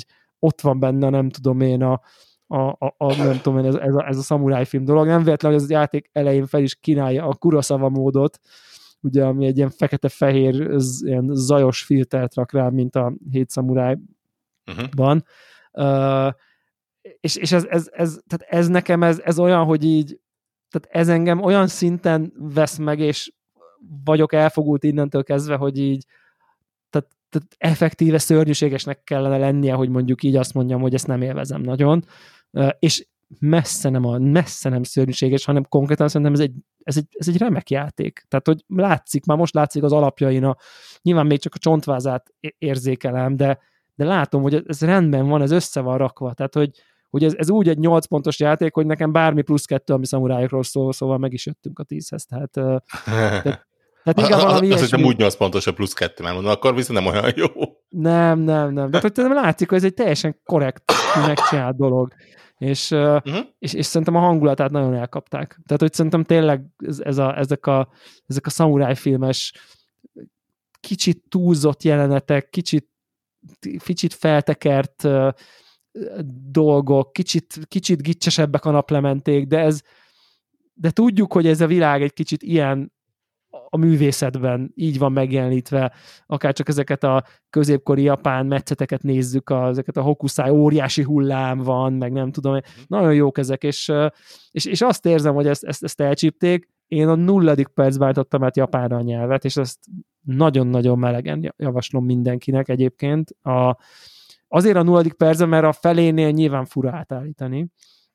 ott van benne, nem tudom én, a, a, a, a nem tudom én, ez, ez a, ez a szamuráj film dolog. Nem véletlen, hogy az játék elején fel is kínálja a Kurosawa módot, ugye, ami egy ilyen fekete-fehér, ez, ilyen zajos filtert rak rá, mint a Hét szamurájban. Uh-huh. Uh, és és ez, ez, ez, tehát ez nekem ez, ez olyan, hogy így, tehát ez engem olyan szinten vesz meg, és vagyok elfogult innentől kezdve, hogy így tehát, tehát effektíve szörnyűségesnek kellene lennie, hogy mondjuk így azt mondjam, hogy ezt nem élvezem nagyon. Uh, és messze nem, a, messze nem szörnyűséges, hanem konkrétan szerintem ez egy, ez, egy, ez egy remek játék. Tehát, hogy látszik, már most látszik az alapjain, a, nyilván még csak a csontvázát érzékelem, de, de látom, hogy ez rendben van, ez össze van rakva. Tehát, hogy, hogy ez, ez úgy egy nyolc pontos játék, hogy nekem bármi plusz kettő, ami szamurájokról szól, szóval meg is jöttünk a tízhez. Tehát, tehát Tehát inkább valami az, az, nem úgy nyolc pontos a plusz kettő, már mondom, akkor viszont nem olyan jó. Nem, nem, nem. De hogy látszik, hogy ez egy teljesen korrekt megcsinált dolog. És, uh-huh. és, és szerintem a hangulatát nagyon elkapták. Tehát, hogy szerintem tényleg ez, ez a, ezek a, ezek a szamurájfilmes kicsit túlzott jelenetek, kicsit, kicsit feltekert uh, dolgok, kicsit, kicsit gicsesebbek a naplementék, de ez de tudjuk, hogy ez a világ egy kicsit ilyen a művészetben így van megjelenítve, akár csak ezeket a középkori japán metszeteket nézzük, a, ezeket a hokusai, óriási hullám van, meg nem tudom, nagyon jók ezek, és, és, és azt érzem, hogy ezt, ezt, ezt elcsípték. Én a nulladik percben adtam át japánra a nyelvet, és ezt nagyon-nagyon melegen javaslom mindenkinek egyébként. A, azért a nulladik percben, mert a felénél nyilván fura átállítani.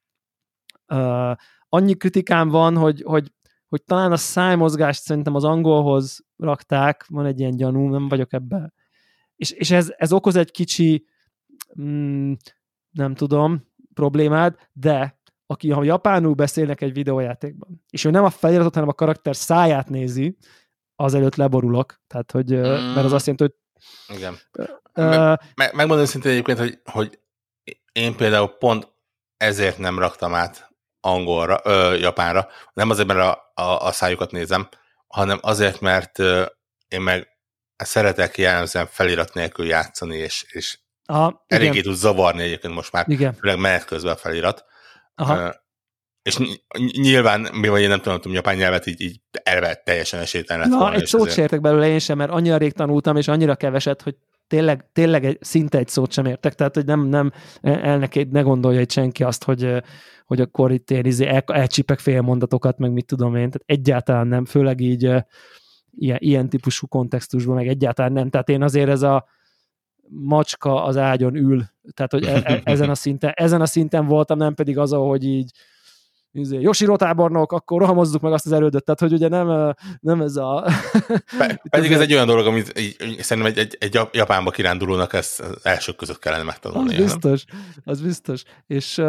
Uh, annyi kritikám van, hogy, hogy hogy talán a szájmozgást szerintem az angolhoz rakták, van egy ilyen gyanú, nem vagyok ebben. És, és ez, ez okoz egy kicsi, mm, nem tudom, problémát, de aki ha japánul beszélnek egy videójátékban, és ő nem a feliratot, hanem a karakter száját nézi, azelőtt leborulok. Tehát, hogy, mm. mert az azt jelenti, hogy... Igen. Uh, Meg, megmondom szintén egyébként, hogy, hogy én például pont ezért nem raktam át angolra, ö, japánra. Nem azért, mert a, a, a szájukat nézem, hanem azért, mert ö, én meg szeretek jellemzően felirat nélkül játszani, és, és Aha, eléggé tud zavarni egyébként most már, igen. Főleg menet közben a felirat. Aha. Ö, és nyilván, mivel én nem tudom japán nyelvet, így, így elve teljesen esélytelen lett volna. Na, egy szót ezért... sértek belőle én sem, mert annyira rég tanultam, és annyira keveset, hogy tényleg, tényleg egy, szinte egy szót sem értek, tehát hogy nem, nem el neki, ne gondolja itt senki azt, hogy, hogy akkor itt én izé el, elcsípek fél mondatokat, meg mit tudom én, tehát egyáltalán nem, főleg így ilyen, ilyen típusú kontextusban, meg egyáltalán nem, tehát én azért ez a macska az ágyon ül, tehát hogy e, e, ezen, a szinten, ezen a szinten voltam, nem pedig az, hogy így Yoshiro tábornok, akkor rohamozzuk meg azt az erődöt, tehát hogy ugye nem, nem ez a... Pe, pedig ez egy olyan dolog, amit így, szerintem egy, egy, egy Japánba kirándulónak ezt elsők között kellene megtanulni. Az biztos, nem? az biztos. És,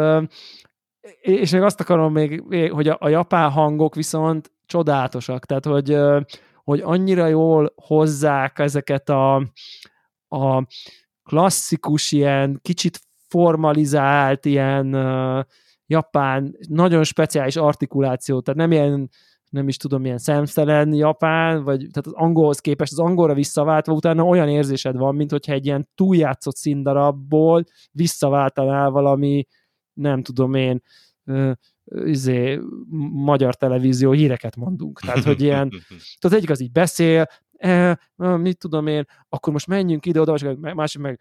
és még azt akarom még, hogy a, a japán hangok viszont csodálatosak, tehát hogy, hogy annyira jól hozzák ezeket a, a klasszikus ilyen kicsit formalizált ilyen japán, nagyon speciális artikuláció, tehát nem ilyen, nem is tudom, ilyen szemtelen japán, vagy tehát az angolhoz képest, az angolra visszaváltva utána olyan érzésed van, mint hogyha egy ilyen túljátszott színdarabból visszaváltanál valami, nem tudom én, uh, izé, magyar televízió híreket mondunk. Tehát, hogy ilyen, tehát egyik az így beszél, eh, mit tudom én, akkor most menjünk ide-oda, és másik meg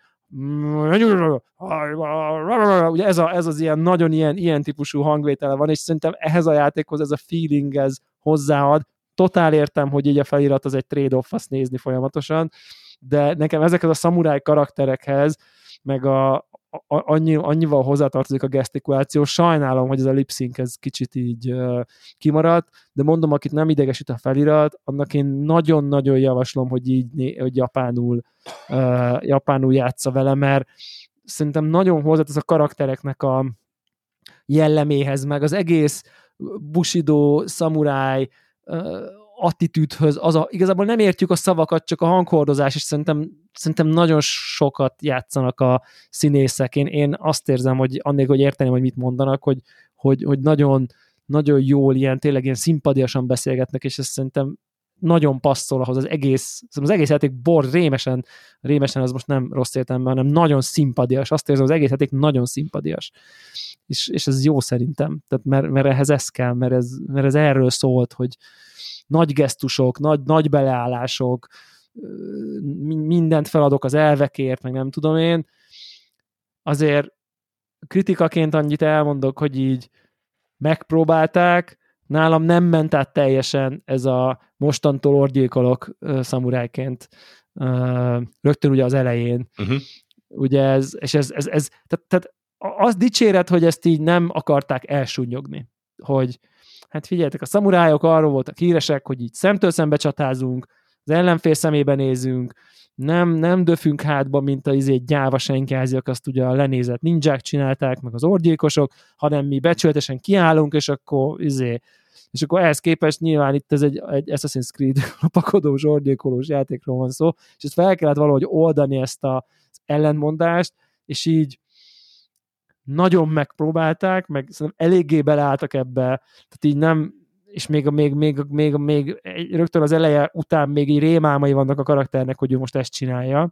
ugye ez, a, ez az ilyen nagyon ilyen, ilyen típusú hangvétele van, és szerintem ehhez a játékhoz ez a feeling ez hozzáad. Totál értem, hogy így a felirat az egy trade-off, azt nézni folyamatosan, de nekem ezekhez a szamuráj karakterekhez, meg a, a, annyi, annyival hozzátartozik a gesztikuláció, sajnálom, hogy ez a lip-sync ez kicsit így uh, kimaradt, de mondom, akit nem idegesít a felirat, annak én nagyon-nagyon javaslom, hogy így hogy japánul, uh, japánul játsza vele, mert szerintem nagyon hozzátesz a karaktereknek a jelleméhez, meg az egész bushido, szamuráj uh, attitűdhöz, az a, igazából nem értjük a szavakat, csak a hanghordozás, és szerintem, szerintem nagyon sokat játszanak a színészek. Én, én azt érzem, hogy annék, hogy érteném, hogy mit mondanak, hogy, hogy, hogy nagyon, nagyon jól ilyen, tényleg ilyen szimpadiasan beszélgetnek, és ez szerintem nagyon passzol ahhoz az egész, az egész játék bor rémesen, rémesen az most nem rossz értelemben, hanem nagyon szimpadias. Azt érzem, az egész játék nagyon szimpadias. És, és ez jó szerintem. Tehát mert, mert ehhez ez kell, mert ez, mert ez erről szólt, hogy nagy gesztusok, nagy, nagy beleállások, mindent feladok az elvekért, meg nem tudom én. Azért kritikaként annyit elmondok, hogy így megpróbálták, nálam nem ment át teljesen ez a mostantól orgyilkolok uh, szamurájként uh, rögtön ugye az elején. Uh-huh. Ugye ez, és ez, ez, ez tehát, tehát az dicséret, hogy ezt így nem akarták elsúnyogni, hogy hát figyeljetek, a szamurájok arról voltak híresek, hogy így szemtől szembe csatázunk, az ellenfél szemébe nézünk, nem, nem döfünk hátba, mint az izé gyáva senkáziak, azt ugye a lenézett ninják csinálták, meg az orgyilkosok, hanem mi becsületesen kiállunk, és akkor izé, és akkor ehhez képest nyilván itt ez egy, egy Assassin's Creed lopakodós, orgyilkolós játékról van szó, és ezt fel kellett valahogy oldani ezt az ellentmondást, és így nagyon megpróbálták, meg szerintem eléggé beleálltak ebbe, tehát így nem, és még, még, még, még, még rögtön az eleje után még így rémálmai vannak a karakternek, hogy ő most ezt csinálja.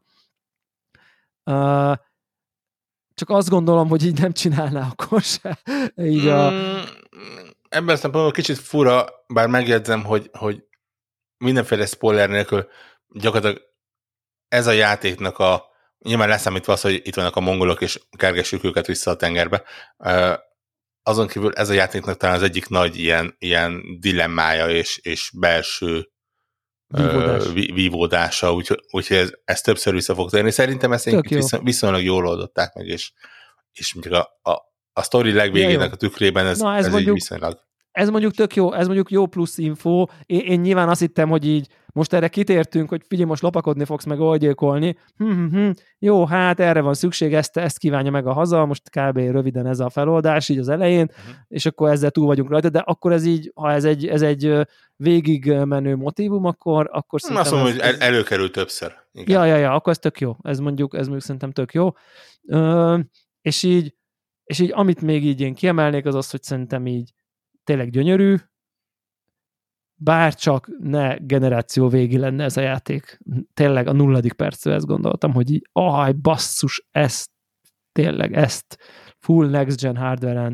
Uh, csak azt gondolom, hogy így nem csinálná akkor se. Így a... mm, ebben a szempontból kicsit fura, bár megjegyzem, hogy, hogy mindenféle spoiler nélkül gyakorlatilag ez a játéknak a nyilván leszámítva az, hogy itt vannak a mongolok, és kergessük őket vissza a tengerbe. Azon kívül ez a játéknak talán az egyik nagy ilyen, ilyen dilemmája és, és belső Vívódás. uh, vívódása, úgyhogy úgy, ez, ez többször vissza fog térni. Szerintem ezt viszony, viszonylag jól oldották meg, és, és a, a, a sztori legvégének a tükrében ez, Na, ez, ez mondjuk, így viszonylag. Ez mondjuk tök jó, ez mondjuk jó plusz info. Én, én nyilván azt hittem, hogy így most erre kitértünk, hogy figyelj, most lopakodni fogsz meg orgyilkolni. Hm, hm, hm. Jó, hát erre van szükség, ezt, ezt kívánja meg a haza, most kb. Röviden ez a feloldás így az elején, uh-huh. és akkor ezzel túl vagyunk rajta, de akkor ez így, ha ez egy, ez egy végig menő motívum, akkor, akkor szerintem... Azt mondom, ez, hogy el, előkerül többször. Igen. Ja, ja, ja, akkor ez tök jó. Ez mondjuk, ez mondjuk szerintem tök jó. Ö, és így, és így amit még így én kiemelnék, az az, hogy szerintem így tényleg gyönyörű, bár csak ne generáció végi lenne ez a játék. Tényleg a nulladik percre ezt gondoltam, hogy így, aj, basszus, ezt, tényleg ezt, full next gen hardware-en.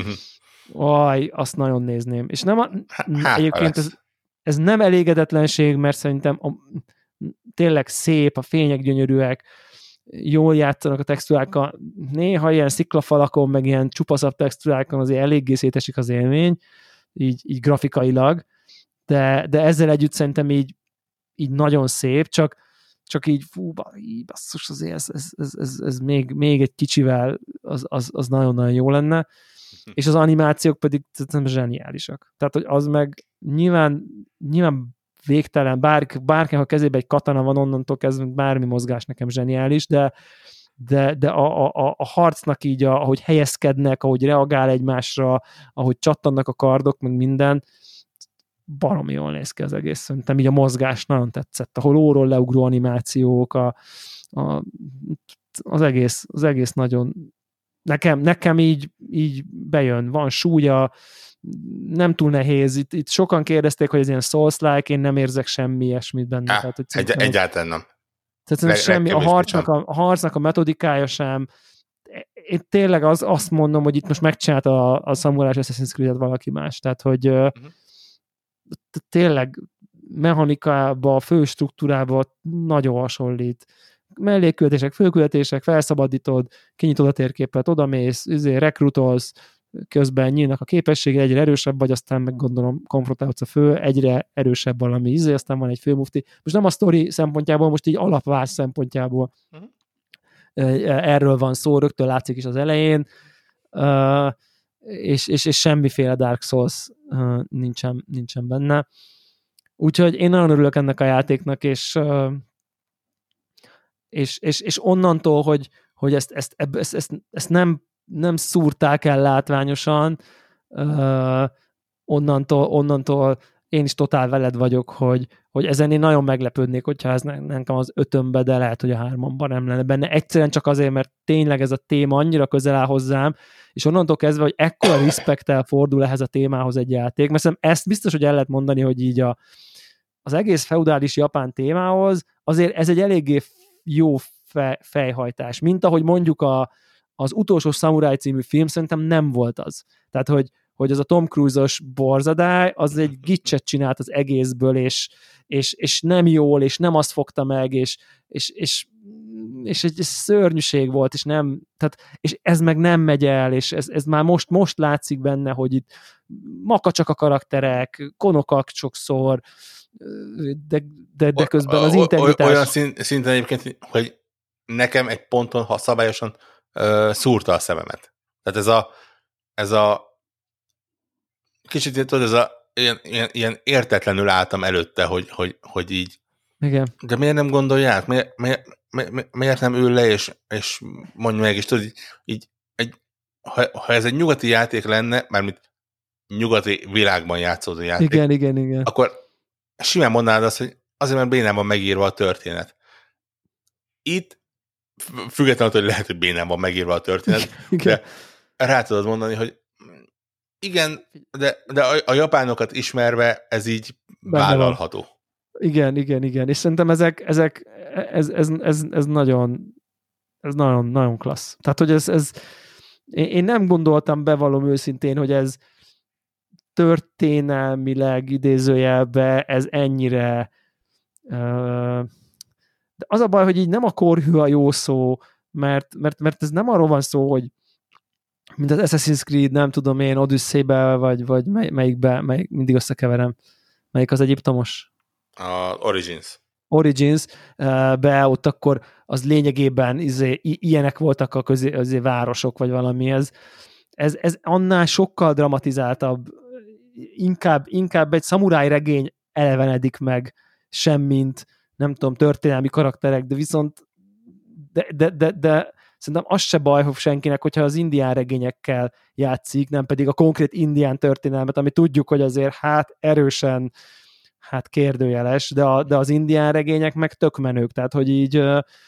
Aj, azt nagyon nézném. És nem a, Há, egyébként ez, ez nem elégedetlenség, mert szerintem a, tényleg szép, a fények gyönyörűek, jól játszanak a textúrákkal, néha ilyen sziklafalakon, meg ilyen csupaszabb textúrákon azért eléggé szétesik az élmény, így, így grafikailag, de, de ezzel együtt szerintem így, így nagyon szép, csak, csak így fú, basszus, azért ez, ez, ez, ez, ez még, még egy kicsivel az, az, az nagyon-nagyon jó lenne, és az animációk pedig szerintem zseniálisak. Tehát, hogy az meg nyilván, nyilván végtelen, bár, bárki, ha kezében egy katana van, onnantól kezdve bármi mozgás nekem zseniális, de, de, de a, a, a harcnak így, a, ahogy helyezkednek, ahogy reagál egymásra, ahogy csattannak a kardok, meg minden, baromi jól néz ki az egész. Szerintem így a mozgás nagyon tetszett, ahol óról leugró animációk, a, a, az, egész, az egész nagyon nekem, nekem így, így bejön, van súlya, nem túl nehéz. Itt, itt sokan kérdezték, hogy ez ilyen Souls-like, én nem érzek semmi ilyesmit benne. Á, tehát, hogy egy, egyáltalán nem. Tehát Le, semmi, a harcnak a, a harcnak a metodikája sem. Én tényleg az, azt mondom, hogy itt most megcsinálta a, a Samurai Assassin's Creed-et valaki más. Tehát, hogy uh-huh. tényleg mechanikába, fő struktúrába nagyon hasonlít. Mellékküldetések, főküldetések, felszabadítod, kinyitod a térképet, odamész, üzé, rekrutolsz, közben nyílnak a képességre, egyre erősebb vagy, aztán meg gondolom konfrontálhatsz a fő, egyre erősebb valami izé, aztán van egy főmufti. Most nem a sztori szempontjából, most így alapvász szempontjából uh-huh. erről van szó, rögtön látszik is az elején, és, és, és semmiféle Dark Souls nincsen, nincsen benne. Úgyhogy én nagyon örülök ennek a játéknak, és és, és, és onnantól, hogy, hogy ezt, ezt, ezt, ezt, ezt nem nem szúrták el látványosan, uh, onnantól, onnantól én is totál veled vagyok, hogy, hogy ezen én nagyon meglepődnék, hogyha ez nekem az ötömbe, de lehet, hogy a hármamban nem lenne benne. Egyszerűen csak azért, mert tényleg ez a téma annyira közel áll hozzám, és onnantól kezdve, hogy ekkora respekttel fordul ehhez a témához egy játék, mert szerintem ezt biztos, hogy el lehet mondani, hogy így a az egész feudális japán témához azért ez egy eléggé jó fe, fejhajtás, mint ahogy mondjuk a, az utolsó Szamuráj című film szerintem nem volt az. Tehát, hogy, hogy az a Tom Cruise-os borzadály, az egy gicset csinált az egészből, és, és, és nem jól, és nem azt fogta meg, és, és, és, és egy szörnyűség volt, és nem, tehát, és ez meg nem megy el, és ez, ez már most, most látszik benne, hogy itt makacsak a karakterek, konokak sokszor, de, de, de közben az integritás... Olyan szinten egyébként, hogy nekem egy ponton, ha szabályosan uh, szúrta a szememet. Tehát ez a, ez a kicsit, tudod, ez a ilyen, ilyen, ilyen értetlenül álltam előtte, hogy, hogy, hogy így igen. De miért nem gondolják? Miért, miért, miért, miért nem ül le, és, és mondja meg, és tudod, így, így egy, ha, ha ez egy nyugati játék lenne, mármint nyugati világban játszódó játék, igen, igen, igen. akkor simán mondanád azt, hogy azért, mert bénán van megírva a történet. Itt, függetlenül, hogy lehet, hogy bénán van megírva a történet, de rá tudod mondani, hogy igen, de, de a, a japánokat ismerve ez így vállalható. Igen, igen, igen. És szerintem ezek, ezek ez, ez, ez, ez nagyon ez nagyon, nagyon klassz. Tehát, hogy ez, ez én nem gondoltam, bevallom őszintén, hogy ez történelmileg idézőjelbe ez ennyire de az a baj, hogy így nem a korhű a jó szó, mert, mert, mert ez nem arról van szó, hogy mint az Assassin's Creed, nem tudom én, Odyssey-be, vagy, vagy mely, melyikbe, melyik, mindig összekeverem. Melyik az egyiptomos? A Origins. Origins, be ott akkor az lényegében izé, ilyenek voltak a közé, közé városok, vagy valami. Ez, ez, ez annál sokkal dramatizáltabb. Inkább, inkább egy szamuráj regény elevenedik meg, semmint, nem tudom, történelmi karakterek, de viszont de, de, de, de szerintem az se baj senkinek, hogyha az indián regényekkel játszik, nem pedig a konkrét indián történelmet, ami tudjuk, hogy azért hát erősen hát kérdőjeles, de, a, de az indián regények meg tök menők, tehát hogy így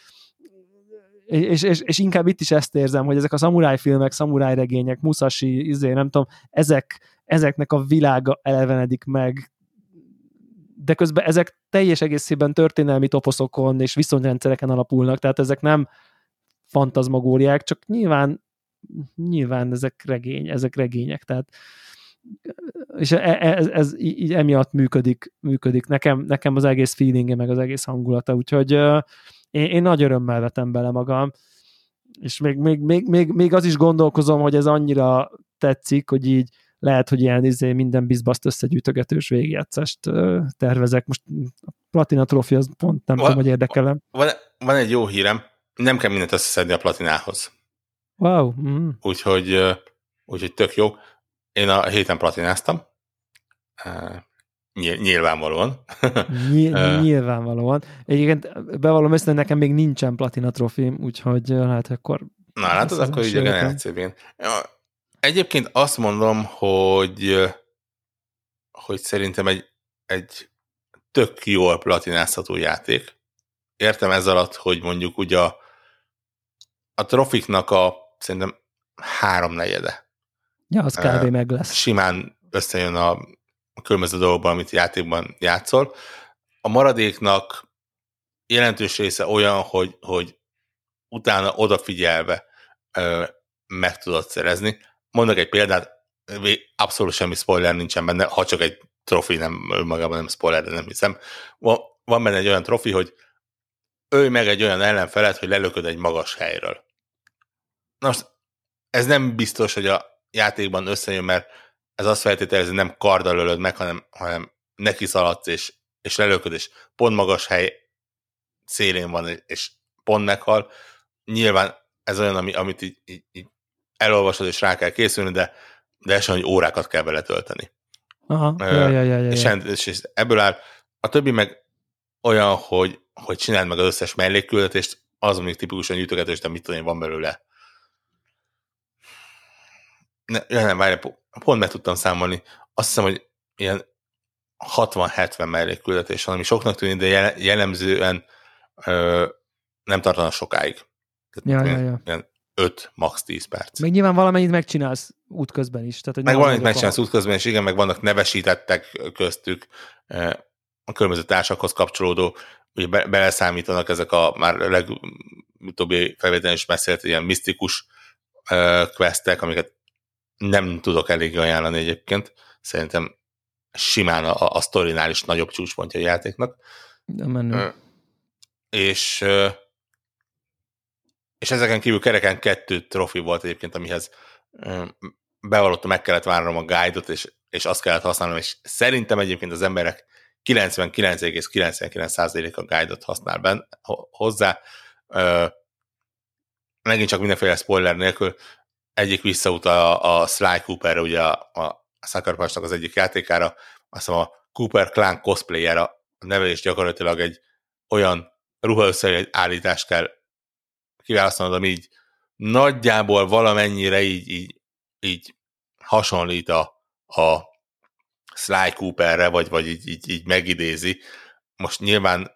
és, és, és inkább itt is ezt érzem, hogy ezek a szamuráj filmek, szamuráj regények, Musashi, izé, nem tudom, ezek, ezeknek a világa elevenedik meg, de közben ezek teljes egészében történelmi toposzokon és viszonyrendszereken alapulnak, tehát ezek nem fantazmagóriák, csak nyilván nyilván ezek regény, ezek regények, tehát és ez, ez így emiatt működik, működik. Nekem, nekem az egész feelingje, meg az egész hangulata, úgyhogy uh, én, én nagy örömmel vetem bele magam, és még, még, még, még, még az is gondolkozom, hogy ez annyira tetszik, hogy így lehet, hogy ilyen izé, minden bizbaszt összegyűjtögetős végigjátszást uh, tervezek. Most a Platina Trophy az pont nem van, tudom, hogy érdekelem. Van, van egy jó hírem, nem kell mindent összeszedni a platinához. Wow. Mm. Úgyhogy, uh, úgyhogy tök jó. Én a héten platináztam. Nyilvánvalóan. Ny- nyilvánvalóan. Egyébként bevallom össze, nekem még nincsen platina trofim, úgyhogy hát akkor... Na, látod, akkor így a generációban. Egyébként azt mondom, hogy hogy szerintem egy, egy tök jól platinázható játék. Értem ez alatt, hogy mondjuk ugye a, a trofiknak a szerintem háromnegyede. Ja, az kb. Uh, meg lesz. Simán összejön a különböző dolgokban, amit játékban játszol. A maradéknak jelentős része olyan, hogy, hogy utána odafigyelve ö, meg tudod szerezni. Mondok egy példát, abszolút semmi spoiler nincsen benne, ha csak egy trofi, nem magában nem spoiler, de nem hiszem. Van, van benne egy olyan trofi, hogy ölj meg egy olyan ellenfelet, hogy lelököd egy magas helyről. Na most ez nem biztos, hogy a játékban összejön, mert ez azt feltételezi, nem karddal ölöd meg, hanem, hanem neki szaladsz, és, és lelököd, és pont magas hely szélén van, és pont meghal. Nyilván ez olyan, ami, amit így, így, így elolvasod, és rá kell készülni, de, de esen, hogy órákat kell vele tölteni. Aha, uh, ja, ja, ja, ja, és, ja. És, és ebből áll. A többi meg olyan, hogy, hogy csináld meg az összes mellékküldetést, az, amíg tipikusan gyűjtögetős, de mit tudom én, van belőle. Ne, ja, nem, várj, pont meg tudtam számolni. Azt hiszem, hogy ilyen hatvan-hetven mellékküldetés van, ami soknak tűnik, de jellemzően ö, nem tartanak sokáig. Ja, ilyen, ja, ja. ilyen öt, max. tíz perc. Meg nyilván valamennyit megcsinálsz útközben is. Tehát, hogy meg valamit megcsinálsz a... útközben, és igen, meg vannak nevesítettek köztük. a különböző társakhoz kapcsolódó, ugye be, beleszámítanak ezek a már legutóbbi felvételen is beszélt ilyen misztikus uh, questek, amiket nem tudok elég ajánlani egyébként. Szerintem simán a, a sztorinál is nagyobb csúcspontja a játéknak. De menő. Uh, és uh, és ezeken kívül kereken kettő trofi volt egyébként, amihez uh, bevallottam, meg kellett várnom a guide-ot, és, és azt kellett használnom, és szerintem egyébként az emberek kilencvenkilenc egész kilencvenkilenc százalék a guide-ot használ benne, hozzá. Uh, megint csak mindenféle spoiler nélkül, egyik visszautal a, a Sly Cooperre, ugye a, a Sucker Punch-nak az egyik játékára, azt hiszem a Cooper Clan cosplayerre a nevelés gyakorlatilag egy olyan ruhaösszeállítást kell kiválasztanod, ami így nagyjából valamennyire így, így, így hasonlít a, a Sly Cooperre, vagy, vagy így, így, így megidézi. Most nyilván,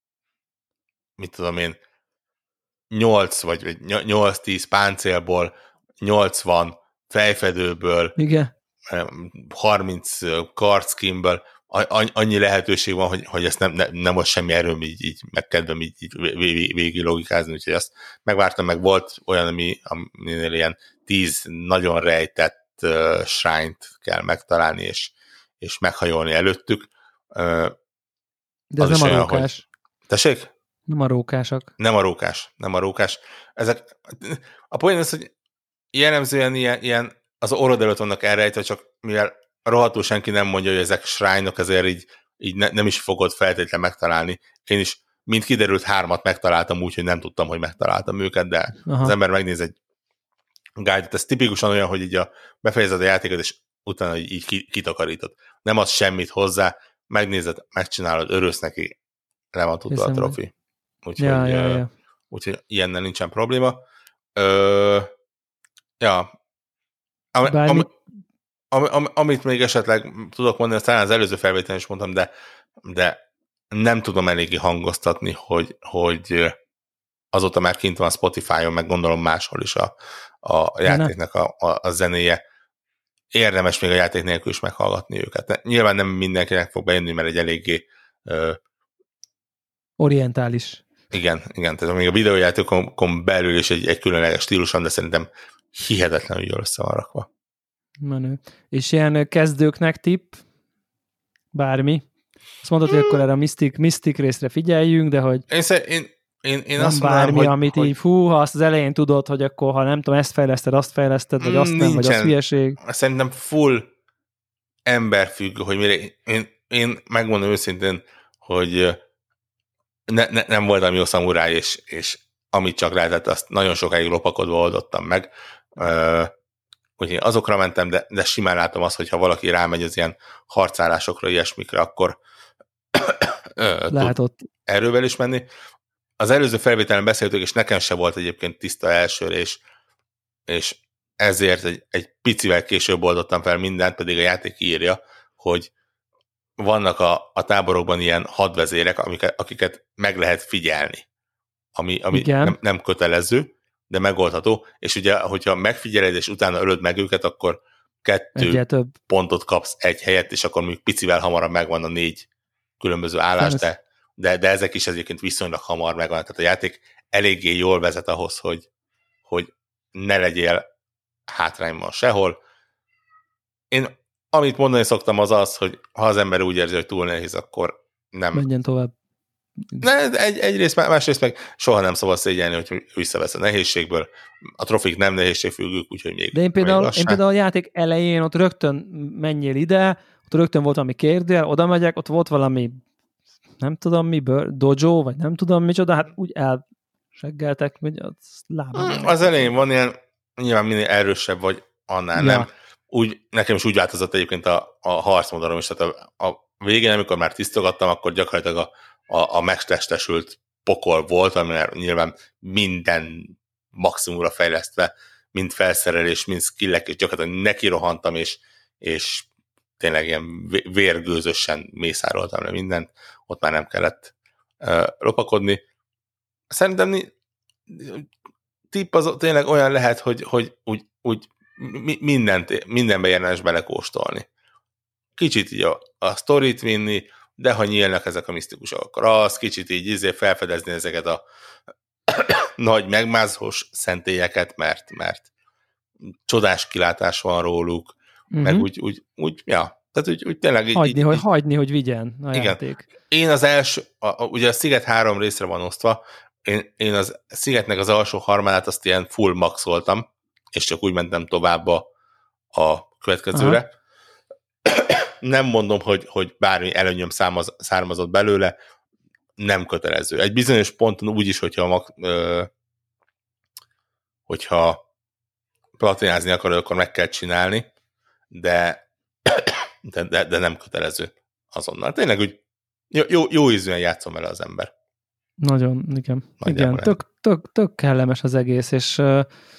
mit tudom én, nyolc vagy nyolc-tíz páncélból, nyolcvan fejfedőből, igen, harminc karckimből, annyi lehetőség van, hogy, hogy ezt nem, nem, nem most semmi erőm így, így megkedvem így, így végig logikázni, úgyhogy azt megvártam, meg volt olyan, ami, aminél ilyen tíz nagyon rejtett uh, shrine-t kell megtalálni, és, és meghajolni előttük. Uh, De ez nem a rókás. Hogy... Tessék? Nem a rókásak. Nem a rókás, nem a rókás. Ezek, a poén az, hogy jellemzően ilyen, ilyen az orrod előtt vannak elrejtve, csak mivel rohadtul senki nem mondja, hogy ezek shrine-ok, ezért így, így ne, nem is fogod feltétlenül megtalálni. Én is, mint kiderült, hármat megtaláltam úgy, hogy nem tudtam, hogy megtaláltam őket, de aha, az ember megnéz egy guide-et. Ez tipikusan olyan, hogy így a befejezed a játékot, és utána így, így kitakarítod. Nem az semmit hozzá, megnézed, megcsinálod, örülsz neki, le van tudva a trofi. Úgyhogy, ja, ja, ja. úgyhogy ilyennel nincsen probléma. Ö, ja. Ami, ami, ami, ami, amit még esetleg tudok mondani, talán az előző felvételen is mondtam, de, de nem tudom eléggé hangoztatni, hogy, hogy azóta már kint van Spotify-on, meg gondolom máshol is a, a játéknak a, a, a zenéje. Érdemes még a játék nélkül is meghallgatni őket. Nyilván nem mindenkinek fog bejönni, mert egy eléggé ö, orientális. Igen, igen, tehát még a videójátékon belül is egy, egy különleges stíluson, de szerintem hihetetlenül jól össze van rakva. Menő. És ilyen kezdőknek tipp? Bármi? Azt mondod, hmm. hogy akkor erre a Mystic, Mystic részre figyeljünk, de hogy én, szer- én, én, én nem azt bármi, mondanám, hogy, amit hogy... így, fú, ha azt az elején tudod, hogy akkor, ha nem tudom, ezt fejleszted, azt fejleszted, vagy azt nincsen. nem, vagy az hülyeség. Szerintem full emberfüggő, hogy mire... Én, én megmondom őszintén, hogy ne, ne, nem voltam jó szamuráj, és, és amit csak lehetett, azt nagyon sokáig lopakodva oldottam meg. Uh, úgyhogy azokra mentem, de, de simán látom azt, hogyha valaki rámegy az ilyen harcálásokra, ilyesmikre, akkor lehet ott erővel is menni. Az előző felvételen beszéltük, és nekem se volt egyébként tiszta elsőre, és, és ezért egy, egy picivel később oldottam fel mindent, pedig a játék írja, hogy vannak a, a táborokban ilyen hadvezérek, amiket, akiket meg lehet figyelni, ami, ami nem, nem kötelező, de megoldható, és ugye, hogyha megfigyeled, és utána ölöd meg őket, akkor kettő pontot kapsz egy helyet, és akkor még picivel hamarabb megvan a négy különböző állás, de, de, de ezek is egyébként viszonylag hamar megvan. Tehát a játék eléggé jól vezet ahhoz, hogy, hogy ne legyél hátrányban sehol. Én amit mondani szoktam az az, hogy ha az ember úgy érzi, hogy túl nehéz, akkor nem. Menjen tovább. Ne, egy, egyrészt, másrészt meg soha nem szabad szégyelni, hogy visszavesz a nehézségből. A trofik nem nehézségfüggők, úgyhogy még. De én például, én például a játék elején ott rögtön menjél ide, ott rögtön volt valami kérdél, oda megyek, ott volt valami, nem tudom mi, dojo, vagy nem tudom micsoda, hát úgy elseggeltek, hogy az lábam. Az elején van ilyen, nyilván minél erősebb vagy, annál ja. nem. Úgy, nekem is úgy változott egyébként a, a harcmódalom is, tehát a, a végén, amikor már tisztogattam, akkor gyakorlatilag a, a, a megtestesült pokol volt, amire nyilván minden maximumra fejlesztve, mind felszerelés, mind skillek, és gyakorlatilag nekirohantam, és, és tényleg ilyen vérgőzösen mészároltam le mindent, ott már nem kellett uh, lopakodni. Szerintem tipp az tényleg olyan lehet, hogy, hogy úgy, úgy mindent, mindenbe érdemes belekóstolni. Kicsit így a, a sztorit vinni, de ha nyílnak ezek a misztikusok, akkor az kicsit így izé felfedezni ezeket a nagy megmázós szentélyeket, mert, mert csodás kilátás van róluk, uh-huh. meg úgy, úgy, úgy, ja, tehát úgy, úgy tényleg így, hagyni, így, hogy, így, hagyni, hogy vigyen a igen. játék. Én az első, a, a, ugye a Sziget három részre van osztva, én, én az Szigetnek az alsó harmadát azt ilyen full maxoltam, és csak úgy mentem tovább a, a következőre. Aha. Nem mondom, hogy, hogy bármi előnyöm számaz, származott belőle, nem kötelező. Egy bizonyos ponton úgyis, hogyha, ö, hogyha platinázni akarod, akkor meg kell csinálni, de, de, de, de nem kötelező azonnal. Tényleg úgy jó, jó, jó ízűen játszom vele az ember. Nagyon, igen. Igen, tök, tök, tök kellemes az egész, és uh,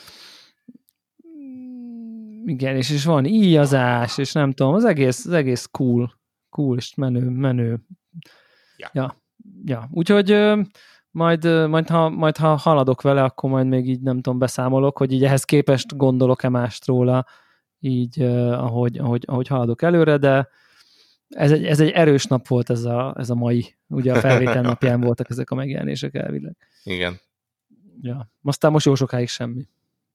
igen, és, és van íjazás, és nem tudom, az egész, az egész cool, cool, és menő, menő. Ja. Ja, ja. Úgyhogy uh, majd, uh, majd, ha, majd ha haladok vele, akkor majd még így nem tudom, beszámolok, hogy így ehhez képest gondolok-e mást róla, így uh, ahogy, ahogy, ahogy haladok előre, de ez egy, ez egy erős nap volt ez a, ez a mai, ugye a felvétel napján voltak ezek a megjelenések elvileg. Igen. Ja. Aztán most jó sokáig semmi.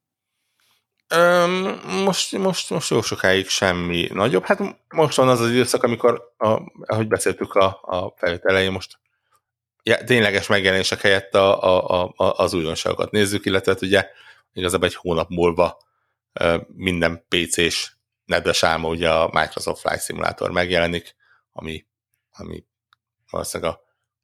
Öm, most, most, most jó sokáig semmi nagyobb. Hát most van az az időszak, amikor, a, ahogy beszéltük a, a felvétel elején, most ja, tényleges megjelenések helyett a, a, a, az újdonságokat nézzük, illetve ugye igazából egy hónap múlva minden pé cés nedves álma, ugye a Microsoft Flight Simulator megjelenik, ami, ami valószínűleg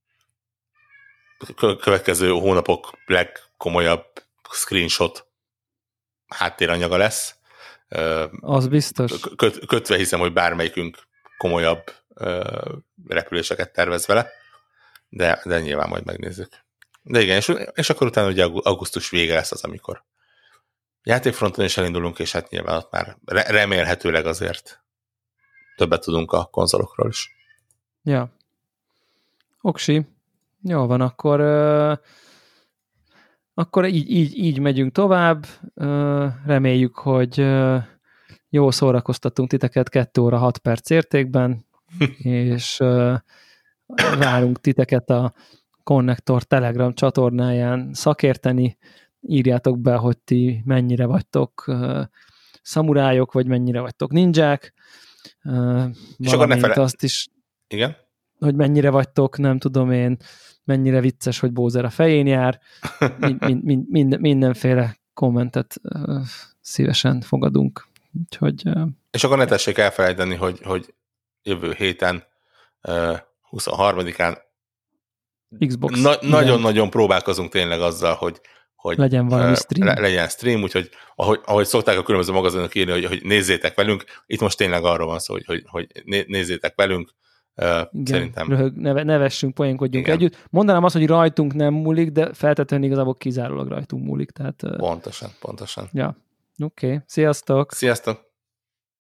a következő hónapok legkomolyabb screenshot háttéranyaga lesz. Az biztos. Köt, kötve hiszem, hogy bármelyikünk komolyabb repüléseket tervez vele, de, de nyilván majd megnézzük. De igen, és, és akkor utána ugye augusztus vége lesz az, amikor játékfronton is elindulunk, és hát nyilván ott már remélhetőleg azért többet tudunk a konzolokról is. Ja. Oksi. Jó van, akkor uh, akkor így, így, így megyünk tovább. Uh, reméljük, hogy uh, jól szórakoztattunk titeket kettő óra hat perc értékben, és uh, várunk titeket a Konnektor Telegram csatornáján szakérteni. Írjátok be, hogy ti mennyire vagytok uh, szamurájok, vagy mennyire vagytok ninják. Uh, és akkor ne fele... azt is, igen? hogy mennyire vagytok, nem tudom én, mennyire vicces, hogy Bowser a fején jár. Mind, mind, mind, mind, mindenféle kommentet uh, szívesen fogadunk. Úgyhogy, uh, és akkor ne tessék elfelejteni, hogy, hogy jövő héten uh, huszonharmadikán Xbox. Na, nagyon-nagyon próbálkozunk tényleg azzal, hogy, hogy legyen valami stream. Le, legyen stream, úgyhogy ahogy, ahogy szokták a különböző magazinok írni, hogy, hogy nézzétek velünk, itt most tényleg arról van szó, hogy, hogy, hogy nézzétek velünk. Uh, igen, szerintem. Röhög, neve, nevessünk, poénkodjunk igen. együtt. Mondanám azt, hogy rajtunk nem múlik, de feltétlenül igazából kizárólag rajtunk múlik. Tehát, pontosan, pontosan. Ja, oké. Okay. Sziasztok! Sziasztok!